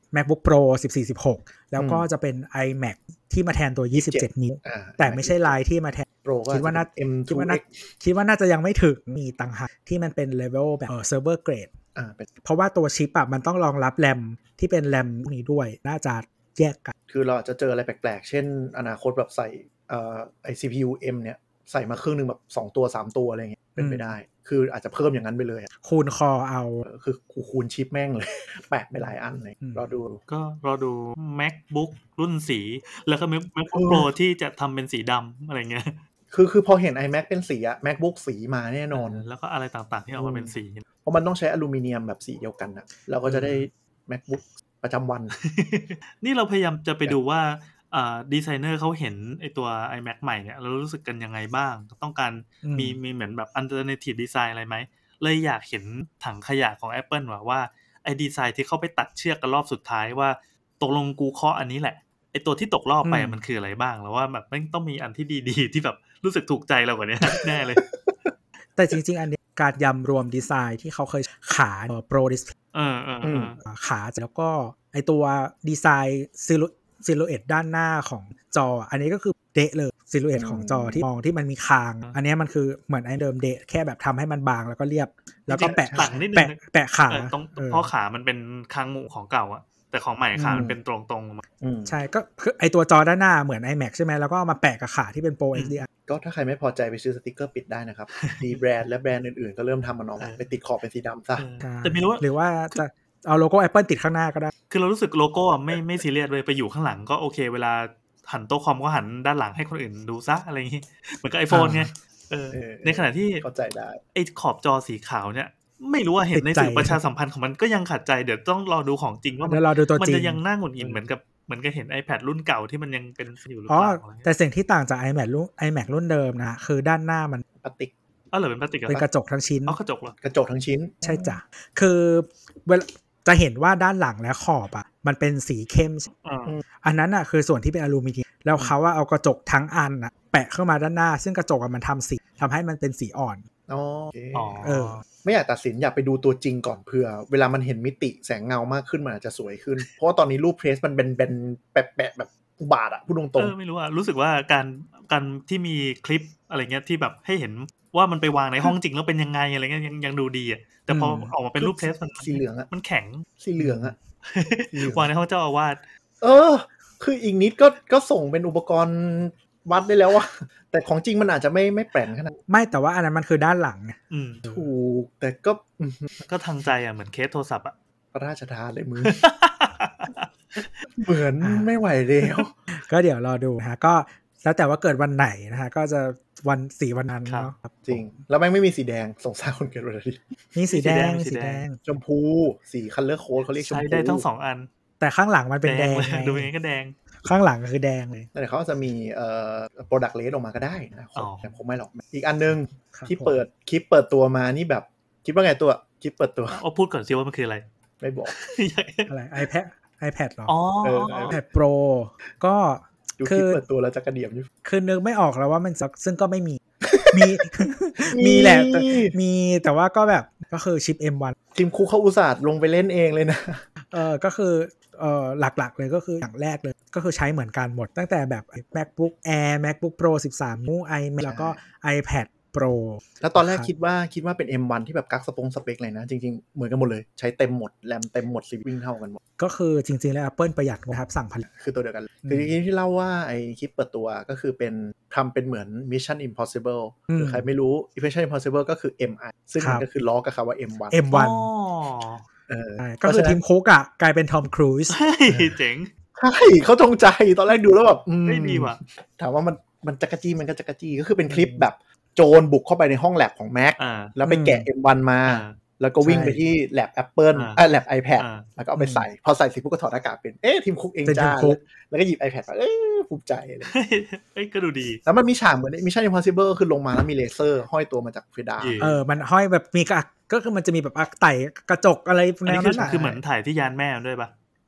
MacBook Pro สิบสี่ สิบหกแล้วก็จะเป็น iMac ที่มาแทนตัวยี่สิบเจ็ดนิ้วแต่ไม่ใช่ลายที่มาแทน Pro คิดว่าน่า คิดว่าน่าคิดว่าน่าจะยังไม่ถึงมีต่างหากที่มันเป็นเลเวลแบบเออ server grade อ่าเป็นเพราะว่าตัวชิปอ่ะมันต้องรองรับแรมที่เป็นแรมนี้ด้วยน่าจะแยกกันคือเราจะเจออะไรแปลกๆเช่นอนาคตแบบใส่เอ่อไอ้ ซี พี ยู M เนี่ยใส่มาครึ่งนึงแบบสองตัวสามตัวอะไรเงี้ยเป็นไปได้คืออาจจะเพิ่มอย่างนั้นไปเลยคูณคอเอาคือคูณชิปแม่งเลยแปะไปหลายอันเลยรอดูก็รอดู MacBook รุ่นสีแล้วก็ MacBook Pro ที่จะทำเป็นสีดำอะไรเงี้ยคือคือพอเห็น iMac เป็นสีอะ MacBook สีมาแน่นอนแล้วก็อะไรต่างๆที่ออกมาเป็นสีเพราะมันต้องใช้อลูมิเนียมแบบสีเดียวกันอะเราก็จะได้ MacBook ประจำวันนี่เราพยายามจะไปดูว่าอ่าดีไซเนอร์เขาเห็นไอตัว iMac ใหม่เนี่ยเรารู้สึกกันยังไงบ้างต้องการมีมีเหมือนแบบ alternative design อะไรไหมเลยอยากเห็นถังขยะของ Apple ว่าว่าไอ้ดีไซน์ที่เขาไปตัดเชือกกันรอบสุดท้ายว่าตกลงกูเคาะอันนี้แหละไอ้ตัวที่ตกรอบไปมันคืออะไรบ้างแล้วว่าแบบมันต้องมีอันที่ดีๆที่แบบรู้สึกถูกใจเรากว่านี้แน่เลยแต่จริงๆอันนี้การยำรวมดีไซน์ที่เขาเคยขายโปรดิสเออๆขาแล้วก็ไอตัวดีไซน์ซิลูซิลูเอตด้านหน้าของจออันนี้ก็คือเดะเลยซิลูเอตของจอที่มองที่มันมีคางอันนี้มันคือเหมือนไอเดิมเดะแค่แบบทำให้มันบางแล้วก็เรียบแล้วก็แปะแปะแปะขาตรงเพราะขามันเป็นคางหมูของเก่าอะแต่ของใหม่ขามันเป็นตรงๆใช่ก็คือไอตัวจอด้านหน้าเหมือน iMac ใช่ไหมแล้วก็มาแปะกับขาที่เป็น Pro เอ็กซ์ ดี อาร์ก็ถ้าใครไม่พอใจไปซื้อสติกเกอร์ปิดได้นะครับดีแบรนด์และแบรนด์อื่นๆก็เริ่มทำมันออกมาไปติดขอบเป็นสีดำซะแต่ไม่รู้หรือว่าจะเอาโลโก้ Apple ติดข้างหน้าก็ได้คือเรารู้สึกโลโก้ไม่ไม่ซีเรียสเลยไปอยู่ข้างหลังก็โอเคเวลาหันโต๊ะคอมก็หันด้านหลังให้คนอื่นดูซะอะไรอย่างงี้เหมือนกับ iPhone ไงเออในขณะที่เข้าใจได้ไอ้ขอบจอสีขาวเนี่ยไม่รู้ว่าเห็นในสื่อประชาสัมพันธ์ของมันก็ยังขัดใจเดี๋ยวต้องรอดูของจริงว่ามันจะยังน่าหงุดหงิดเหมือนกับเหมือนกับเห็น iPad รุ่นเก่าที่มันยังเป็นอยู่หรือเปล่าแต่สิ่งที่ต่างจาก iMac รุ่น iMac รุ่นเดิมนะคือด้านหน้ามันพลาสติกอ๋อเหรอเป็นพลาสติกเป็นกระจกทั้งชิ้นอ๋อกระจกเหรอกระจกทั้งชิ้นใช่จ้ะคือเวลาจะเห็นว่าด้านหลังและขอบอ่ะมันเป็นสีเข้มอันนั้นอ่ะคือส่วนที่เป็นอลูมิเนียมแล้วเขาว่าเอากระจกทั้งอันอ่ะแปะเข้ามาด้านหน้าซึ่งกระจกมันทำสีทำให้มันเป็นสีอ่อนอ๋อเออไม่อยากตัดสินอยากไปดูตัวจริงก่อนเผื่อเวลามันเห็นมิติแสงเงามากขึ้นมันอาจจะสวยขึ้นเพราะว่าตอนนี้รูปเพรสมันเป็นเป็นแปะๆแบบอุบาทอ่ะพูดตรงๆเออไม่รู้อ่ะรู้สึกว่าการการที่มีคลิปอะไรเงี้ยที่แบบให้เห็นว่ามันไปวางในห้องจริงแล้วเป็นยังไงอะไรเงี้ยยังยังดูดีอ่ะแต่พอออกมาเป็นรูปเพรสมันสีเหลืองอ่ะมันแข็งสีเหลืองอ่ะวางในห้องเจ้าอาวาสเออคืออีกนิดก็ก็ส่งเป็นอุปกรณ์วัดได้แล้วว่ะแต่ของจริงมันอาจจะไม่ไม่แปลนขนาดไม่แต่ว่าอันนั้นมันคือด้านหลังไงถูกแต่ก็ก็ทางใจอ่ะเหมือนเคสโทรศัพท์อ่ะพระราชทานเลยมึงเหมือนไม่ไหวแล้วก็เดี๋ยวรอดูนะฮะก็แล้วแต่ว่าเกิดวันไหนนะฮะก็จะวันสีวันนั้นเนาะจริงแล้วแม่งไม่มีสีแดงสงสารคนเกิดวันอาทิตย์มีสีแดงสีแดงชมพูสีคัลเลอร์โค้ดเขาเรียกชมพูใช้ได้ทั้งสองอันแต่ข้างหลังมันเป็นแดงดูยังไงก็แดงข้างหลังก็คือแดงเลยแต่เขาจะมีเอ่อ product list ออกมาก็ได้นะแต่ผมไม่หรอกอีกอันนึงที่เปิดคลิปเปิดตัวมานี่แบบคิดว่าไงตัวคลิปเปิดตัวเอาพูดก่อนสิว่ามันคืออะไรไม่บอกอะไร iPad iPad หรออ๋อ iPad Pro ก็คือเปิดตัวแล้วจะกระเดียมอยู่คือนึกไม่ออกแล้วว่ามันซึ่งก็ไม่มีมีมีแหละมีแต่ว่าก็แบบก็คือชิป เอ็ม วันทีมคุกเขาอุตส่าห์ลงไปเล่นเองเลยนะเออก็คือเอ่อหลักๆเลยก็คืออย่างแรกเลยก็คือใช้เหมือนกันหมดตั้งแต่แบบ MacBook Air MacBook Pro สิบสามนิ้ว iMac แล้วก็ iPad Pro แล้วตอนแรกคิดว่าคิดว่าเป็น เอ็ม วัน ที่แบบกักสปงสเปคเลยนะจริงๆเหมือนกันหมดเลยใช้เต็มหมดแรมเต็มหมดซีวิ่งเท่ากันหมดก็คือจริงๆแล้ว Apple ประหยัดนะครับสั่งผลิตคือตัวเดียวกันคือจริงๆที่เล่าว่าไอ้คลิปเปิดตัวก็คือเป็นทำเป็นเหมือน Mission Impossible หรือใครไม่รู้ Mission Impossible ก็คือ เอ็ม ไอ ซึ่งมันก็คือล้อกับคำว่า เอ็ม วันเอ็ม วันเออก็คือทีมคุกอ่ะกลายเป็นทอมครูซใช่เจ๋งใช่เขาจงใจตอนแรกดูแล้วแบบไม่ดีว่ะถามว่ามันมันจักรจี้มันก็จักรจี้ก็คือเป็นคลิปแบบโจรบุกเข้าไปในห้องแลบของ Mac แล้วไปแกะ เอ็ม วัน มาแล้วก็วิ่งไปที่แลบ Apple อ่ะแลบ iPad แล้วก็เอาไปใส่พอใส่เสร็จปุ๊บก็ถอดหน้ากากเป็นเอ๊ะทีมคุกเองจ้าแล้วก็หยิบ iPad มาเอ๊ะภูมิใจเลยเอ้ยก็ดูดีแล้วมันมีฉากเหมือน Mission Impossible คือลงมาแล้วมีเลเซอร์ห้อยตัวมาจากเพดานเออมันห้อยแบบมีกระก็คือมันจะมีแบบไต่กระจกอะไรแนวนั้นน่ะคือเหมือนถ่ายที่ยานแม่ด้วยป่ะ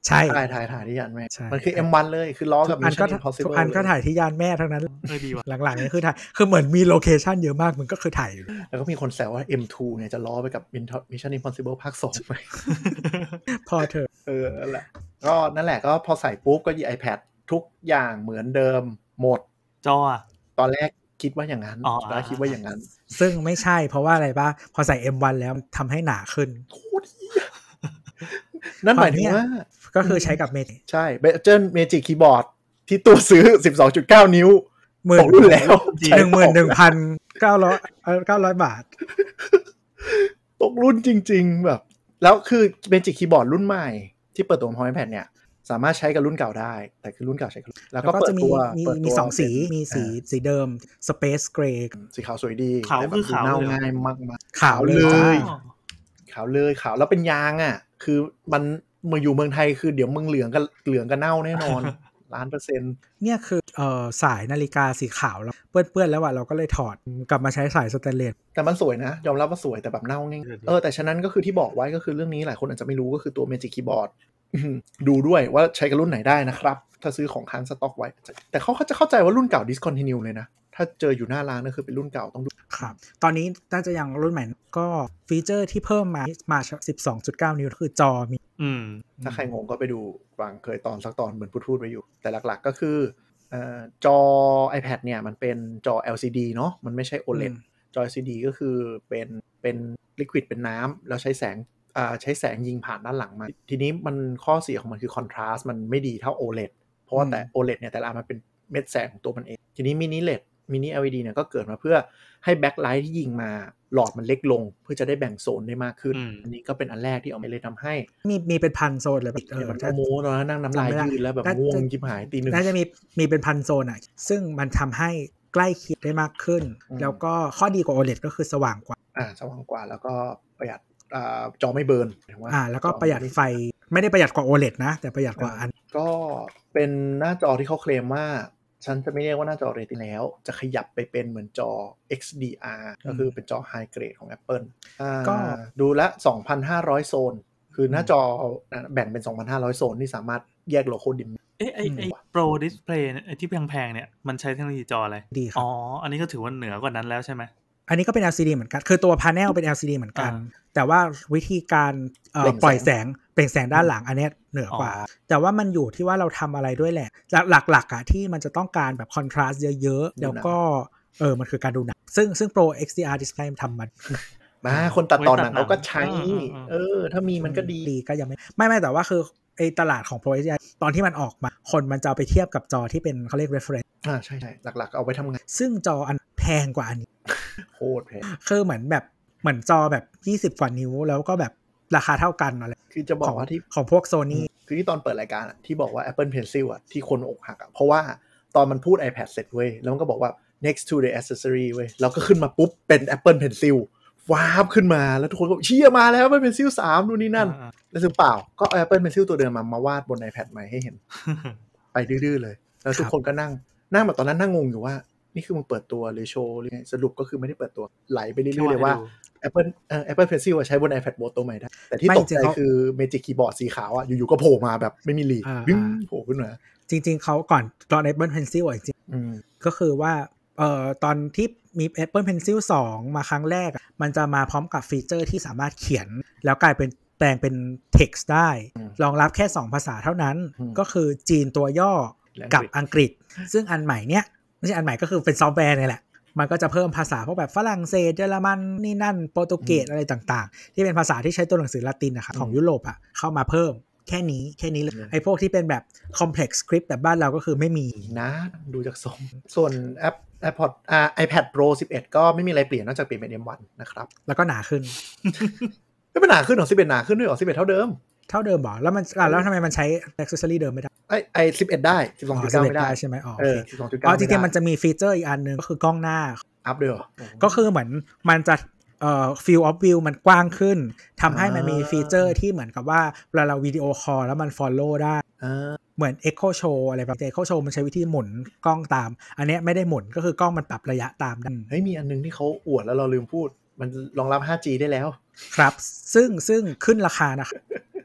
ใช่ถ่ายถ่ายถ่ายที่ยานแม่มันคือ เอ็ม วัน เลยคือล้อกับ Mission Impossible ทุกอันก็ถ่ายที่ยานแม่ทั้งนั้นเออดีว่ะหลังๆนี่คือถ่ายคือเหมือนมีโลเคชั่นเยอะมากมันก็คือถ่ายอยู่แล้วก็มีคนแซวว่า เอ็ม ทู เนี่ยจะล้อไปกับ Mission Impossible ภาคสองไปพอเถอะเออนั่นแหละก็นั่นแหละก็พอใส่ปุ๊บก็ยี iPad ทุกอย่างเหมือนเดิมหมดจออ่ะตอนแรกคิดว่าอย่างนั้นตอนแรกคิดว่าอย่างนั้นซึ่งไม่ใช่เพราะว่าอะไรป่ะพอใส่ เอ็ม วัน แล้วทำให้หนาขึ้นโคตรนั่นหมายถึงว่าก็คือใช้กับเมจิใช่เบเจิ้ลเมจิคีย์บอร์ดที่ตัวซื้อ สิบสองจุดเก้า นิ้วตกรุ่นแล้วหนึ่งหมื่นหนึ่งพันเก้าร้อยเก้าร้อยบาทตกรุ่นจริงๆแบบแล้วคือเมจิคีย์บอร์ดรุ่นใหม่ที่เปิดตัวของ iPad เนี่ยสามารถใช้กับรุ่นเก่าได้แต่คือรุ่นเก่าใช้แล้วก็เปิดตัวมีมีสองสีมีสีสีเดิม Space Gray สีขาวสวยดีขาวคือขาวง่ายมากๆขาวเลยขาวเลยขาวแล้วเป็นยางอ่ะคือมันมาอยู่เมืองไทยคือเดี๋ยวมึงเหลืองกันเหลืองกันเน่าแน่นอนล้านเปอร์เซ็นต์เนี่ยคือเอ่อสายนาฬิกาสีขาวแล้วเปื้อนๆแล้วอ่ะเราก็เลยถอดกลับมาใช้สายสแตนเลสแต่มันสวยนะยอมรับว่าสวยแต่แบบเน่าเง่เออแต่ฉะนั้นก็คือที่บอกไว้ก็คือเรื่องนี้หลายคนอาจจะไม่รู้ก็คือตัว Magic Keyboard ดูด้วยว่าใช้กับรุ่นไหนได้นะครับถ้าซื้อของค้างสต็อกไว้แต่เขาจะเข้าใจว่ารุ่นเก่า discontinue เลยนะถ้าเจออยู่หน้าร้านก็คือเป็นรุ่นเก่าต้องดูครับตอนนี้น่าจะยังรุ่นใหม่ก็ฟีเจอร์ที่เพิ่มมามา สิบสองจุดเก้า นิ้วคือจอมีอืมถ้าใครงงก็ไปดูฟังเคยตอนสักตอนเหมือนพูดๆไว้อยู่แต่หลักๆก็คือเอ่อจอ iPad เนี่ยมันเป็นจอ แอล ซี ดี เนาะมันไม่ใช่ โอ แอล อี ดี จอ แอล ซี ดี ก็คือเป็นเป็น liquid เป็นน้ำแล้วใช้แสงอ่าใช้แสงยิงผ่านด้านหลังมาทีนี้มันข้อเสียของมันคือ contrast มันไม่ดีเท่า โอ แอล อี ดี เพราะว่าแต่ โอ แอล อี ดี เนี่ยแต่ละอันมันเป็นเม็ดแสงของตัวมันเองทีนี้มินิ แอล อี ดี มินิ แอล อี ดี เนี่ยก็เกิดมาเพื่อให้แบ็คไลท์ที่ยิงมาหลอดมันเล็กลงเพื่อจะได้แบ่งโซนได้มากขึ้นอันนี้ก็เป็นอันแรกที่เอามาเลยทำให้มีมีเป็นพันโซนเลยแบบเออโมตอนนั้นนั่งน้ำลายยืดแล้วแบบง่วงจิบหายตีหนึ่งน่าจะมีมีเป็นพันโซนอ่ะซึ่งมันทำให้ใกล้เคียงได้มากขึ้นแล้วก็ข้อดีกว่า โอ แอล อี ดี ก็คือสว่างกว่าอ่าสว่างกว่าแล้วก็ประหยัดอ่าจอไม่เบิร์นอ่าแล้วก็ประหยัดไฟไม่ได้ประหยัดกว่า โอ แอล อี ดี นะแต่ประหยัดกว่าอันก็เป็นหน้าจอที่เขาเคลมว่าฉันจะไม่เรียกว่าหน้าจอเรตินาแล้วจะขยับไปเป็นเหมือนจอ เอ็กซ์ ดี อาร์ ก็คือเป็นจอ High Grade ของ Apple ก็ดูละ สองพันห้าร้อย โซนคือหน้าจอแบ่งเป็น สองพันห้าร้อย โซนที่สามารถแยกโลโก้ดิมเอ๊ะไอ้ไอ้ Pro Display ไอ้ที่แพงๆเนี่ยมันใช้เทคโนโลยีจออะไรดีครับอ๋ออันนี้ก็ถือว่าเหนือกว่านั้นแล้วใช่ไหมอันนี้ก็เป็น แอล ซี ดี เหมือนกันคือตัว panel เป็น แอล ซี ดี เหมือนกันแต่ว่าวิธีการปล่อยแสงเปล่งแสงด้านหลังอันนี้เหนือกว่าแต่ว่ามันอยู่ที่ว่าเราทำอะไรด้วยแหละหลักๆอ่ะที่มันจะต้องการแบบคอนทราสต์เยอะๆแล้วก็เออมันคือการดูหนังซึ่งซึ่ง Pro เอ็กซ์ ดี อาร์ Display ทำมันมาคนตัดตอนหนังเขาก็ใช้เออถ้ามีมันก็ดีดีก็ยังไม่ไม่ไม่แต่ว่าคือไอ้ตลาดของ Pro เอ็กซ์ ดี อาร์ ตอนที่มันออกมาคนมันจะเอาไปเทียบกับจอที่เป็นเขาเรียก reference อ่าใช่ๆหลักๆเอาไว้ทำงานซึ่งจออันแพงกว่าอันนี้โคตรแพงคือเหมือนแบบเหมือนจอแบบยี่สิบกว่านิ้วแล้วก็แบบราคาเท่ากันอะไรคือจะบอกว่าที่ของพวก Sony คือที่ตอนเปิดรายการอ่ะที่บอกว่า Apple Pencil อ่ะที่คนอกหักอ่ะเพราะว่าตอนมันพูด iPad เสร็จเว้ยแล้วมันก็บอกว่า next to the accessory เว้ยแล้วก็ขึ้นมาปุ๊บเป็น Apple Pencil วาบขึ้นมาแล้วทุกคนก็เชี่ยมาแล้ว Apple Pencil สามนู่นนี่นั่นแล้วซึ่งเปล่าก็ Apple Pencil ตัวเดิมมามาวาดบน iPad ใหม่ให้เห็นไปดื้อๆเลยแล้วทุกคนก็นั่งนั่งแบบตอนนั้นนั่งงงอยู่ว่านี่คือมึงเปิดตัวหรือโชว์หรือไงสรุปก็คือไม่ได้เปิดตัวไหลไปเรื่อยๆเลยว่า Apple เอ่อ Apple Pencil อ่ะใช้บน iPad โบตัวใหม่ได้แต่ที่ตกใจคือ Magic Keyboard สีขาวอ่ะอยู่ๆก็โผล่มาแบบไม่มีลีดดึงโผล่ขึ้นมาจริงๆเขาก่อนตอน Apple Pencil อ่ะจริงๆก็คือว่าเอ่อตอนที่มี Apple Pencil สองมาครั้งแรกมันจะมาพร้อมกับฟีเจอร์ที่สามารถเขียนแล้วกลายเป็นแปลงเป็น text ได้รองรับแค่สองภาษาเท่านั้นก็คือจีนตัวย่อกับอังกฤษซึ่งอันใหม่เนี้ยไม่ใช่อันใหม่ก็คือเป็นซอฟต์แวร์นี่แหละมันก็จะเพิ่มภาษาพวกแบบฝรั่งเศสเยอรมันนี่นั่นโปรตุเกสอะไรต่างๆที่เป็นภาษาที่ใช้ตัวหนังสือละตินนะคะของยุโรปอ่ะเข้ามาเพิ่มแค่นี้แค่นี้เลยไอ้พวกที่เป็นแบบ complex script แบบบ้านเราก็คือไม่มีนะดูจากทรงส่วนแอป iPod อ่า iPad Pro สิบเอ็ดก็ไม่มีอะไรเปลี่ยนนอกจากเปลี่ยนเป็น เอ็ม วัน นะครับแล้วก็หนาขึ้นไม่เป็นหนาขึ้นหรอสิบเอ็ดหนาขึ้นด้วยหรอสิบเอ็ดเท่าเดิมเท่าเดิมบ่แล้วมันแล้วทำไมมันใช้ accessory เดิมไม่ได้ไอ้ไอ้สิบเอ็ดได้ สิบสองจุดเก้า ไม่ได้ใช่ไหมอ๋อเออ สิบสองจุดเก้าอ๋อจริงๆมันจะมีฟีเจอร์อีกอันนึงก็คือกล้องหน้าอัพด้วยเหรอก็คือเหมือนมันจะเอ่อ field of view มันกว้างขึ้นทำให้มันมีฟีเจอร์ที่เหมือนกับว่าเวลาเราวิดีโอคอลแล้วมัน follow ได้เหมือน Echo Show อะไรแบบ Echo Show มันใช้วิธีหมุนกล้องตามอันนี้ไม่ได้หมุนก็คือกล้องมันปรับระยะตามได้เฮ้ยมีอันนึงที่เขาอวดแล้วเราลืมพูดมันรองรับ ห้าจี ได้แล้วครับซึ่งซึ่งขึ้นราคานะครับ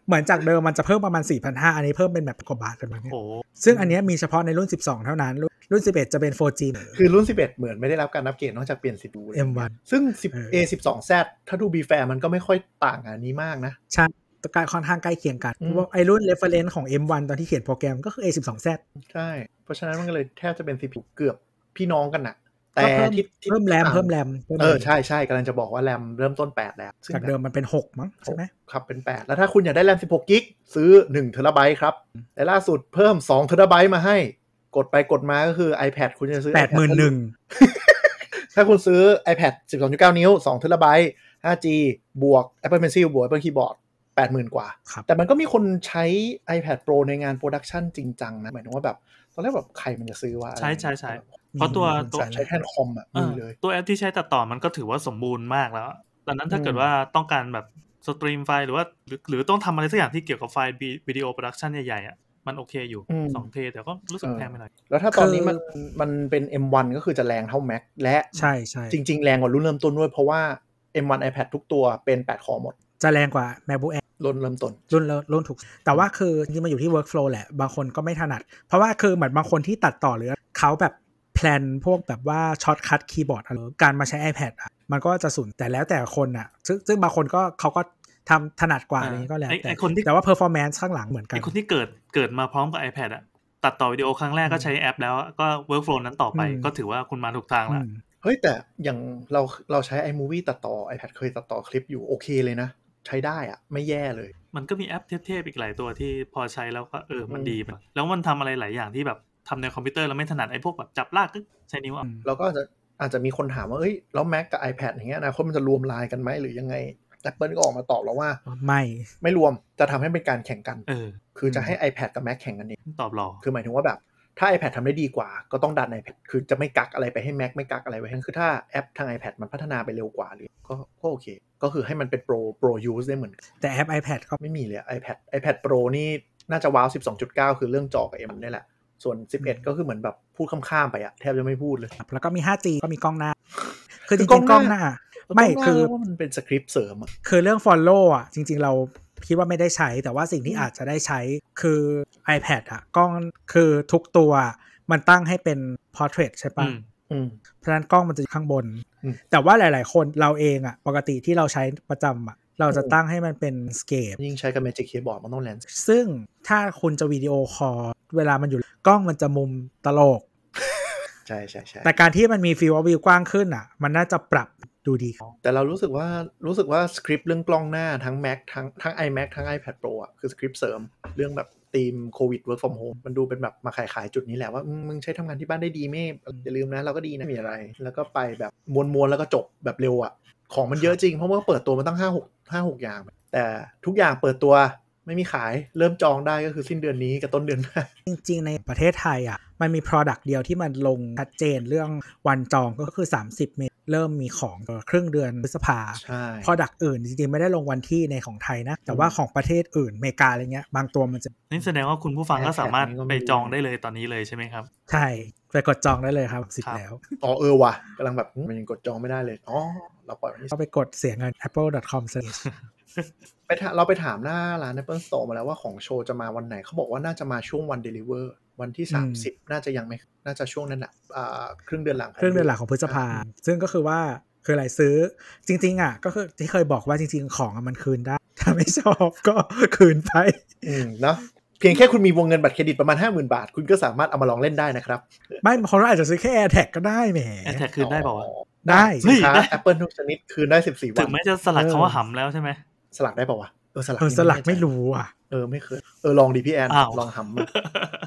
เหมือนจากเดิมมันจะเพิ่มประมาณ สี่พันห้าร้อย อันนี้เพิ่มเป็นแบบกว่าบาทกันมั้งเนี่ยซึ่งอันนี้มีเฉพาะในรุ่นสิบสองเท่านั้นรุ่นสิบเอ็ดจะเป็น โฟร์จีคือรุ่นสิบเอ็ดเหมือนไม่ได้รับการอัปเกรดนอกจากเปลี่ยน ซี พี ยูเอ็ม วันซึ่ง เอ สิบสอง แซด ถ้าดูบีแฟร์มันก็ไม่ค่อยต่างอันนี้มากนะใช่ใกล้ค่อนข้างใกล้เคียงกันเพราะว่าไอ้รุ่น reference ของ เอ็ม วัน ตอนที่เขียนโปรแกรมก็คือ เอ สิบสอง แซดใช่เพราะฉะนั้นมันก็เลยแทบจะเป็น ซี พี ยู เกือบพี่น้องกันน่ะแต่ที่เพิ่มแรมเพิ่มแรมเออใช่ๆกำลังจะบอกว่าแรมเริ่มต้นแปดแล้วจากเดิมมันเป็นหกมั้งใช่ไหมครับเป็นแปดแล้วถ้าคุณอยากได้แรมสิบหกกิกซื้อหนึ่งเทราไบต์ครับแต่ล่าสุดเพิ่มสองเทราไบต์มาให้กดไปกดมาก็คือ iPad คุณจะซื้อแปดหมื่นหนึ่งถ้าคุณซื้อ iPad สิบสองจุดเก้า นิ้วสองเทราไบต์ ห้าจี บวก Apple Pencil บวก Apple Keyboard แปดหมื่น กว่าแต่มันก็มีคนใช้ iPad Pro ในงานโปรดักชันจริงจังนะหมายถึงว่าแบบตอนแรกแบบใครมันจะซื้อว่าใช่ๆๆเพราะตัวตัวใช้แทนคอมอ่ะมีเลยตัวแอปที่ใช้ตัดต่อมันก็ถือว่าสมบูรณ์มากแล้วดังนั้นถ้าเกิดว่าต้องการแบบสตรีมไฟล์หรือว่าหรือต้องทำอะไรสักอย่างที่เกี่ยวกับไฟล์วิดีโอโปรดักชันใหญ่ๆอ่ะมันโอเคอยู่สองเทแต่ก็รู้สึกแพงไปหน่อยแล้วถ้าตอนนี้มันมันเป็น เอ็ม วัน ก็คือจะแรงเท่า Mac และใช่ๆจริงๆแรงกว่ารุ่นเริ่มต้นด้วยเพราะว่า เอ็ม วัน iPad ทุกตัวเป็นแปดคอหมดจะแรงกว่า MacBook Air รุ่นเริ่มต้นรุ่นรุ่นถูกแต่ว่าคือจริงๆมันอยู่ที่ workflow แหละบางคนก็ไม่ถนัดเพราะว่าคือเหมือนบางคนที่ตัดต่อหรือเขาแบบแพลนพวกแบบว่าช็อตคัทคีย์บอร์ดอะไรการมาใช้ iPad อ่ะมันก็จะสูญแต่แล้วแต่คนอ่ะซึ่งซึ่งบางคนก็เขาก็ทำถนัดกว่าอะไรนี้ก็แล้วแต่แต่ว่า performance ข้างหลังเหมือนกันไอ้คนที่เกิดเกิดมาพร้อมกับ iPad อ่ะตัดต่อวิดีโอครั้งแรกก็ใช้แอปแล้วก็ workflow นั้นต่อไปก็ถือว่าคุณมาถูกทางแล้วเฮ้ยแต่อย่างเราเราใช้ iMovie ตัดต่อ iPad เคยตัดต่อคลิปอยู่โอเคเลยนะใช้ได้อ่ะไม่แย่เลยมันก็มีแอปเทพๆอีกหลายตัวที่พอใช้แล้วก็เออมันดีแล้วมันทำอะไรหลายอย่างที่แบบทำในคอมพิวเตอร์แล้วไม่ถนัดไอ้พวกแบบจับลากก็ใช้นิ้วอ่ะแล้วก็อาจจะอาจจะมีคนถามว่าเอ้ยแล้ว Mac กับ iPad อย่างเงี้ยนะคนมันจะรวมลายกันไหมหรือยังไง Apple ก็ออกมาตอบแล้วว่าไม่ไม่รวมจะทำให้เป็นการแข่งกันเออคือจะให้ iPad กับ Mac แข่งกันเองตอบหรอคือหมายถึงว่าแบบถ้า iPad ทำได้ดีกว่าก็ต้องดัน iPad คือจะไม่กักอะไรไปให้ Mac ไม่กักอะไรไปให้คือถ้าแอปทาง iPad มันพัฒนาไปเร็วกว่าหรือก็ก็โอเคก็คือให้มันเป็น Pro Pro use ได้เหมือนแต่แอป iPad ก็ไม่มีเลย iPad iPad Pro นี่น่าจะว้าว สิบสองจุดเก้า คือเรื่องจอกับ M นี่แหละส่วนสิบเอ็ดก็คือเหมือนแบบพูดข้ามๆไปอะแทบจะไม่พูดเลยแล้วก็มี ห้าจี ก็มีกล้องหน้าคือจริงๆกล้องหน้าไม่คือว่ามันเป็นสคริปต์เสริมอ่ะคือเรื่อง follow อ่ะจริงๆเราคิดว่าไม่ได้ใช้แต่ว่าสิ่งที่อาจจะได้ใช้คือ iPad อ่ะกล้องคือทุกตัวมันตั้งให้เป็น portrait ใช่ป่ะเพราะฉะนั้นกล้องมันจะอยู่ข้างบนแต่ว่าหลายๆคนเราเองอ่ะปกติที่เราใช้ประจำอ่ะเราจะตั้งให้มันเป็น scale ยิ่งใช้กับ Magic Keyboard มันต้องแลนส์ซึ่งถ้าคุณจะวิดีโอคอลเวลามันอยู่กล้องมันจะมุมตลกใช่ใช่ใช่แต่การที่มันมีฟิลด์วิวกว้างขึ้นอ่ะมันน่าจะปรับดูดีแต่เรารู้สึกว่ารู้สึกว่าสคริปต์เรื่องกล้องหน้าทั้ง Mac ทั้งทั้ง iMac ทั้ง iPad Pro อ่ะคือสคริปต์เสริมเรื่องแบบธีมโควิด work from home มันดูเป็นแบบมาขายขายจุดนี้แหละว่ามึงใช้ทำงานที่บ้านได้ดีไม่อย่าลืมนะเราก็ดีนะมีอะไรแล้วก็ไปแบบมวลๆแล้วก็จบแบบเร็วอ่ะของมันเยอะจริงเพราะว่าเปิดตัวมันตั้งห้า หก ห้า หกอย่างแต่ทุกอย่างเปิดตัวไม่มีขายเริ่มจองได้ก็คือสิ้นเดือนนี้กับต้นเดือนหน้าจริงๆในประเทศไทยอ่ะมันมี product เดียวที่มันลงชัดเจนเรื่องวันจองก็คือสามสิบเมษเริ่มมีของครึ่งเดือนพฤษภาใช่ product อื่นจริงๆไม่ได้ลงวันที่ในของไทยนะแต่ว่าของประเทศอื่นอเมริกาอะไรเงี้ยบางตัวมันจะนี่แสดงว่าคุณผู้ฟังก็สามารถไปจองได้เลยตอนนี้เลยใช่ไหมครับใช่ไปกดจองได้เลยครับสิบแล้วอ๋อเออว่ะกำลังแบบมันยังกดจองไม่ได้เลยอ๋อเราปล่อยมันก็ไปกดเสียเงิน แอปเปิล ดอท คอมไปเราไปถามหน้าร้าน Apple Store มาแล้วว่าของโชว์จะมาวันไหนเขาบอกว่าน่าจะมาช่วงวัน deliver วันที่สามสิบน่าจะยังไม่น่าจะช่วงนั้นแหละอ่าครึ่งเดือนหลังครึ่งเดือนหลังของพฤษภาซึ่งก็คือว่าคืออะไรซื้อจริงๆอ่ะก็คือที่เคยบอกว่าจริงๆของมันคืนได้ถ้าไม่ชอบก็คืนไปอืมเนาะเพียงแค่คุณมีวงเงินบัตรเครดิตประมาณ ห้าหมื่น บาทคุณก็สามารถเอามาลองเล่นได้นะครับไม่บางคนอาจจะซื้อแค่ AirTag ก็ได้แหม AirTag คืนได้เปล่าวะได้สินค้า Apple ทุกชนิดคืนได้สิบสี่วันถึงแม้จะสลักคำว่าหำแล้วใช่ไหมสลักได้เปล่าวะเออสลักเออสลักไม่รู้อ่ะเออไม่เคยเออลองดิพี่แอนลองหำมา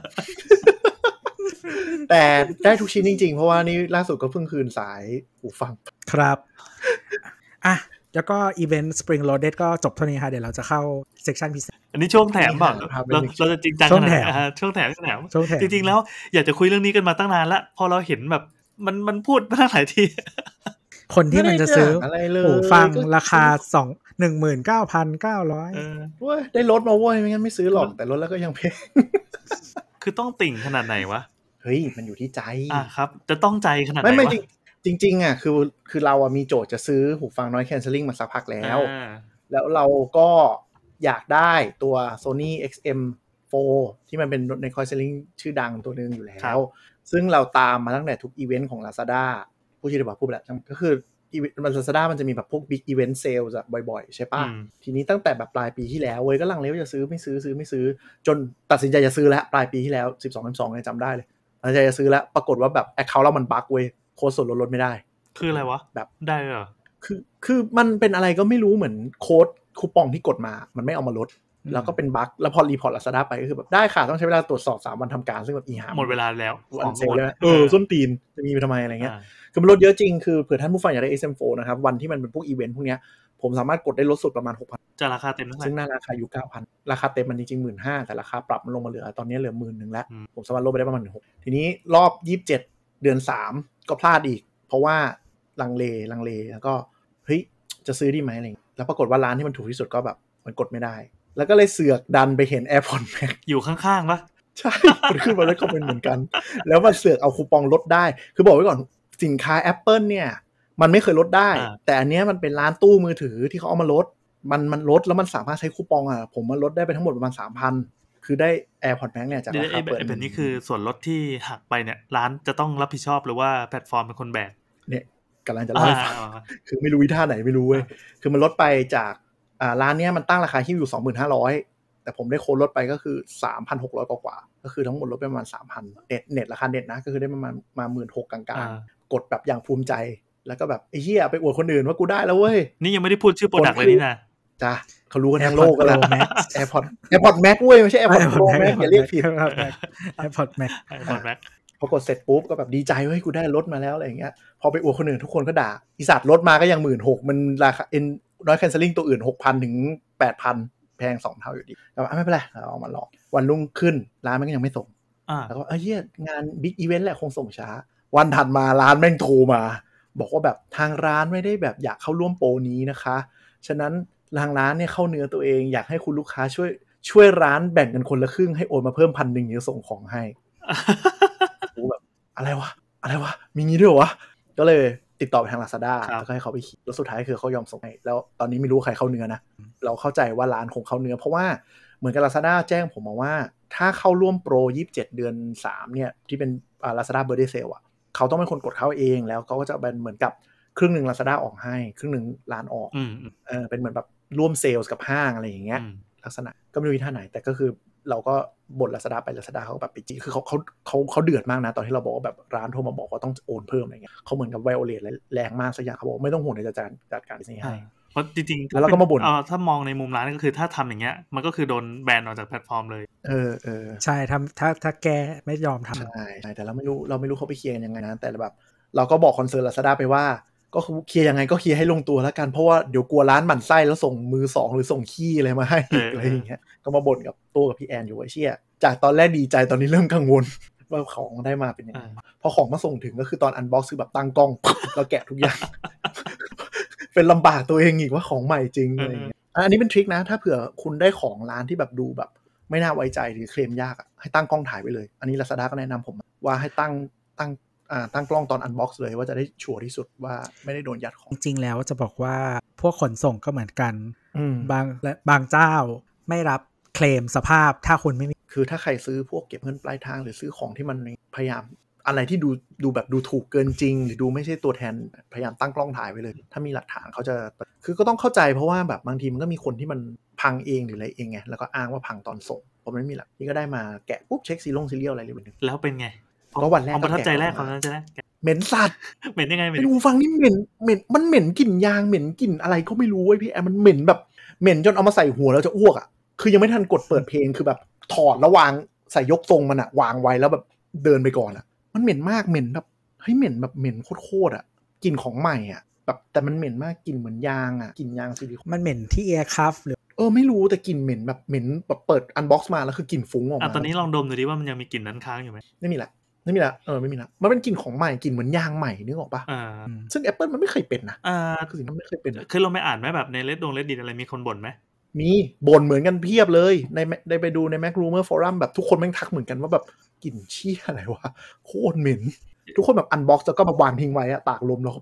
แต่ได้ทุกชิ้นจริงๆเพราะว่านี่ล่าสุดก็เพิ่งคืนสายหูฟังครับอ่ะแล้วก็อีเวนต์ Spring Loaded ก็จบเท่านี้ค่ะเดี๋ยวเราจะเข้าเซกชันพิเศษอันนี้ช่วงแถมป่ะเราเราจะจริงจังขนาดไหนช่วงแถมช่วงแถมจริงๆแล้วอยากจะคุยเรื่องนี้กันมาตั้งนานละพอเราเห็นแบบมันมันพูดมาตั้งหลายทีคนที่มันจะซื้อหูฟังราคาสอง หนึ่งหมื่นเก้าพันเก้าร้อยเออเว้ยได้ลดมาเว้ยไม่งั้นไม่ซื้อหรอกแต่ลดแล้วก็ยังแพงคือต้องติ่งขนาดไหนวะเฮ้ยมันอยู่ที่ใจอ่ะครับจะต้องใจขนาดไหนวะไม่จริงจริงๆอ่ะคือคือเราอ่ะมีโจทย์จะซื้อหูฟัง noise cancelling มาสักพักแล้วแล้วเราก็อยากได้ตัว Sony เอ็กซ์ เอ็ม โฟร์ ที่มันเป็นใน Noise Cancelling ชื่อดังตัวนึงอยู่แล้วซึ่งเราตามมาตั้งแต่ทุกอีเวนต์ของ Lazada ผู้ชื่อบอกพูดไปแล้วก็คืออีเวนต์ Lazada มันจะมีแบบพวก Big Event Sales อ่ะบ่อยๆใช่ป่ะทีนี้ตั้งแต่แบบปลายปีที่แล้วเว้ยก็ลังเลว่าจะซื้อไม่ซื้อซื้อไม่ซื้อจนตัดสินใจจะซื้อแล้วปลายปีที่แล้วสิบสอง สิบสองเนี่ยจำได้เลยตัดสินใจจะซื้อแล้วปรากฏว่าแบบ account เรามันบั๊กเว้ยโค้ดส่วนลดลดไม่ได้คืออะไรวะแบบได้เหรอคือคือมันเป็นอะไรก็ไม่รู้เหมือนโค้ดคูปองที่กดมามันไม่เอามาลดแล้วก็เป็นบั๊กแล้วพอรีพอร์ต Lazada ไปก็คือแบบได้ค่ะต้องใช้เวลาตรวจสอบสามวันทำการซึ่งแบบอีหาหมดเวลาแล้ววันเซลแล้วเออส้นตีนจะมีไปทำไมอะไรเงี้ยคือมันลดเยอะจริงคือเผื่อท่านผู้ฟังอยากได้ เอส เอ็ม โฟร์ นะครับวันที่มันเป็นพวกอีเวนต์พวกเนี้ยผมสามารถกดได้ลดสุดประมาณ หกพันจะราคาเต็มเท่าไหร่ซึ่งหน้าราคาอยู่ เก้าพัน ราคาเต็มมันจริงๆ หนึ่งหมื่นห้าพัน แต่ราคาปรับมันลงมาเหลือตอนนี้เหลือ หนึ่งหมื่นหนึ่งพัน แล้วผมสามารถลดไปได้ประมาณ หนึ่งหมื่นหกพัน ทีนี้รอบยี่สิบเจ็ดเดือนสามก็พลาดอีกเพราะว่าลังเลลังเลแล้วก็เฮ้ยจะซื้อดีมั้ยอะไรแล้วปรากฏว่าร้านที่มันถูกที่สุดก็แบบมันกดไม่ได้แล้วก็เลยเสือกดันไปเห็น AirPods Max อยู่ข้างๆป่ะใช่มันขึ้นมาแล้วก็เป็นเหมือนกันแล้วมันเสือกเอาคูปองลดได้คือบอกไว้ก่อนสินค้า Apple เนี่ยมันไม่เคยลดได้แต่อันเนี้ยมันเป็นร้านตู้มือถือที่เขาเอามาลดมันมันลดแล้วมันสามารถใช้คูปองอ่ะผมมันลดได้ไปทั้งหมดประมาณ สามพัน คือได้ AirPods Max เนี่ยจากราคาเปิดแบบนี้คือส่วนลดที่หักไปเนี่ยร้านจะต้องรับผิดชอบหรือว่าแพลตฟอร์มเป็นคนแบกเนี่ยกำลังจะเล่าให้ฟังคือไม่รู้วิธีไหนไม่รู้เว้ยคือมันลดไปจากอ่าร้านเนี้ยมันตั้งราคาที่อยู่ สองพันห้าร้อย แต่ผมได้โค้ดลดไปก็คือ สามพันหกร้อย กว่าๆก็คือทั้งหมดลดไปประมาณ สามพัน เน็ตเน็ตราคาเน็ตนะก็คือได้ประมาณมา หนึ่งหมื่นหกพัน กลางๆกดแบบอย่างภูมิใจแล้วก็แบบไอ้เหี้ยไปอวดคนอื่นว่ากูได้แล้วเว้ยนี่ยังไม่ได้พูดชื่อโปรดักต์เลยนี่นะจ้ะเขารู้กันทั้งโลกกันแล้ว AirPods AirPods Max เว้ยไม่ใช่ AirPods Pro Max อย่าเรียกผิด AirPods Max AirPods Max พอกดเสร็จปุ๊บก็แบบดีใจเฮ้ยกูได้ลดมาแล้วอะไรอย่างเงี้ยพอไปอวดคนอื่นทุกคนก็ด่าอีสัตว์ลดมาก็ยัง หนึ่งหมื่นหกพัน มันราคา Noise Cancelling ตัวอื่น หกพัน ถึง แปดพัน แพงสองเท่าอยู่ดีก็ไม่เป็นไรเอามาลองวันรุ่งขึ้นร้านมันก็ยังไม่ส่งแล้วก็เอ้ยเหี้ยงาน Big Event แหละคงส่งช้าวันถัดมาร้านแม่งโทรมาบอกว่าแบบทางร้านไม่ได้แบบอยากเข้าร่วมโปรนี้นะคะฉะนั้นทางร้านเนี่ยเข้าเนื้อตัวเองอยากให้คุณลูกค้าช่วยช่วยร้านแบ่งกันคนละครึ่งให้โอนมาเพิ่มพันหนึ่งเดี๋ยวส่งของให้โอ้แบบอะไรวะอะไรวะมีงี้ด้วยวะก็เลยติดต่อไปทาง Lazada แล้วก็ให้เขาไปขี่แล้วสุดท้ายคือเขายอมส่งให้แล้วตอนนี้ไม่รู้ใครเข้าเนื้อนะเราเข้าใจว่าร้านคงเข้าเนื้อเพราะว่าเหมือนกับ Lazada แจ้งผมมาว่าถ้าเข้าร่วมโปรยี่สิบเจ็ดเดือนสามเนี่ยที่เป็นอ่า Lazada Birthday Sale อ่ะเขาต้องเป็นคนกดเข้าเองแล้วเขาก็จะเป็นเหมือนกับครึ่งนึง Lazada ออกให้ครึ่งนึงร้านออกเออเป็นเหมือนแบบร่วมเซลส์กับห้างอะไรอย่างเงี้ยลักษณะก็ไม่รู้ท่าไหนแต่ก็คือเราก็บ่น Lazada ไป Lazada เขาแบบไปจี้คือเขาเขาเขาเขาเดือดมากนะตอนที่เราบอกว่าแบบร้านโทรมาบอกว่าต้องโอนเพิ่มอะไรเงี้ยเขาเหมือนกับไวโอเลตแรงมากสักอย่างเขาบอกไม่ต้องห่วงในจัดการจัดการนี้ให้เพราะจริงๆแล้วเราก็มาบ่นถ้ามองในมุมร้านก็คือถ้าทำอย่างเงี้ยมันก็คือโดนแบนออกจากแพลตฟอร์มเลยเออเออใช่ทำถ้าถ้าแกไม่ยอมทำใช่ใช่แต่เราไม่รู้เราไม่รู้เขาไปเคลียร์ยังไงนะแต่แบบเราก็บอกคอนเซิร์น Lazada ไปว่าก็เคลียร์ยังไงก็เคลียร์ให้ลงตัวแล้วกันเพราะว่าเดี๋ยวกลัวร้านหมั่นไส้แล้วส่งมือสองหรือส่งขี้อะไรมาให้อะไรอย่างเงี้ยก็มาบ่นกับตัวกับพี่แอนอยู่ไอ้เชี่ยจากตอนแรกดีใจตอนนี้เริ่มกังวลว่าของได้มาเป็นยังไงพอของมาส่งถึงก็คือตอนอันบ็อกซ์คือแบบตั้งกล้องแล้วแกะทุกอย่างเป็นลำบากตัวเองอีกว่าของใหม่จริงอะไรอย่างเงี้ยอันนี้เป็นทริคนะถ้าเผื่อคุณได้ของร้านที่แบบดูแบบไม่น่าไว้ใจหรือเคลมยากอ่ะให้ตั้งกล้องถ่ายไว้เลยอันนี้ Lazada ก็แนะนำผมว่าให้ตั้งตั้งอ่าตั้งกล้องตอนอันบ็อกซ์เลยว่าจะได้ชัวร์ที่สุดว่าไม่ได้โดนยัดของจริงๆแล้วจะบอกว่าพวกขนส่งก็เหมือนกันบางและบางเจ้าไม่รับเคลมสภาพถ้าคุณไม่มีคือถ้าใครซื้อพวกเก็บเงินปลายทางหรือซื้อของที่มันพยายามอะไรที่ดูดูแบบดูถูกเกินจริงหรือดูไม่ใช่ตัวแทนพยายามตั้งกล้องถ่ายไว้เลยถ้ามีหลักฐานเขาจะคือก็ต้องเข้าใจเพราะว่าแบบบางทีมันก็มีคนที่มันพังเองหรืออะไรเองไงแล้วก็อ้างว่าพังตอนส่งเพราะมันไม่มีหลักที่ก็ได้มาแกะปุ๊บเช็คซีลงซีเรียลอะไรเรียบร้อยแล้วเป็นไงก็วันแรกประทับใจแรกความประทับใจแรกเหม็นสัตว์เหม็นยังไงเหม็นดูฟังนี่เหม็นเหม็นมันเหม็นกลิ่นยางเหม็นกลิ่นอะไรก็ไม่รู้เว้ยพี่แอมมันเหม็นแบบเหม็นจนเอามาใส่หัวแล้วจะอ้วกอ่ะคือยังไม่ทันกดเปิดเพลงคือแบบถอดแล้ววางใส่ยกทรงมันอะวางไว้แล้วแบบเดินไปก่อนอะมันเหม็นมากเหม็นแบบเฮ้ยเหม็นแบบเหม็นโคตรๆอะกลิ่นของใหม่อะแบบแต่มันเหม็นมากกลิ่นเหมือนยางอะกลิ่นยางซิลิโคนมันเหม็นที่แอร์คัฟหรือเออไม่รู้แต่กลิ่นเหม็นแบบเหม็นแบบเปิดอันบ็อกซ์มาแล้วคือกลิ่นฟุ้งออกมาอ่ะตอนนี้ลองดมดูดิว่ามันยังมีกลิ่นนั้นค้างอยู่ไหมไม่มีละไม่มีละเออไม่มีละมันเป็นกลิ่นของใหม่กลิ่นเหมือนยางใหม่นึกออกปะซึ่ง Apple มันไม่เคยเป็นนะอ่าคือสิ่งนั้นไม่เคยเป็นคือเราไม่อ่านไหมแบบใน Reddit ดง Reddit อะไรมีคนบ่นไหมมีบ่นเหมือนกันเพียบเลยในได้ไปดูใน Mac Rumor Forum แบบทุกคนแม่งทักเหมือนกันว่าแบบกลิ่นเชี่ยอะไรวะโคตรเหม็นทุกคนแบบอันบ็อกซ์แล้วก็มาวางทิ้งไว้อะตากลมแล้วแบบ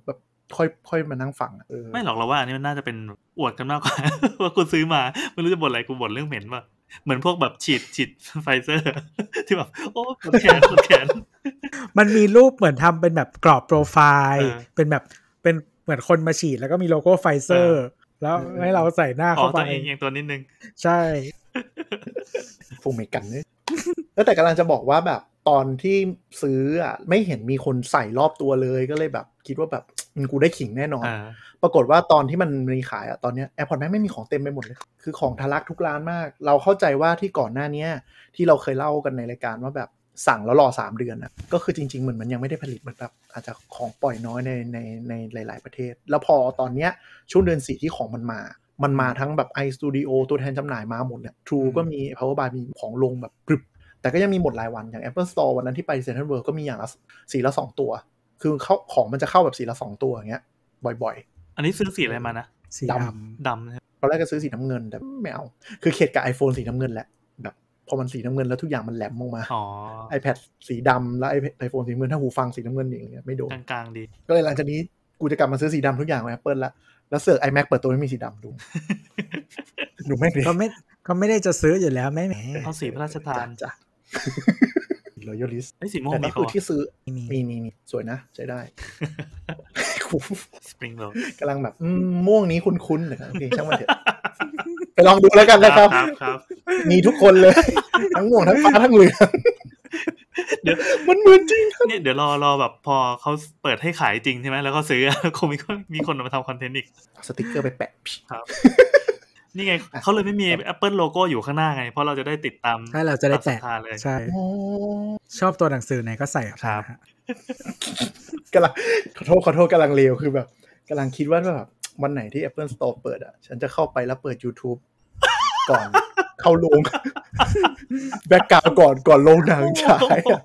ค่อยค่อยมานั่งฟังเออไม่หรอกเราว่าอันนี้มันน่าจะเป็นอวดกันมากกว่า ว่ากูซื้อมาไม่รู้จะบ่นอะไรกูบ่นเรื่องเหม็นป่ะเหมือนพวกแบบฉีดฉีดไฟเซอร์ที่แบบโอ้ปวดแขนปวดแขนมันมีรูปเหมือนทำเป็นแบบกรอบโปรไฟล์เป็นแบบเป็นเหมือนคนมาฉีดแล้วก็มีโลโก้ไฟเซอร์แล้วให้เราใส่หน้าเข้าไปตัวเองอย่างตัวนิดนึงใช่ฟูเมกันเนี่ยแล้วแต่กำลังจะบอกว่าแบบตอนที่ซื้ออ่ะไม่เห็นมีคนใส่รอบตัวเลยก็เลยแบบคิดว่าแบบกูได้ขิงแน่นอนปรากฏว่าตอนที่มันมีขายอ่ะตอนเนี้ย AirPods Max ไม่มีของเต็มไปหมดเลยคือของทะลักทุกร้านมากเราเข้าใจว่าที่ก่อนหน้านี้ที่เราเคยเล่ากันในรายการว่าแบบสั่งแล้วรอสามเดือนอ่ะก็คือจริงๆเหมือนมันยังไม่ได้ผลิตเหมือนแบบอาจจะของปล่อยน้อยในในในหลายๆประเทศแล้วพอตอนเนี้ยช่วงเดือนสี่ที่ของมันมามันมาทั้งแบบ iStudio ตัวแทนจำหน่ายมาหมดเนี่ย True ก็มี Powerbuy มีของลงแบบกรึบแต่ก็ยังมีหมดรายวันอย่าง Apple Store วันนั้นที่ไป Central World ก็มีอย่างละสีละสองตัวคือเข้าของมันจะเข้าแบบสีละสองตัวอย่างเงี้ยบ่อยๆอันนี้ซื้อสีอะไรมานะสีดำดำนะตอนแรกก็ซื้อสีน้ำเงินแต่ไม่เอาคือเข็ดกับ iPhone สีน้ำเงินแหละแบบพอมันสีน้ำเงินแล้วทุกอย่างมันแหลมออกมาอ๋อ iPad สีดำแล้ว iPhone สีน้ำเงินถ้าหูฟังสีน้ำเงินอย่างเงี้ยไม่โดนกลางๆดีก็เลยหลังจากนี้กูจะกลับมาซื้อสีดำทุกอย่างของ Apple ละแล้วเสือก iMac เปิดตัวไม่มีสีดำดูดูแม่งดิก็ไม่ก็ไม่ได้จะซื้ออยู่แล้วแม่แหมเอาสีพระราชทานจ้ะLoyalist ไอ้สีม่วงแต่ก็คือที่ซื้อมีมีมีสวยนะใช้ได้ Spring Roll กำลังแบบม่วงนี้คุ้นๆนะครับโอเคช่างมันเถอะไปลองดูแล้วกันนะครับครับมีทุกคนเลยทั้งม่วงทั้งฟ้าทั้งเหลืองเดี๋ยวมันเหมือนจริงเนี่ยเดี๋ยวรอรอแบบพอเขาเปิดให้ขายจริงใช่ไหมแล้วก็ซื้อคงมีคนมีคนมาทำคอนเทนต์อีกสติ๊กเกอร์ไปแปะครับนี่ไงเขาเลยไม่มี Apple โลโก้อยู่ข้างหน้าไงเพราะเราจะได้ติดตามใช่เราจะได้แปะใช่ชอบตัวหนังสือไหนก็ใส่ครับกำลังขอโทษขอโทษกำลังเลวคือแบบกำลังคิดว่าแบบวันไหนที่ Apple Store เปิดอ่ะฉันจะเข้าไปแล้วเปิด YouTube ก่อนเข้าโรงแบ็คกราวด์ก่อนก่อนโรงหนังฉายอ่ะ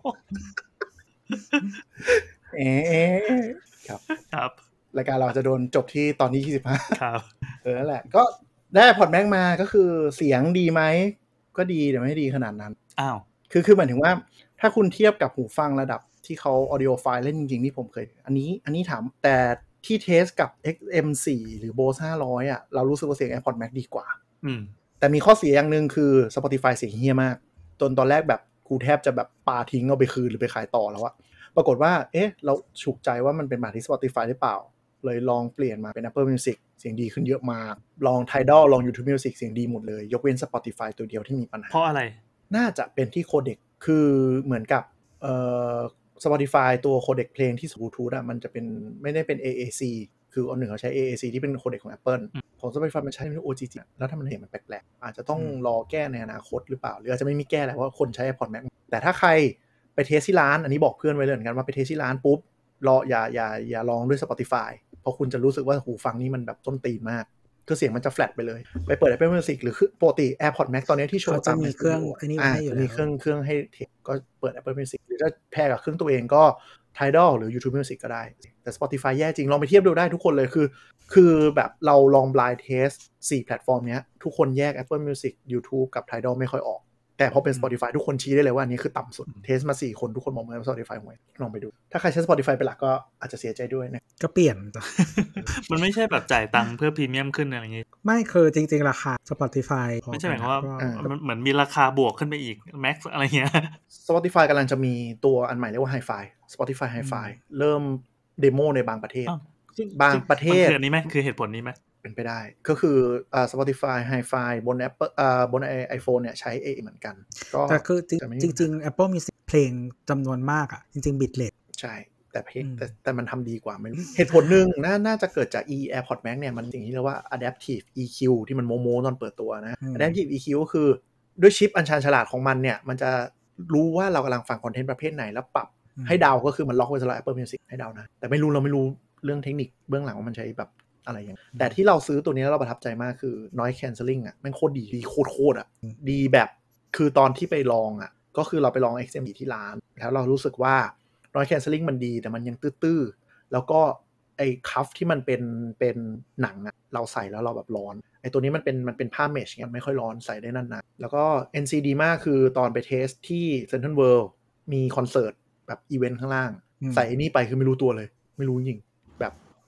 เอ๊ะครับครับรายการเราจะโดนจบที่ตอนที่ยี่สิบห้าครับเออนั่นแหละก็ได้พอดแม็กมาก็คือเสียงดีไหมก็ดีแต่ไม่ดีขนาดนั้นอ้าวคือคือหมายถึงว่าถ้าคุณเทียบกับหูฟังระดับที่เขา audio file เล่นจริงๆที่ผมเคยอันนี้อันนี้ถามแต่ที่เทสกับ เอ็กซ์ เอ็ม โฟร์ หรือ Bose ห้าร้อยอ่ะเรารู้สึกว่าเสียง AirPods Max ดีกว่าอืมแต่มีข้อเสียอย่างนึงคือ Spotify เสียงเหี้ยมากจนตอนแรกแบบกูแทบจะแบบปาทิ้งเอาไปคืนหรือไปขายต่อแล้วอะปรากฏว่าเอ๊ะเราฉุกใจว่ามันเป็นมาที่ Spotify หรือเปล่าเลยลองเปลี่ยนมาเป็น Apple Music เสียงดีขึ้นเยอะมากลอง Tidal ลอง YouTube Music เสียงดีหมดเลยยกเว้น Spotify ตัวเดียวที่มีปัญหาเพราะอะไรน่าจะเป็นที่โคเด็กคือเหมือนกับเอ่อ Spotify ตัวโคเด็กเพลงที่ Bluetooth อ่ะมันจะเป็นไม่ได้เป็น เอ เอ ซี คืออันหนึ่งเขาใช้ เอ เอ ซี ที่เป็นโคเด็กของ Apple ของ Spotify มันใช้เป็น โอ จี จี แล้วถ้ามันเห็นมันแปลกๆอาจจะต้องรอแก้ในอนาคตหรือเปล่าหรืออาจจะไม่มีแก้แหละเพราะคนใช้ AirPods Max แต่ถ้าใครไปเทสที่ร้านอันนี้บอกเพื่อนไว้เลยเหมือนกันว่าไปเทสที่ร้านปุ๊บรออย่าอย่าอย่าลองด้วย Spotify เพราะคุณจะรู้สึกว่าหูฟังนี้มันแบบต้นตีนมากคือเสียงมันจะแฟลตไปเลยไปเปิด Apple Music หรือปกติ AirPods Max ตอนนี้ที่โชว์ตามมีเครื่องอันนี้ให้อยู่แล้วมีเครื่องเครื่องให้เทสก็เปิด Apple Music หรือถ้าแพร์กับเครื่องตัวเองก็ Tidal หรือ YouTube Music ก็ได้แต่ Spotify แย่จริงลองไปเทียบดูได้ทุกคนเลยคือคือแบบเราลอง blind test สี่แพลตฟอร์มเนี้ยทุกคนแยก Apple Music YouTube กับ Tidal ไม่ค่อยออกแต่พอเป็น Spotify ทุกคนชี้ได้เลยว่าอันนี้คือต่ำสุดเทสมาสี่คนทุกคนมองว่า Spotify ห่วยลองไปดูถ้าใครใช้ Spotify เป็นหลักก็อาจจะเสียใจด้วยนะก็เปลี่ยนมันไม่ใช่แบบจ่ายตังค์เพื่อพรีเมียมขึ้นอะไรอย่างงี้ไม่คือจริงๆราคา Spotify ไม่ใช่หมายความว่ามันเหมือนมีราคาบวกขึ้นไปอีก Max อะไรเงี้ย Spotify กำลังจะมีตัวอันใหม่เรียกว่า Hi-Fi Spotify Hi-Fi เริ่มเดโมในบางประเทศบางประเทศคืออันนี้ไหมคือเหตุผลนี้ไหมเป็นไปได้ก็คืออ่า Spotify Hi-Fi บน Apple อ่าบน iPhone เนี่ยใช้ เอ เหมือนกันก็แต่คือจริงๆ Apple มีเพลงจำนวนมากอ่ะจริงๆ bitrate ใช่แต่เพลงแต่แต่มันทำดีกว่าไม่เหตุผลหนึ่งน่าน่าจะเกิดจาก e AirPods Max เนี่ยมันสิ่งที่เรียกว่า Adaptive อี คิว ที่มันโมโมตอนเปิดตัวนะ Adaptive อี คิว ก็คือด้วยชิปอันชาญฉลาดของมันเนี่ยมันจะรู้ว่าเรากำลังฟังคอนเทนต์ประเภทไหนแล้วปรับให้เดาก็คือมันล็อกไว้สำหรับ Apple Music ให้เดานะแต่ไม่รู้เราไม่รู้เรื่องเทคนิคเบื้องหลังว่ามันใช้แบบอะไรอย่างแต่ที่เราซื้อตัวนี้แล้วเราประทับใจมากคือ noise cancelling อ่ะแม่งโคตรดีดีโคตรๆอ่ะดีแบบคือตอนที่ไปลองอ่ะก็คือเราไปลอง เอ็กซ์ เอ็ม ที่ร้านแล้วเรารู้สึกว่า noise cancelling มันดีแต่มันยังตื้อๆแล้วก็ไอ้คัฟที่มันเป็นเป็นหนังอ่ะเราใส่แล้วเราแบบร้อนไอ้ตัวนี้มันเป็นมันเป็นผ้าเมชเนี่ยไม่ค่อยร้อนใส่ได้นานๆแล้วก็ เอ็น ซี ดีมากคือตอนไปเทสที่ Central World มีคอนเสิร์ตแบบอีเวนต์ข้างล่างใส่ไอ้นี่ไปคือไม่รู้ตัวเลยไม่รู้จริงแบบ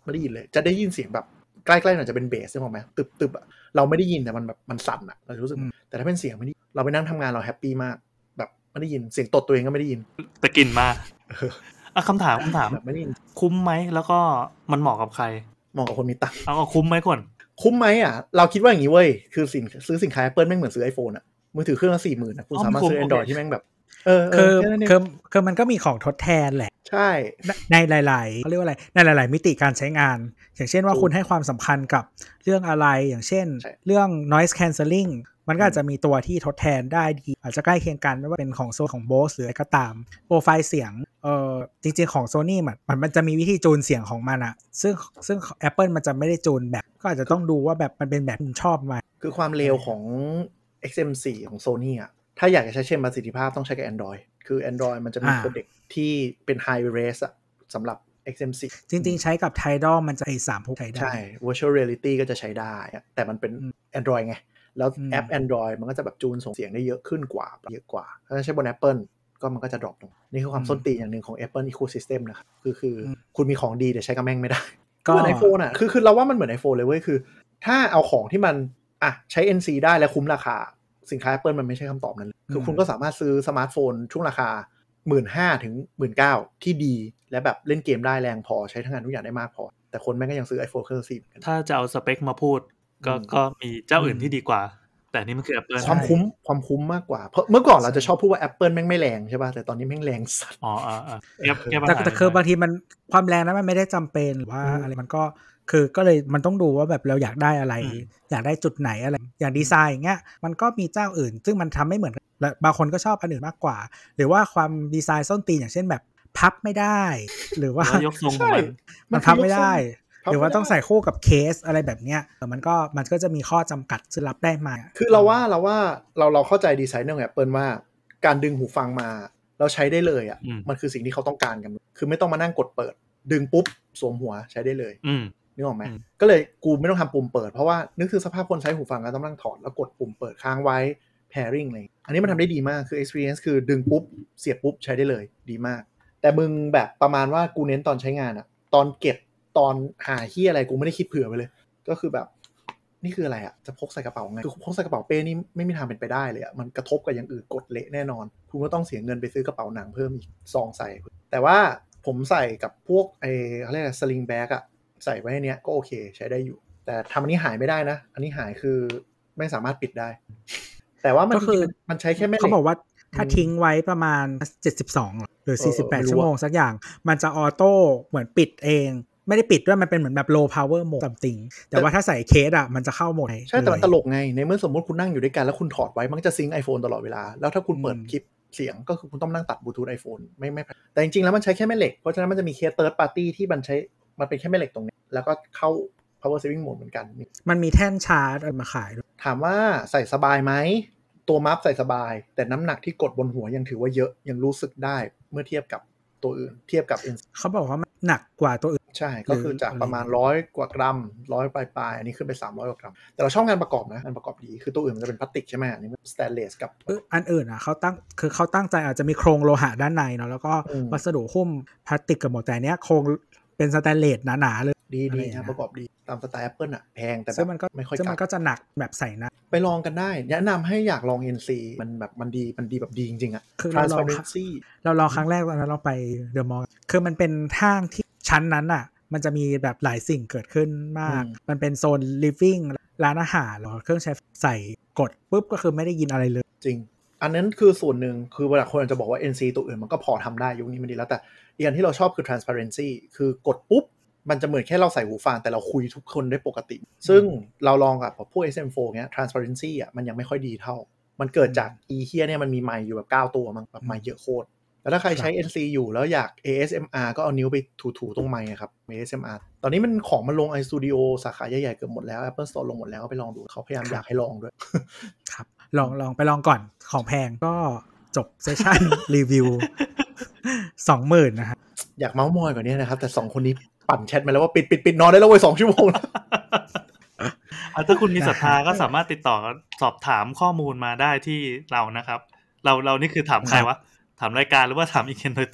ไม่ได้ยินเลยจะได้ยินเสียงแบบใกล้ๆหน่อยจะเป็นเบสใช่ไหมตึบๆอ่ะเราไม่ได้ยินแต่มันแบบมันสั่นอ่ะเรารู้สึกแต่ถ้าเป็นเสียงไม่ได้เราไปนั่งทำงานเราแฮปปี้มากแบบไม่ได้ยินเสียงตดตัวเองก็ไม่ได้ยินแต่กลิ่นมาอ่ะคำถามคำถามแบบไม่ได้ยินคุ้มไหมแล้วก็มันเหมาะกับใครเหมาะกับคนมีตังค์เอาคุ้มไหมก่อนคุ้มไหมอ่ะเราคิดว่าอย่างนี้เว้ยคือสินซื้อสินค้า Apple แม่งเหมือนซื้อ iPhone อ่ะมือถือเครื่องละ สี่หมื่น อ่ะคุณสามารถซื้อ Android ที่แม่งแบบเออคือคือคือมันก็มีของทดแทนแหละใช่ในหลายๆเขาเรียกว่าอะไรในหลายๆมิติการใช้งานอย่างเช่นว่าคุณให้ความสำคัญกับเรื่องอะไรอย่างเช่นเรื่อง noise cancelling มันก็อาจจะมีตัวที่ทดแทนได้ดีอาจจะใกล้เคียงกันไม่ว่าเป็นของโซนของ Bose หรืออะไรก็ตามโปรไฟล์เสียงเอ่อจริงๆของ Sony มันมันจะมีวิธีจูนเสียงของมันอะซึ่งซึ่ง Apple มันจะไม่ได้จูนแบบก็อาจจะต้องดูว่าแบบมันเป็นแบบคุณชอบไหมคือความเร็วของ เอ็กซ์ เอ็ม โฟร์ ของ Sony อะถ้าอยากจะใช้เช่นประสิทธิภาพต้องใช้กับ Android คือ Android มันจะมีโคเด็กที่เป็น high res อะสำหรับ เอ็กซ์ เอ็ม โฟร์จริงๆใช้กับ Tidal มันจะไอ้สามพวกใช้ได้ใช่ virtual reality ก็จะใช้ได้แต่มันเป็น Android ไงแล้วแอป Android มันก็จะแบบจูนส่งเสียงได้เยอะขึ้นกว่าเยอะกว่าถ้าใช้บน Apple ก็มันก็จะดรอปลงนี่คือความส้นตีนอย่างหนึ่งของ Apple Ecosystem นะครับคือคือคุณมีของดีแต่ใช้กับแม่งไม่ได้ก็เหมือน iPhone อ่ะคือคือเราว่ามันเหมือน iPhone เลยเว้ยคือถ้าเอาของที่มันอ่ะใช้ เอ็น ซี ได้และคุ้มราคาสินค้า Apple มันไม่ใช่คำตอบนั้นคือคุณก็สามารถซื้อสมาร์ทโฟนช่วงราคา หนึ่งหมื่นห้าพัน ถึง หนึ่งหมื่นเก้าพัน ที่ดีและแบบเล่นเกมได้แรงพอใช้ทั้งงานทุกอย่างได้มากพอแต่คนแม่งก็ยังซื้อ iPhone เครื่องสี่ถ้าจะเอาสเปคมาพูดก็ก็มีเจ้าอื่นที่ดีกว่าแต่นี่มันคือ Apple ความคุ้มความคุ้มมากกว่าเพราะเมื่อก่อนเราจะชอบพูดว่า Apple แม่งไม่แรงใช่ป่ะแต่ตอนนี้แม่งแรงสัสอ๋อๆๆแก้แก้ปัญหาแต่คือบางทีมันความแรงนั้นมันไม่ได้จำเป็นหรือว่าอะไรมันก็คือก็เลยมันต้องดูว่าแบบเราอยากได้อะไรอยากได้จุดไหนอะไรอย่างดีไซน์อย่างเงี้ยมันก็มีเจ้าอื่นซึ่งมันทำไม่เหมือนกันและบางคนก็ชอบอันอื่นมากกว่าหรือว่าความดีไซน์ส้นตีนอย่างเช่นแบบพับไม่ได้หรือว่ายกทรงของมันมันพับไม่ได้หรือว่าต้องใส่คู่กับเคสอะไรแบบเนี้ยมันก็มันก็จะมีข้อจำกัดซึ่งรับได้มาคือเราว่าเราว่าเราเราเข้าใจดีไซน์ของ Apple ว่าการดึงหูฟังมาเราใช้ได้เลยอ่ะมันคือสิ่งที่เขาต้องการกันคือไม่ต้องมานั่งกดเปิดดึงปุ๊บสวมหัวใช้ได้เลยนึกออกไหมก็เลยกูไม่ต้องทำปุ่มเปิดเพราะว่านึกถึงสภาพคนใช้หูฟังแล้วต้องนั่งถอดแล้วกดปุ่มเปิดค้างไว้ pairing เลยอันนี้มันทำได้ดีมากคือ experience คือดึงปุ๊บเสียบปุ๊บใช้ได้เลยดีมากแต่มึงแบบประมาณว่ากูเน้นตอนใช้งานอ่ะตอนเก็บตอนหาที่อะไรกูไม่ได้คิดเผื่อไปเลยก็คือแบบนี่คืออะไรอ่ะจะพกใส่กระเป๋าไงคือพกใส่กระเป๋าเป้นี่ไม่มีทางเป็นไปได้เลยอ่ะมันกระทบกับอย่างอื่นกดเละแน่นอนคุณก็ต้องเสียเงินไปซื้อกระเป๋าหนังเพิ่มอีกซองใส่แต่ว่าผมใส่กับพวกไอ้เขาเรียกอะไรสลิงแบ็กอ่ะใส่ไว้ในนี้ก็โอเคใช้ได้อยู่แต่ทำอันนี้หายไม่ได้นะอันนี้หายคือไม่สามารถปิดได้แต่ว่ามันคือมันใช้แค่แม่เหล็กเขาบอกว่าถ้าทิ้งไว้ประมาณเจ็ดสิบสองหรือสี่สิบแปดชั่วโมงสักอย่างมันจะออโต้เหมือนปิดเองไม่ได้ปิดด้วยมันเป็นเหมือนแบบ low power mode something แต่ว่าถ้าใส่เคสอ่ะมันจะเข้าโหมดใช่แต่มันตลกไงในเมื่อสมมติคุณนั่งอยู่ด้วยกันแล้วคุณถอดไว้มันจะซิงค์ iPhone ตลอดเวลาแล้วถ้าคุณเปิดคลิปเสียงก็คือคุณต้องนั่งตัดบลูทูธ iPhone ไม่ไม่แต่จริงๆแล้วมันใช้แค่แม่เหล็กเพราะฉะนั้นมันจะมีเคส third party ที่มันใช้มันเป็นแค่แม่เหล็กตรงนี้แล้วก็เข้า power saving mode เหมือนกันมันมีแท่นชาร์จมาขายด้วยถามว่าใส่สบายไหมตัวมัฟใส่สบายแต่น้ำหนักที่กดบนหัวยังถือว่าเยอะยังรู้สึกได้เมื่อเทียบกับตัวอื่นเทียบกับเขาบอกว่ามันหนักกว่าตัวอื่นใช่ก็คือจากประมาณร้อยกว่ากรัมร้อยปลายๆอันนี้ขึ้นไปสามร้อยกว่ากรัมแต่เราชอบงานประกอบนะงานประกอบดีคือตัวอื่นมันจะเป็นพลาสติกใช่ไหมอันนี้มันสแตนเลสกับอันอื่นอ่ะเขาตั้งคือเขาตั้งใจอาจจะมีโครงโลหะด้านในเนาะแล้วก็วัสดุหุ้มพลาสติกกับหมดแต่เนี้ยโครงเป็นสแตนเลสหนาๆเลยดีๆนะประกอบดีตามสไตล์ Apple อ่ะแพงแต่แบบไม่ค่อยซึ่งมันก็จะหนักแบบใส่นะไปลองกันได้แนะนำให้อยากลอง เอ็น ซี มันแบบมันดีมันดีแบบดีจริงๆอ่ะคือเราลองเราลองครั้งแรกตอนนั้นเราไปเดอะมอลล์คือมันเป็นห้างที่ชั้นนั้นอ่ะมันจะมีแบบหลายสิ่งเกิดขึ้นมากมันเป็นโซน living ร้านอาหารหรอเครื่องใช้ใส่กดปุ๊บก็คือไม่ได้ยินอะไรเลยจริงอันนั้นคือส่วนหนึ่งคือเวลาคนจะบอกว่า เอ็น ซี ตัวอื่นมันก็พอทำได้ยุคนี้มันดีแล้วแต่อีกอย่างที่เราชอบคือ transparency คือกดปุ๊บมันจะเหมือนแค่เราใส่หูฟังแต่เราคุยทุกคนได้ปกติซึ่งเราลองกับพวก เอส เอ็ม โฟร์ เงี้ย transparency อ่ะมันยังไม่ค่อยดีเท่ามันเกิดจากอีเฮียเนี่ยมันมีไมค์อยู่แบบเก้าตัวมันแบบไมค์เยอะโคตรแล้วถ้าใครใช้ เอ็น ซี อยู่แล้วอยาก เอ เอส เอ็ม อาร์ ก็เอานิ้วไปถูๆตรงไมค์ครับ เอ เอส เอ็ม อาร์ ตอนนี้มันของมันลง iStudio สาขาใหญ่ๆเกือบหมดแล้ว Apple Store ลงหมดแล้วก็ไปลองดูเขาพยายามอยากให้ลองด้วยครับลองลองไปลองก่อนของแพงก็จบเซสชั่นรีวิว สองหมื่น นะครับอยากเม้ามอยกว่านี้นะครับแต่สองคนนี้ปั่นแชทมาแล้วว่าปิดปิดปิดนอนได้แล้วเว้ยสองชั่วโมงถ้าคุณมีศรัทธาก็สามารถติดต่อสอบถามข้อมูลมาได้ที่เรานะครับเราเรานี่คือถามใครวะถามรายการหรือว่าถามอีเคนโดยตรง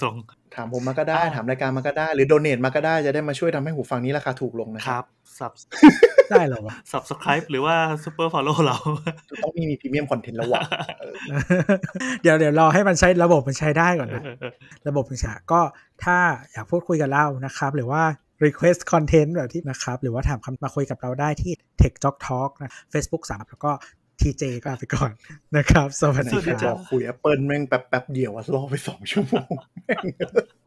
ถามผมมาก็ได้ถามรายการมาก็ได้หรือโดเนทมาก็ได้จะได้มาช่วยทำให้หูฟังนี้ราคาถูกลงนะครับซับได้เหรอวะ Subscribe หรือว่า Super Follow เราต้องมีมีพรีเมียมคอนเทนต์ระหว่างเดี๋ยวเดี๋ยวรอให้มันใช้ระบบมันใช้ได้ก่อนนะระบบมันใช้ก็ถ้าอยากพูดคุยกับเรานะครับหรือว่า request content แบบที่นะครับหรือว่าถามคำมาคุยกับเราได้ที่ Tech Talk Talk นะ Facebook สามแล้วก็ ที เจ ก็ไปก่อนนะครับสวัสดีครับคุย Apple แม่งแป๊บๆเดียวรอไปสองชั่วโมง